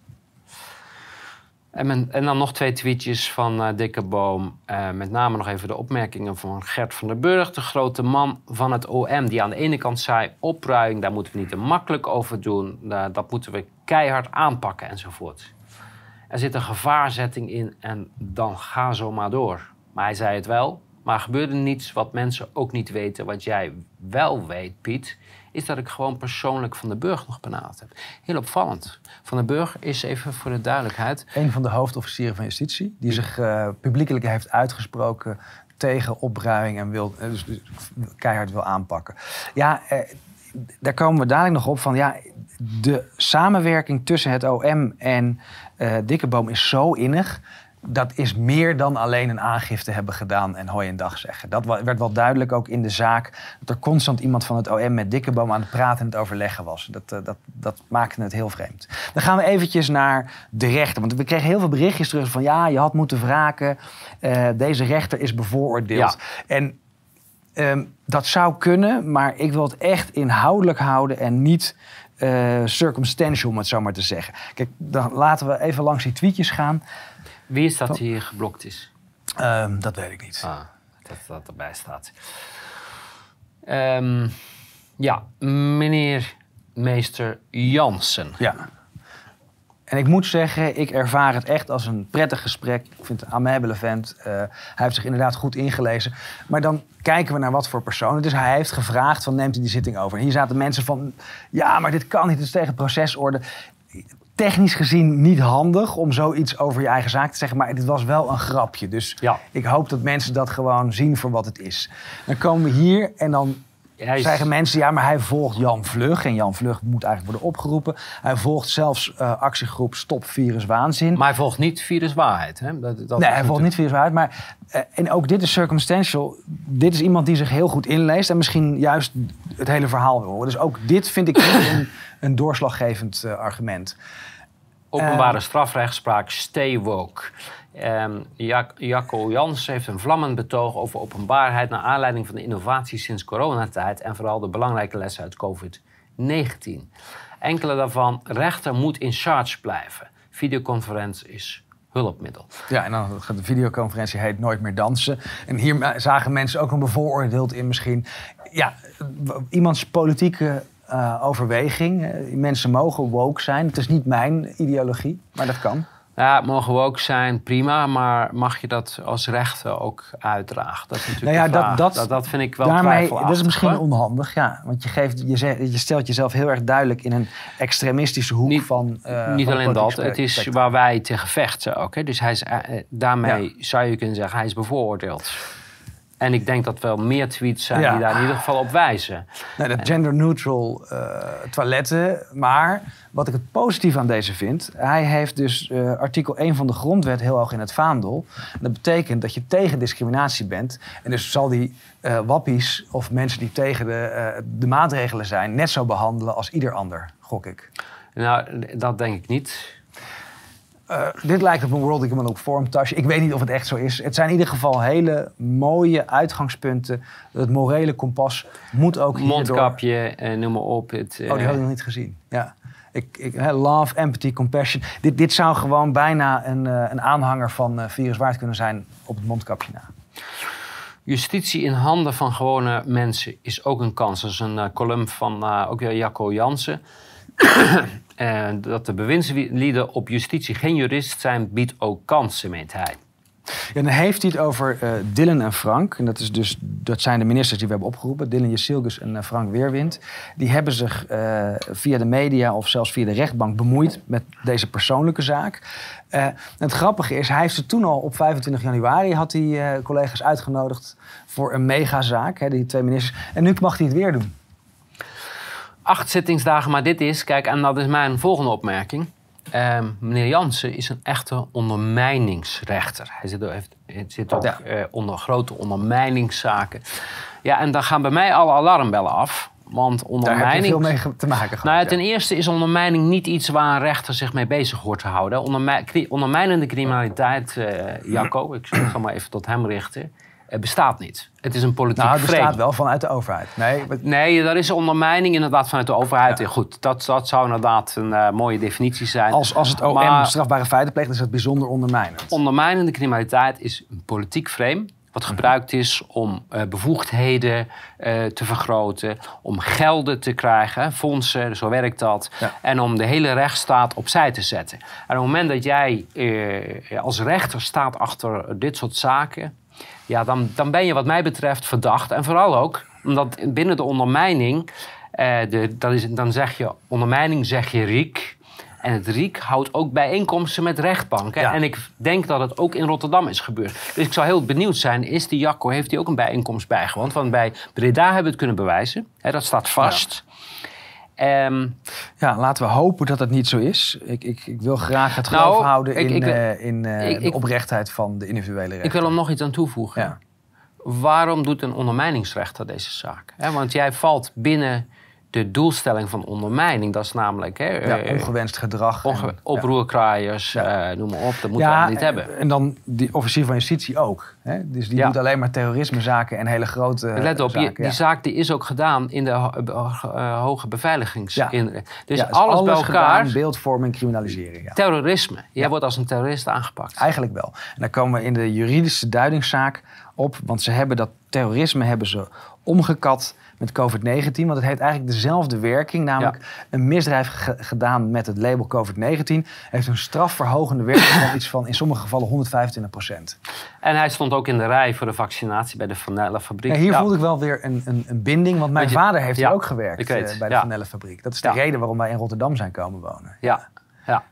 Speaker 2: En, men, en dan nog twee tweetjes van uh, Dikkeboom. Uh, met name nog even de opmerkingen van Gert van der Burg. De grote man van het O M. Die aan de ene kant zei... opruiing, daar moeten we niet te makkelijk over doen. Uh, dat moeten we keihard aanpakken enzovoort. Er zit een gevaarzetting in en dan ga zo maar door. Maar hij zei het wel. Maar er gebeurde niets wat mensen ook niet weten. Wat jij wel weet, Piet... is dat ik gewoon persoonlijk Van den Burg nog benaderd heb. Heel opvallend. Van den Burg is, even voor de duidelijkheid...
Speaker 1: Een van de hoofdofficieren van justitie, die zich uh, publiekelijk heeft uitgesproken tegen opruiming en wil, dus, dus keihard wil aanpakken. Ja, eh, daar komen we dadelijk nog op van, ja, de samenwerking tussen het O M en uh, Dikkeboom is zo innig. Dat is meer dan alleen een aangifte hebben gedaan en hoi en dag zeggen. Dat werd wel duidelijk ook in de zaak, dat er constant iemand van het O M met Dikkeboom aan het praten en het overleggen was. Dat, uh, dat, dat maakte het heel vreemd. Dan gaan we eventjes naar de rechter. Want we kregen heel veel berichtjes terug van, ja, je had moeten wraken. Uh, deze rechter is bevooroordeeld. Ja. En um, dat zou kunnen, maar ik wil het echt inhoudelijk houden en niet uh, circumstantial, om het zo maar te zeggen. Kijk, dan laten we even langs die tweetjes gaan.
Speaker 2: Wie is dat die geblokt is?
Speaker 1: Um, dat weet ik niet.
Speaker 2: Ah, dat dat erbij staat. Um, ja, meneer meester Jansen.
Speaker 1: Ja. En ik moet zeggen, ik ervaar het echt als een prettig gesprek. Ik vind het een amabele vent. Uh, hij heeft zich inderdaad goed ingelezen. Maar dan kijken we naar wat voor persoon. Dus hij heeft gevraagd van, neemt hij die zitting over? En hier zaten mensen van, ja, maar dit kan niet. Het is tegen procesorde. Technisch gezien niet handig om zoiets over je eigen zaak te zeggen. Maar dit was wel een grapje. Dus ja. Ik hoop dat mensen dat gewoon zien voor wat het is. Dan komen we hier en dan is... zeggen mensen, ja, maar hij volgt Jan Vlug. En Jan Vlug moet eigenlijk worden opgeroepen. Hij volgt zelfs uh, actiegroep Stop Viruswaanzin.
Speaker 2: Maar hij volgt niet viruswaarheid. Hè? Dat, dat
Speaker 1: nee, hij volgt niet viruswaarheid. Maar, uh, en ook dit is circumstantial. Dit is iemand die zich heel goed inleest. En misschien juist het hele verhaal wil horen. Dus ook dit vind ik een, een doorslaggevend uh, argument.
Speaker 2: Openbare uh, strafrechtspraak, stay woke. Um, Jak- Jacco Jansen heeft een vlammend betoog over openbaarheid naar aanleiding van de innovaties sinds coronatijd en vooral de belangrijke lessen uit covid negentien. Enkele daarvan, rechter moet in charge blijven. Videoconferentie is hulpmiddel.
Speaker 1: Ja, en dan de videoconferentie heet Nooit meer dansen. En hier zagen mensen ook een bevooroordeeld in misschien. Ja, iemands politieke uh, overweging. Uh, mensen mogen woke zijn. Het is niet mijn ideologie, maar dat kan.
Speaker 2: Ja, mogen we ook zijn, prima. Maar mag je dat als rechter ook uitdragen? Dat is natuurlijk nou ja, de vraag. Dat, dat, dat, dat vind ik wel
Speaker 1: daarmee,
Speaker 2: twijfelachtig.
Speaker 1: Dat is misschien onhandig, ja. Want je, geeft, je, zet, je stelt jezelf heel erg duidelijk in een extremistische hoek
Speaker 2: niet,
Speaker 1: van... Uh,
Speaker 2: niet
Speaker 1: van
Speaker 2: alleen dat,
Speaker 1: spectrum.
Speaker 2: Het is waar wij tegen vechten ook. Hè. Dus hij is, uh, daarmee ja. zou je kunnen zeggen, hij is bevooroordeeld. En ik denk dat wel meer tweets zijn ja. die daar in ieder geval op wijzen.
Speaker 1: Nee, dat gender-neutral uh, toiletten. Maar wat ik het positief aan deze vind... hij heeft dus uh, artikel één van de grondwet heel hoog in het vaandel. Dat betekent dat je tegen discriminatie bent. En dus zal die uh, wappies of mensen die tegen de, uh, de maatregelen zijn... net zo behandelen als ieder ander, gok ik.
Speaker 2: Nou, dat denk ik niet...
Speaker 1: Uh, dit lijkt op een World Economic Forum tasje. Ik weet niet of het echt zo is. Het zijn in ieder geval hele mooie uitgangspunten. Het morele kompas moet ook hierdoor...
Speaker 2: Mondkapje, uh, noem maar op. Het, uh...
Speaker 1: Oh, die had ik nog niet gezien. Ja. Ik, ik, love, empathy, compassion. Dit, dit zou gewoon bijna een, uh, een aanhanger van uh, viruswaard kunnen zijn op het mondkapje na.
Speaker 2: Justitie in handen van gewone mensen is ook een kans. Dat is een uh, column van uh, ook weer Jacco Jansen. Uh, dat de bewindslieden op justitie geen jurist zijn, biedt ook kansen, meent hij.
Speaker 1: Ja, dan heeft hij het over uh, Dylan en Frank. En dat, is dus, dat zijn de ministers die we hebben opgeroepen. Dylan Jezilgus en uh, Frank Weerwind. Die hebben zich uh, via de media of zelfs via de rechtbank bemoeid met deze persoonlijke zaak. Uh, het grappige is, hij heeft ze toen al op vijfentwintig januari... had hij uh, collega's uitgenodigd voor een megazaak, hè, die twee ministers. En nu mag hij het weer doen.
Speaker 2: Acht zittingsdagen, maar dit is... Kijk, en dat is mijn volgende opmerking. Uh, meneer Jansen is een echte ondermijningsrechter. Hij zit, heeft, hij zit ook ja. uh, onder grote ondermijningszaken. Ja, en dan gaan bij mij alle alarmbellen af. Want ondermijning...
Speaker 1: Daar heb je veel mee te maken gehad.
Speaker 2: Nou ja, ten ja. eerste is ondermijning niet iets waar een rechter zich mee bezig hoort te houden. Ondermij, ondermijnende criminaliteit, uh, Jacco, ik zal het maar even tot hem richten... Het bestaat niet. Het is een politiek
Speaker 1: nou, het bestaat
Speaker 2: frame.
Speaker 1: wel vanuit de overheid. Nee, maar...
Speaker 2: nee, er is ondermijning inderdaad vanuit de overheid. Ja. Goed, dat, dat zou inderdaad een uh, mooie definitie zijn.
Speaker 1: Als, als het O M maar, strafbare feiten pleegt, is dat bijzonder ondermijnend.
Speaker 2: Ondermijnende criminaliteit is een politiek frame... wat gebruikt is om uh, bevoegdheden uh, te vergroten... om gelden te krijgen, fondsen, zo werkt dat... Ja. en om de hele rechtsstaat opzij te zetten. En op het moment dat jij uh, als rechter staat achter dit soort zaken... ja, dan, dan ben je wat mij betreft verdacht. En vooral ook omdat binnen de ondermijning Uh, de, dat is, dan zeg je ondermijning, zeg je R I C. En het R I C houdt ook bijeenkomsten met rechtbanken. Ja. En ik denk dat het ook in Rotterdam is gebeurd. Dus ik zou heel benieuwd zijn, is die Jacco, heeft hij ook een bijeenkomst bijgewoond? Want bij Breda hebben we het kunnen bewijzen. Hè, dat staat vast.
Speaker 1: Ja. Um, ja, laten we hopen dat het niet zo is. Ik, ik, ik wil graag het geloof nou, houden ik, in, ik, uh, in uh, ik, de oprechtheid van de individuele rechter.
Speaker 2: Ik wil er nog iets aan toevoegen. Ja. Waarom doet een ondermijningsrechter deze zaak? He, want jij valt binnen de doelstelling van ondermijning. Dat is namelijk... He,
Speaker 1: ja, ongewenst gedrag.
Speaker 2: Onge- en, oproerkraaiers, ja. uh, noem maar op. Dat moeten
Speaker 1: ja,
Speaker 2: we niet hebben.
Speaker 1: En dan die officier van justitie ook. Hè? Dus die ja. doet alleen maar terrorismezaken en hele grote
Speaker 2: Let op,
Speaker 1: zaken.
Speaker 2: Je, die
Speaker 1: ja.
Speaker 2: zaak die is ook gedaan in de ho- uh, hoge beveiligingsinrichting. Ja. Dus,
Speaker 1: ja, dus
Speaker 2: alles,
Speaker 1: alles
Speaker 2: bij elkaar...
Speaker 1: Gedaan, beeldvorming, criminalisering. Ja.
Speaker 2: Terrorisme. Jij
Speaker 1: ja.
Speaker 2: wordt als een terrorist aangepakt.
Speaker 1: Eigenlijk wel. En dan komen we in de juridische duidingszaak op. Want ze hebben dat terrorisme hebben ze omgekat met covid negentien. Want het heeft eigenlijk dezelfde werking. Namelijk ja. een misdrijf ge- gedaan met het label covid negentien. Heeft een strafverhogende werking van iets van in sommige gevallen honderdvijfentwintig procent.
Speaker 2: En hij stond ook in de rij voor de vaccinatie bij de Vanellenfabriek.
Speaker 1: Ja, hier ja. voelde ik wel weer een, een, een binding. Want mijn je, vader heeft ja, hier ook gewerkt uh, bij de ja. Vanellenfabriek. Dat is de ja. reden waarom wij in Rotterdam zijn komen wonen.
Speaker 2: Ja, ja.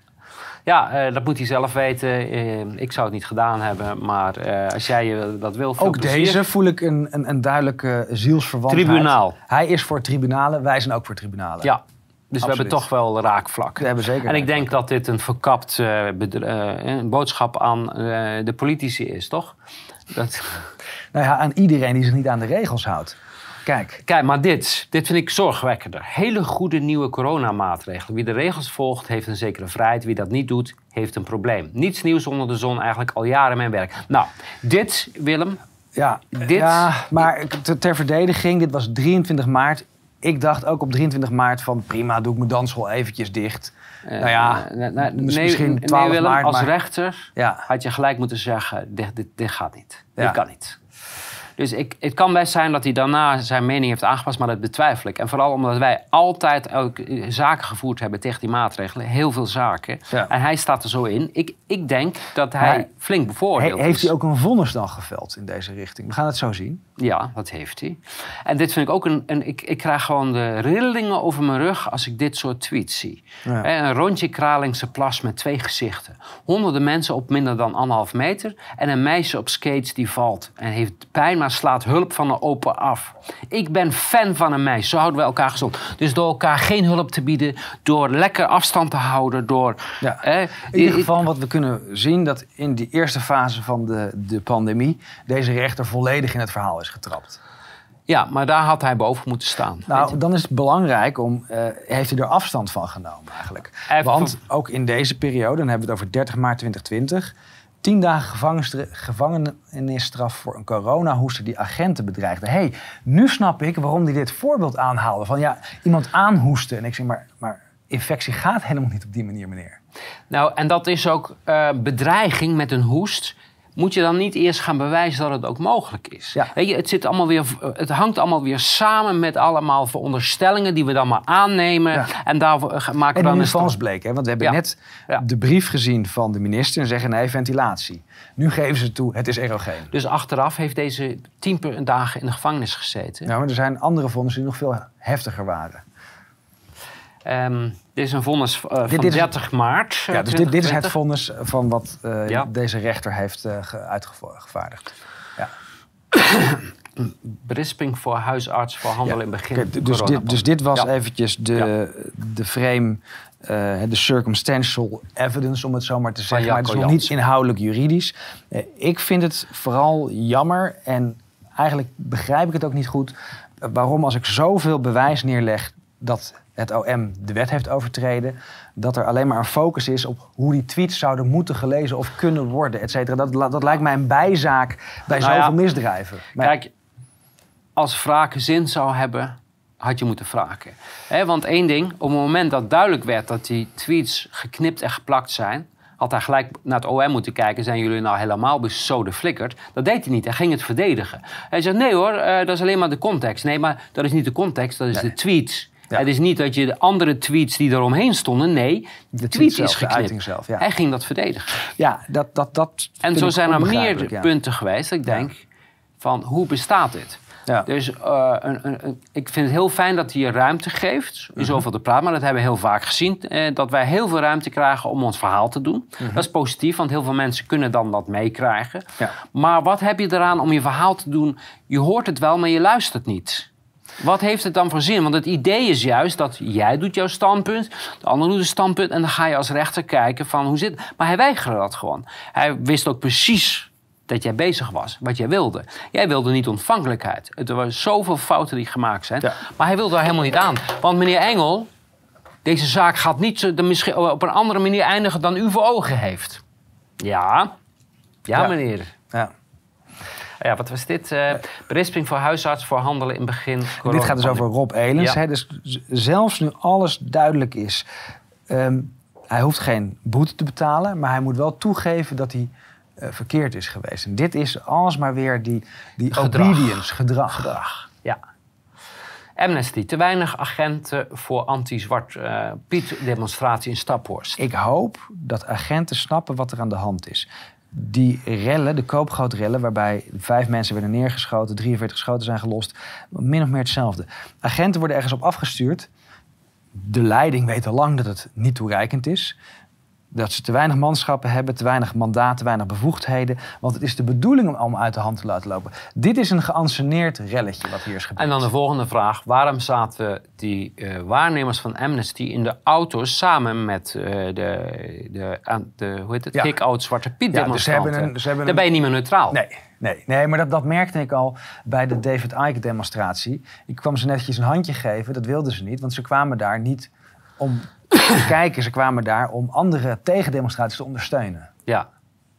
Speaker 2: Ja, uh, dat moet hij zelf weten. Uh, ik zou het niet gedaan hebben. Maar uh, als jij uh, dat wil, veel
Speaker 1: ook
Speaker 2: plezier.
Speaker 1: Deze voel ik een, een, een duidelijke zielsverwantheid.
Speaker 2: Tribunaal.
Speaker 1: Hij is voor tribunalen, wij zijn ook voor tribunalen.
Speaker 2: Ja, dus Absoluut. We hebben toch wel raakvlak.
Speaker 1: We hebben zeker
Speaker 2: en ik denk dat dit een verkapt uh, bedre- uh, een boodschap aan uh, de politici is, toch? Dat...
Speaker 1: Nou ja, aan iedereen die zich niet aan de regels houdt. Kijk.
Speaker 2: Kijk, maar dit, dit vind ik zorgwekkender. Hele goede nieuwe coronamaatregelen. Wie de regels volgt, heeft een zekere vrijheid. Wie dat niet doet, heeft een probleem. Niets nieuws onder de zon, eigenlijk al jaren mijn werk. Nou, dit, Willem...
Speaker 1: Ja, dit... ja maar ter verdediging, dit was drieëntwintig maart. Ik dacht ook op drieëntwintig maart van prima, doe ik mijn dansschool eventjes dicht. Uh, nou ja, uh, uh, uh,
Speaker 2: misschien twaalf nee, Willem,
Speaker 1: maart.
Speaker 2: Als
Speaker 1: maar...
Speaker 2: rechter
Speaker 1: ja.
Speaker 2: had je gelijk moeten zeggen, dit, dit, dit gaat niet.
Speaker 1: Ja.
Speaker 2: Dit kan niet. Dus ik, het kan best zijn dat hij daarna zijn mening heeft aangepast, maar dat betwijfel ik. En vooral omdat wij altijd ook zaken gevoerd hebben tegen die maatregelen. Heel veel zaken. Ja. En hij staat er zo in. Ik, ik denk dat hij maar flink bevoordeeld
Speaker 1: he, heeft
Speaker 2: is.
Speaker 1: Heeft hij ook een vonnis dan geveld in deze richting? We gaan het zo zien.
Speaker 2: Ja, dat heeft hij. En dit vind ik ook een... een ik, ik krijg gewoon de rillingen over mijn rug als ik dit soort tweets zie. Ja. Een rondje Kralingse Plas met twee gezichten. Honderden mensen op minder dan anderhalf meter. En een meisje op skates die valt en heeft pijn, maar slaat hulp van een open af. Ik ben fan van een meisje. Zo houden we elkaar gezond. Dus door elkaar geen hulp te bieden, door lekker afstand te houden, door...
Speaker 1: Ja. Eh, in ieder geval wat we kunnen zien, dat in die eerste fase van de, de pandemie deze rechter volledig in het verhaal is getrapt.
Speaker 2: Ja, maar daar had hij boven moeten staan.
Speaker 1: Nou, dan is het belangrijk om... Uh, heeft hij er afstand van genomen eigenlijk. Even Want ook in deze periode, dan hebben we het over dertig maart twintig twintig... Tien dagen gevangenisstraf voor een coronahoester die agenten bedreigde. Hé, hey, nu snap ik waarom hij dit voorbeeld aanhaalde. Van ja, iemand aanhoesten. En ik zeg, maar, maar infectie gaat helemaal niet op die manier, meneer.
Speaker 2: Nou, en dat is ook uh, bedreiging met een hoest. Moet je dan niet eerst gaan bewijzen dat het ook mogelijk is?
Speaker 1: Ja.
Speaker 2: Weet je, het, zit allemaal weer, het hangt allemaal weer samen met allemaal veronderstellingen die we dan maar aannemen. Ja. En daar maken we
Speaker 1: en
Speaker 2: dan
Speaker 1: nu
Speaker 2: een
Speaker 1: vals bleek, hè? Want we hebben
Speaker 2: ja.
Speaker 1: net
Speaker 2: ja.
Speaker 1: de brief gezien van de minister en zeggen nee, ventilatie. Nu geven ze toe, het is erogeen.
Speaker 2: Dus achteraf heeft deze tien dagen in de gevangenis gezeten.
Speaker 1: Ja, maar er zijn andere vonnissen die nog veel heftiger waren.
Speaker 2: Um, dit is een vonnis uh, van dit, dit dertig maart.
Speaker 1: Ja, dus dit, dit is het vonnis van wat uh, ja. deze rechter heeft uh, uitgevaardigd. Ja.
Speaker 2: Berisping voor huisarts voor handel ja. in begin.
Speaker 1: Okay, dus, dit, dus dit was ja. eventjes de, ja. de frame, uh, de circumstantial evidence, om het zo maar te zeggen. Maar het is nog niet inhoudelijk juridisch. Uh, ik vind het vooral jammer en eigenlijk begrijp ik het ook niet goed. Uh, waarom als ik zoveel bewijs neerleg dat het O M de wet heeft overtreden, dat er alleen maar een focus is op hoe die tweets zouden moeten gelezen of kunnen worden, et cetera. Dat, dat lijkt mij een bijzaak bij nou zoveel ja, misdrijven. Maar
Speaker 2: kijk, als wraken zin zou hebben, had je moeten wraken. He, want één ding, op het moment dat duidelijk werd dat die tweets geknipt en geplakt zijn, had hij gelijk naar het O M moeten kijken. Zijn jullie nou helemaal besodeflikkerd? Dat deed hij niet. Hij ging het verdedigen. Hij zegt, nee hoor, uh, dat is alleen maar de context. Nee, maar dat is niet de context, dat is nee. de tweets. Ja. Het is niet dat je de andere tweets die eromheen stonden. Nee, de, de tweet zelf, is geknipt.
Speaker 1: Zelf, ja.
Speaker 2: Hij ging dat verdedigen.
Speaker 1: Ja, dat, dat, dat
Speaker 2: en zo zijn er meer ja. punten geweest. Ik denk, ja. van hoe bestaat dit? Ja. Dus uh, een, een, een, ik vind het heel fijn dat hij je ruimte geeft. In zoveel te praten. Maar dat hebben we heel vaak gezien. Eh, dat wij heel veel ruimte krijgen om ons verhaal te doen. Mm-hmm. Dat is positief, want heel veel mensen kunnen dan dat meekrijgen. Ja. Maar wat heb je eraan om je verhaal te doen? Je hoort het wel, maar je luistert niet. Wat heeft het dan voor zin? Want het idee is juist dat jij doet jouw standpunt, de ander doet een standpunt en dan ga je als rechter kijken van hoe zit het. Maar hij weigerde dat gewoon. Hij wist ook precies dat jij bezig was, wat jij wilde. Jij wilde niet ontvankelijkheid. Er waren zoveel fouten die gemaakt zijn. Ja. Maar hij wilde daar helemaal niet aan. Want meneer Engel, deze zaak gaat niet de, misschien op een andere manier eindigen dan u voor ogen heeft. Ja, ja, ja. meneer. Ja. Ja, wat was dit? Uh, berisping voor huisarts voor handelen in begin.
Speaker 1: Dit gaat dus over Rob Elens. Ja. Hè? Dus zelfs nu alles duidelijk is. Um, hij hoeft geen boete te betalen, maar hij moet wel toegeven dat hij uh, verkeerd is geweest. En dit is alsmaar weer die, die
Speaker 2: gedrag.
Speaker 1: obedience, gedrag.
Speaker 2: gedrag. Ja. Amnesty, te weinig agenten voor anti-Zwart uh, Piet demonstratie in Staphorst.
Speaker 1: Ik hoop dat agenten snappen wat er aan de hand is. Die rellen, de koopgrootrellen, waarbij vijf mensen werden neergeschoten, drieënveertig schoten zijn gelost, min of meer hetzelfde. Agenten worden ergens op afgestuurd. De leiding weet al lang dat het niet toereikend is. Dat ze te weinig manschappen hebben, te weinig mandaat, te weinig bevoegdheden. Want het is de bedoeling om allemaal uit de hand te laten lopen. Dit is een geanceneerd relletje wat hier is gebeurd.
Speaker 2: En dan de volgende vraag. Waarom zaten die uh, waarnemers van Amnesty in de auto's samen met uh, de, de, de, de hoe heet het? Ja. Kick-out Zwarte Piet demonstranten? Ja, dus ze hebben een, ze hebben Daar ben je niet meer neutraal.
Speaker 1: Nee, nee, nee maar dat, dat merkte ik al bij de David Icke demonstratie. Ik kwam ze netjes een handje geven, dat wilden ze niet. Want ze kwamen daar niet om te kijken. Ze kwamen daar om andere tegendemonstraties te ondersteunen.
Speaker 2: Ja.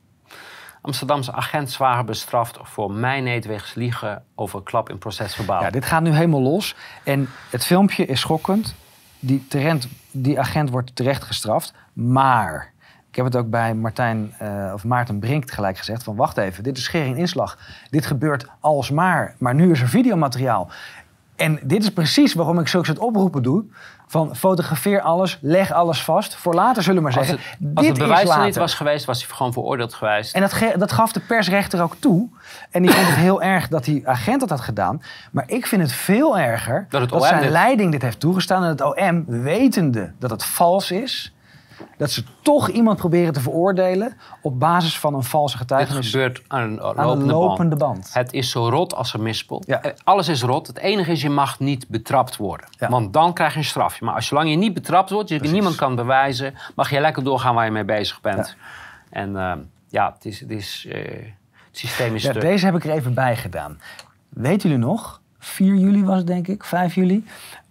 Speaker 2: Amsterdamse agent zwaar bestraft voor mijneed wegens liegen over klap in procesverbaal.
Speaker 1: Ja, dit gaat nu helemaal los. En het filmpje is schokkend. Die, terrent, die agent wordt terecht gestraft. Maar, ik heb het ook bij Martijn, uh, of Maarten Brink gelijk gezegd, van wacht even, dit is schering inslag. Dit gebeurt alsmaar. Maar nu is er videomateriaal. En dit is precies waarom ik zulke soort oproepen doe. Van fotografeer alles, leg alles vast. Voor later zullen we maar zeggen.
Speaker 2: Als het, als dit het bewijs er niet was geweest, was hij gewoon veroordeeld geweest.
Speaker 1: En dat, ge- dat gaf de persrechter ook toe. En die vond het heel erg dat die agent dat had gedaan. Maar ik vind het veel erger dat, het dat zijn dit... leiding dit heeft toegestaan. En het O M, wetende dat het vals is, dat ze toch iemand proberen te veroordelen op basis van een valse getuigenis.
Speaker 2: Het gebeurt aan een lopende,
Speaker 1: aan een lopende band. band.
Speaker 2: Het is zo rot als een mispel. Ja. Alles is rot. Het enige is, je mag niet betrapt worden. Ja. Want dan krijg je een strafje. Maar als zolang je niet betrapt wordt, je niemand kan bewijzen, mag je lekker doorgaan waar je mee bezig bent. Ja. En uh, ja, het, is, het, is, uh, het systeem is...
Speaker 1: Ja,
Speaker 2: te...
Speaker 1: Deze heb ik er even bij gedaan. Weten jullie nog? vier juli was het, denk ik. vijf juli.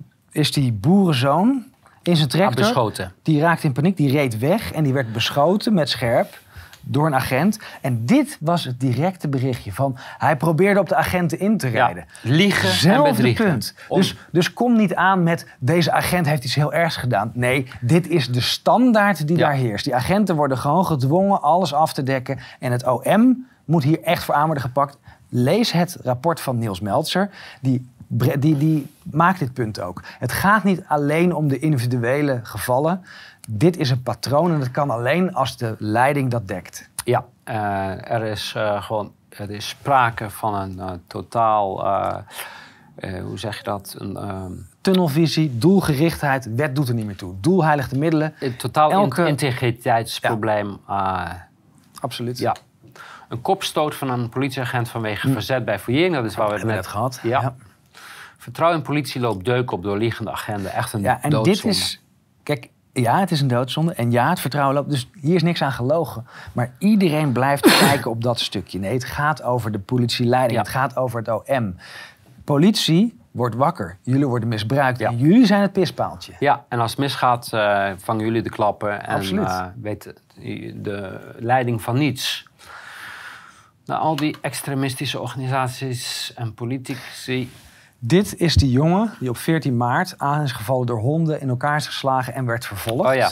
Speaker 1: Is die boerenzoon in zijn tractor,
Speaker 2: beschoten.
Speaker 1: Die raakte in paniek, die reed weg en die werd beschoten met scherp door een agent. En dit was het directe berichtje van, hij probeerde op de agenten in te rijden.
Speaker 2: Ja, liegen
Speaker 1: Zelfde
Speaker 2: en bedriegen.
Speaker 1: Punt. Om... Dus, dus kom niet aan met, deze agent heeft iets heel ergs gedaan. Nee, dit is de standaard die ja. daar heerst. Die agenten worden gewoon gedwongen alles af te dekken. En het O M moet hier echt voor aan worden gepakt. Lees het rapport van Niels Meltzer, die... Die, die maakt dit punt ook. Het gaat niet alleen om de individuele gevallen. Dit is een patroon en dat kan alleen als de leiding dat dekt.
Speaker 2: Ja, uh, er is uh, gewoon er is sprake van een uh, totaal, uh, uh, hoe zeg je dat? Een, uh,
Speaker 1: tunnelvisie, doelgerichtheid, wet doet er niet meer toe. Doel heiligt de middelen.
Speaker 2: Een totaal Elke... integriteitsprobleem. Ja. Uh,
Speaker 1: Absoluut.
Speaker 2: Ja. Een kopstoot van een politieagent vanwege hm. verzet bij fouillering. Dat is waar we het
Speaker 1: net,
Speaker 2: net
Speaker 1: gehad.
Speaker 2: Ja.
Speaker 1: ja.
Speaker 2: Vertrouwen in politie loopt deuk op door liegende agenten. Echt een
Speaker 1: ja, en
Speaker 2: doodzonde.
Speaker 1: Dit is, kijk, ja, het is een doodzonde. En ja, het vertrouwen loopt. Dus hier is niks aan gelogen. Maar iedereen blijft kijken op dat stukje. Nee, het gaat over de politieleiding. Ja. Het gaat over het O M. Politie wordt wakker. Jullie worden misbruikt. Ja. En jullie zijn het pispaaltje.
Speaker 2: Ja, en als het misgaat, uh, vangen jullie de klappen. En uh, weet de leiding van niets. Nou, al die extremistische organisaties en politici...
Speaker 1: Dit is die jongen die op veertien maart aan is gevallen door honden, in elkaar is geslagen en werd vervolgd.
Speaker 2: Oh ja.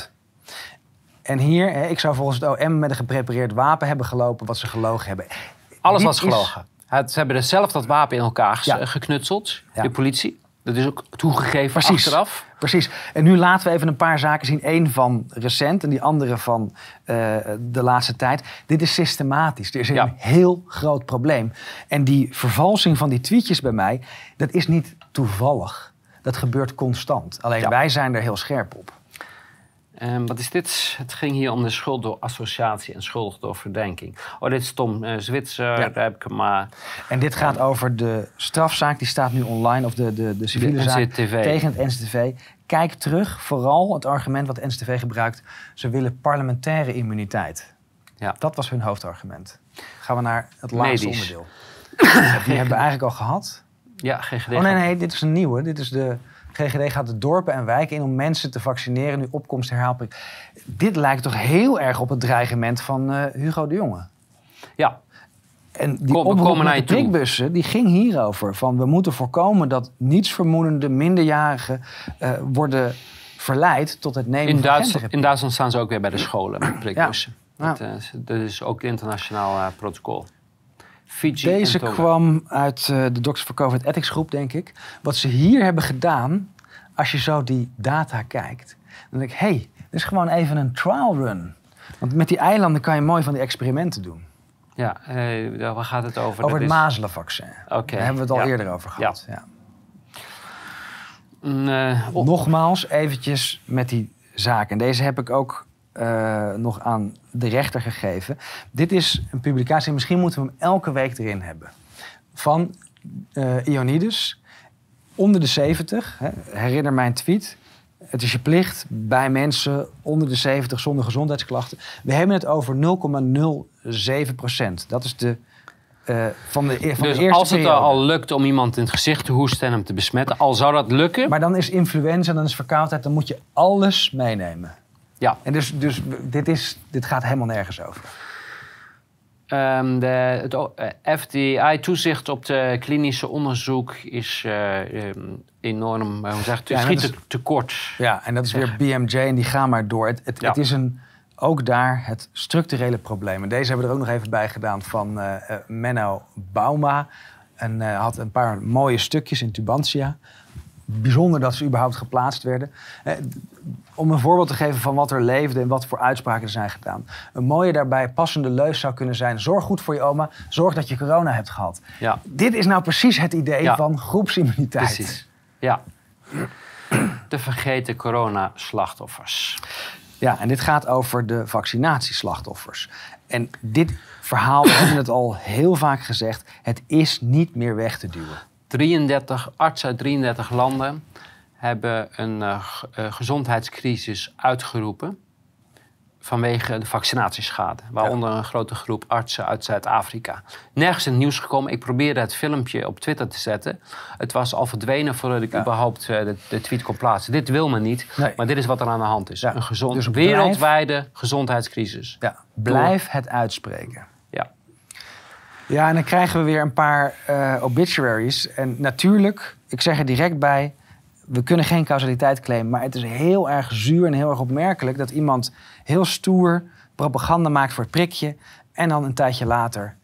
Speaker 1: En hier, hè, ik zou volgens het O M met een geprepareerd wapen hebben gelopen wat ze gelogen hebben.
Speaker 2: Alles was gelogen. Is... Ze hebben er zelf dat wapen in elkaar ja. geknutseld, ja. de politie. Dat is ook toegegeven
Speaker 1: Precies.
Speaker 2: achteraf.
Speaker 1: Precies. En nu laten we even een paar zaken zien. Eén van recent en die andere van uh, de laatste tijd. Dit is systematisch. Er is een
Speaker 2: Ja.
Speaker 1: heel groot probleem. En die vervalsing van die tweetjes bij mij, dat is niet toevallig. Dat gebeurt constant. Alleen
Speaker 2: Ja.
Speaker 1: wij zijn er heel scherp op.
Speaker 2: Um, wat is dit? Het ging hier om de schuld door associatie en schuldig door verdenking. Oh, dit is Tom uh, Zwitser,
Speaker 1: Ja.
Speaker 2: daar heb ik hem maar...
Speaker 1: En dit gaat over de strafzaak, die staat nu online, of de, de, de civiele
Speaker 2: De
Speaker 1: zaak
Speaker 2: N C T V.
Speaker 1: tegen het N C T V. Kijk terug, vooral het argument wat de N C T V gebruikt. Ze willen parlementaire immuniteit.
Speaker 2: Ja.
Speaker 1: Dat was hun hoofdargument. Gaan we naar het laatste
Speaker 2: Medisch.
Speaker 1: onderdeel. Ja, die hebben we eigenlijk al gehad.
Speaker 2: Ja, G G D.
Speaker 1: Oh nee, nee, dit is een nieuwe. Dit is de G G D gaat de dorpen en wijken in om mensen te vaccineren nu opkomst herhaalprik. Dit lijkt toch heel erg op het dreigement van uh, Hugo de Jonge.
Speaker 2: Ja.
Speaker 1: En die
Speaker 2: Kom, we
Speaker 1: oproep
Speaker 2: komen naar
Speaker 1: met
Speaker 2: je
Speaker 1: de
Speaker 2: toe.
Speaker 1: prikbussen, die ging hierover. Van we moeten voorkomen dat nietsvermoedende minderjarigen uh, worden verleid tot het nemen
Speaker 2: In,
Speaker 1: van
Speaker 2: Duits,
Speaker 1: gentherapie.
Speaker 2: in Duitsland staan ze ook weer bij de scholen met prikbussen.
Speaker 1: Ja.
Speaker 2: Dat, uh, dat is ook een internationaal uh, protocol. Fiji
Speaker 1: Deze
Speaker 2: en Tonga.
Speaker 1: kwam uit uh, de Doctors for COVID Ethics groep, denk ik. Wat ze hier hebben gedaan, als je zo die data kijkt, dan denk ik, hé, hey, dit is gewoon even een trial run. Want met die eilanden kan je mooi van die experimenten doen.
Speaker 2: Ja, uh, waar gaat het over?
Speaker 1: Over
Speaker 2: Dat
Speaker 1: het
Speaker 2: is-
Speaker 1: mazelenvaccin.
Speaker 2: Oké.
Speaker 1: Daar hebben we het al
Speaker 2: Ja.
Speaker 1: eerder over gehad. Ja.
Speaker 2: Mm, uh, oh,
Speaker 1: Nogmaals, eventjes met die zaak. En deze heb ik ook uh, nog aan de rechter gegeven. Dit is een publicatie, misschien moeten we hem elke week erin hebben. Van uh, Ioannidis, onder de zeventig. Hè, herinner mijn tweet. Het is je plicht bij mensen onder de zeventig zonder gezondheidsklachten. We hebben het over nul komma nul zeven procent. Dat is de, uh, van de, van
Speaker 2: dus
Speaker 1: de eerste
Speaker 2: als het er
Speaker 1: periode.
Speaker 2: al lukt om iemand in het gezicht te hoesten en hem te besmetten, al zou dat lukken,
Speaker 1: Maar dan is influenza, dan is verkoudheid, dan moet je alles meenemen.
Speaker 2: ja.
Speaker 1: En dus, dus dit, is, dit gaat helemaal nergens over.
Speaker 2: Um, de, het o- eh, F D I-toezicht op de klinische onderzoek is uh, um, enorm, uh, hoe zeg je,
Speaker 1: Ja,
Speaker 2: schiet
Speaker 1: dat
Speaker 2: te, tekort.
Speaker 1: Ja, en dat is weer B M J en die gaan maar door. Het, het,
Speaker 2: Ja.
Speaker 1: het is een, ook daar het structurele probleem. En deze hebben we er ook nog even bij gedaan van uh, uh, Menno Bauma. En uh, had een paar mooie stukjes in Tubantia. Bijzonder dat ze überhaupt geplaatst werden. Eh, om een voorbeeld te geven van wat er leefde en wat voor uitspraken er zijn gedaan. Een mooie daarbij passende leus zou kunnen zijn: zorg goed voor je oma, zorg dat je corona hebt gehad.
Speaker 2: Ja,
Speaker 1: Dit is nou precies het idee
Speaker 2: Ja.
Speaker 1: van groepsimmuniteit.
Speaker 2: precies. Ja. De vergeten corona-slachtoffers.
Speaker 1: Ja, en dit gaat over de vaccinatieslachtoffers. En dit verhaal, we hebben het al heel vaak gezegd, het is niet meer weg te duwen.
Speaker 2: drieëndertig artsen uit drieëndertig landen hebben een uh, g- uh, gezondheidscrisis uitgeroepen vanwege de vaccinatieschade. Waaronder een grote groep artsen uit Zuid-Afrika. Nergens in het nieuws gekomen. Ik probeerde het filmpje op Twitter te zetten. Het was al verdwenen voordat ik
Speaker 1: Ja.
Speaker 2: überhaupt uh, de, de tweet kon plaatsen. Dit wil men niet,
Speaker 1: Nee.
Speaker 2: maar dit is wat er aan de hand is.
Speaker 1: Ja.
Speaker 2: Een gezond,
Speaker 1: Dus blijf-
Speaker 2: wereldwijde gezondheidscrisis.
Speaker 1: Ja, blijf het uitspreken.
Speaker 2: Ja.
Speaker 1: Ja, en dan krijgen we weer een paar uh, obituaries. En natuurlijk, ik zeg er direct bij, we kunnen geen causaliteit claimen, maar het is heel erg zuur en heel erg opmerkelijk dat iemand heel stoer propaganda maakt voor het prikje en dan een tijdje later.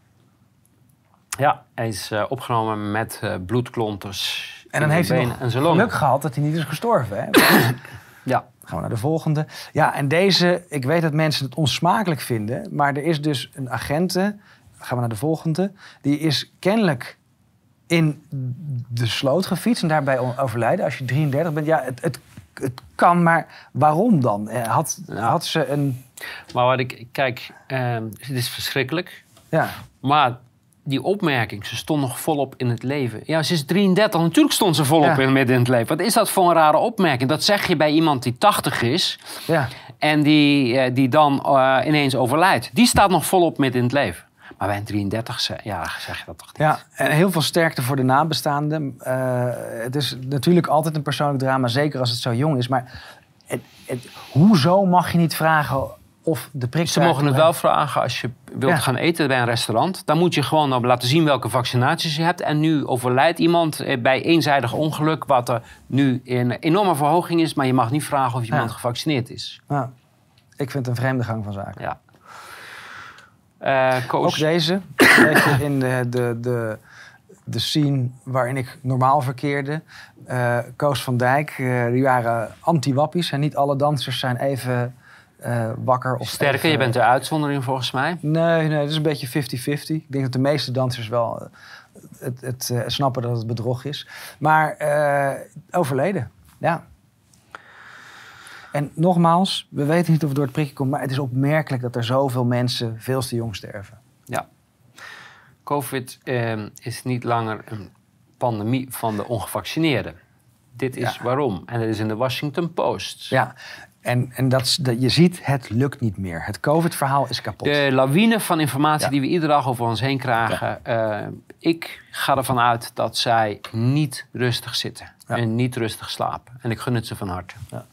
Speaker 2: Ja, hij is uh, opgenomen met uh, bloedklonters
Speaker 1: En dan
Speaker 2: in
Speaker 1: heeft
Speaker 2: zijn
Speaker 1: hij
Speaker 2: benen
Speaker 1: nog
Speaker 2: en zijn longen.
Speaker 1: geluk gehad dat hij niet is gestorven. Hè?
Speaker 2: Ja.
Speaker 1: Gaan we naar de volgende. Ja, en deze, ik weet dat mensen het onsmakelijk vinden, maar er is dus een agente, gaan we naar de volgende, die is kennelijk in de sloot gefietst en daarbij o- overlijden. Als je drieëndertig bent, ja, het, het, het kan, maar waarom dan? Eh, Had,
Speaker 2: Ja.
Speaker 1: had ze een...
Speaker 2: Maar wat ik... Kijk, uh, het is verschrikkelijk.
Speaker 1: Ja,
Speaker 2: Maar die opmerking, ze stond nog volop in het leven. Ja, ze is drieëndertig. Natuurlijk stond ze volop
Speaker 1: Ja.
Speaker 2: in, midden in het leven. Wat is dat voor een rare opmerking? Dat zeg je bij iemand die tachtig is
Speaker 1: ja.
Speaker 2: en die, uh, die dan uh, ineens overlijdt. Die staat nog volop midden in het leven. Maar bij een drieëndertig, ja, zeg je dat toch niet?
Speaker 1: Ja, en heel veel sterkte voor de nabestaanden. Uh, het is natuurlijk altijd een persoonlijk drama, zeker als het zo jong is. Maar het, het, hoezo mag je niet vragen of de prik...
Speaker 2: Ze mogen het wel vragen als je wilt
Speaker 1: Ja.
Speaker 2: gaan eten bij een restaurant. Dan moet je gewoon op laten zien welke vaccinaties je hebt. En nu overlijdt iemand eh, bij eenzijdig ongeluk, wat er nu een enorme verhoging is. Maar je mag niet vragen of iemand
Speaker 1: Ja.
Speaker 2: gevaccineerd is.
Speaker 1: Ja, ik vind het een vreemde gang van zaken.
Speaker 2: Ja. Eh, Koos,
Speaker 1: Ook deze, even in de, de, de, de scene waarin ik normaal verkeerde. Uh, Koos van Dijk, uh, die waren anti-wappies. En niet alle dansers zijn even uh, wakker. Of
Speaker 2: Sterker,
Speaker 1: even,
Speaker 2: je bent de uitzondering volgens mij.
Speaker 1: Nee, nee, het is een beetje fifty fifty. Ik denk dat de meeste dansers wel uh, het, het uh, snappen dat het bedrog is. Maar uh, overleden, ja. En nogmaals, we weten niet of het door het prikken komt... maar het is opmerkelijk dat er zoveel mensen veel te jong sterven.
Speaker 2: Ja. COVID uh, is niet langer een pandemie van de ongevaccineerden. Dit is ja. waarom. En dat is in de Washington Post.
Speaker 1: Ja, en, en dat, dat, je ziet, het lukt niet meer. Het COVID-verhaal is kapot.
Speaker 2: De lawine van informatie
Speaker 1: ja.
Speaker 2: die we iedere dag over ons heen krijgen... Ja. Uh, ik ga ervan uit dat zij niet rustig zitten. Ja. En niet rustig slapen. En ik gun het ze van harte. Ja.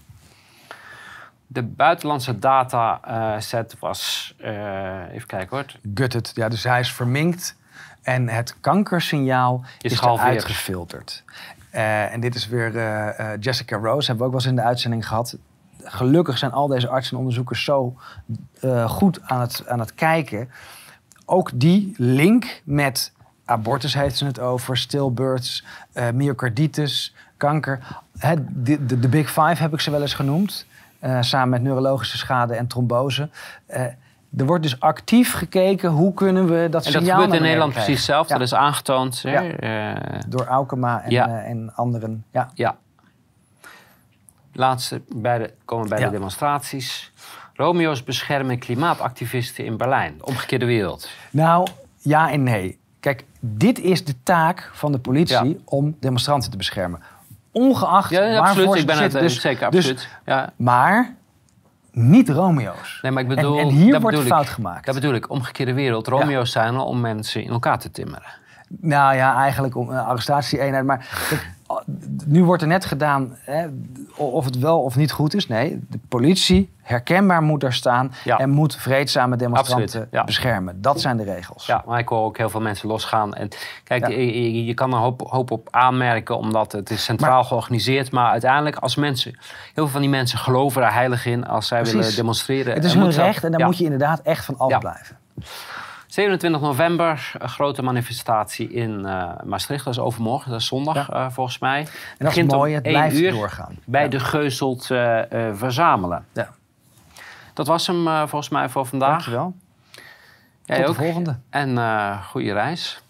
Speaker 2: De buitenlandse dataset uh, was... Uh, even kijken hoor.
Speaker 1: Gutted. Ja, dus hij is verminkt. En het kankersignaal is, is eruit gefilterd. Uh, en dit is weer uh, uh, Jessica Rose. Hebben we ook wel eens in de uitzending gehad. Gelukkig zijn al deze artsen en onderzoekers zo uh, goed aan het, aan het kijken. Ook die link met abortus heeft ze het over. Stillbirths, uh, myocarditis, kanker. He, de, de, de Big Five heb ik ze wel eens genoemd. Uh, samen met neurologische schade en trombose. Uh, er wordt dus actief gekeken hoe kunnen we dat signaal...
Speaker 2: En dat gebeurt in Nederland krijgen. Precies zelf. Ja. Dat is aangetoond.
Speaker 1: Ja. Uh, Door Aukema en, ja. uh, en anderen. Ja.
Speaker 2: ja. Laatste bij de, komen bij ja. de demonstraties. Romeo's beschermen klimaatactivisten in Berlijn. De omgekeerde wereld.
Speaker 1: Nou, ja en nee. Kijk, dit is de taak van de politie ja. om demonstranten te beschermen. Ongeacht
Speaker 2: ja, ja,
Speaker 1: waarvoor
Speaker 2: absoluut.
Speaker 1: ze
Speaker 2: Ik ben
Speaker 1: zitten.
Speaker 2: het
Speaker 1: Dus,
Speaker 2: zeker,
Speaker 1: dus,
Speaker 2: absoluut. Ja.
Speaker 1: Maar niet Romeo's.
Speaker 2: Nee, maar ik bedoel,
Speaker 1: en, en hier
Speaker 2: dat
Speaker 1: wordt
Speaker 2: bedoel
Speaker 1: fout
Speaker 2: ik,
Speaker 1: gemaakt.
Speaker 2: Dat bedoel ik, omgekeerde wereld. Romeo's ja. zijn er om mensen in elkaar te timmeren.
Speaker 1: Nou ja, eigenlijk om een uh, arrestatieeenheid. Maar kijk, nu wordt er net gedaan hè, of het wel of niet goed is. Nee, de politie herkenbaar moet er staan... Ja. en moet vreedzame demonstranten ja. beschermen. Dat zijn de regels.
Speaker 2: Ja, maar ik hoor ook heel veel mensen losgaan. En kijk, ja. je, je kan er hoop, hoop op aanmerken... omdat het is centraal maar, georganiseerd. Maar uiteindelijk, als mensen... heel veel van die mensen geloven er heilig in... als zij precies. willen demonstreren.
Speaker 1: Het is hun recht en daar ja. moet je inderdaad echt van af ja. blijven.
Speaker 2: zevenentwintig november, een grote manifestatie in uh, Maastricht. Dat is overmorgen, dat is zondag ja. uh, volgens mij.
Speaker 1: En dat is mooi, het blijft uur doorgaan.
Speaker 2: Bij
Speaker 1: ja.
Speaker 2: de Geuzelt uh, uh, verzamelen. Ja. Dat was hem uh, volgens mij voor vandaag.
Speaker 1: Dankjewel.
Speaker 2: Jij
Speaker 1: Tot
Speaker 2: ook.
Speaker 1: de volgende.
Speaker 2: En uh, goede reis.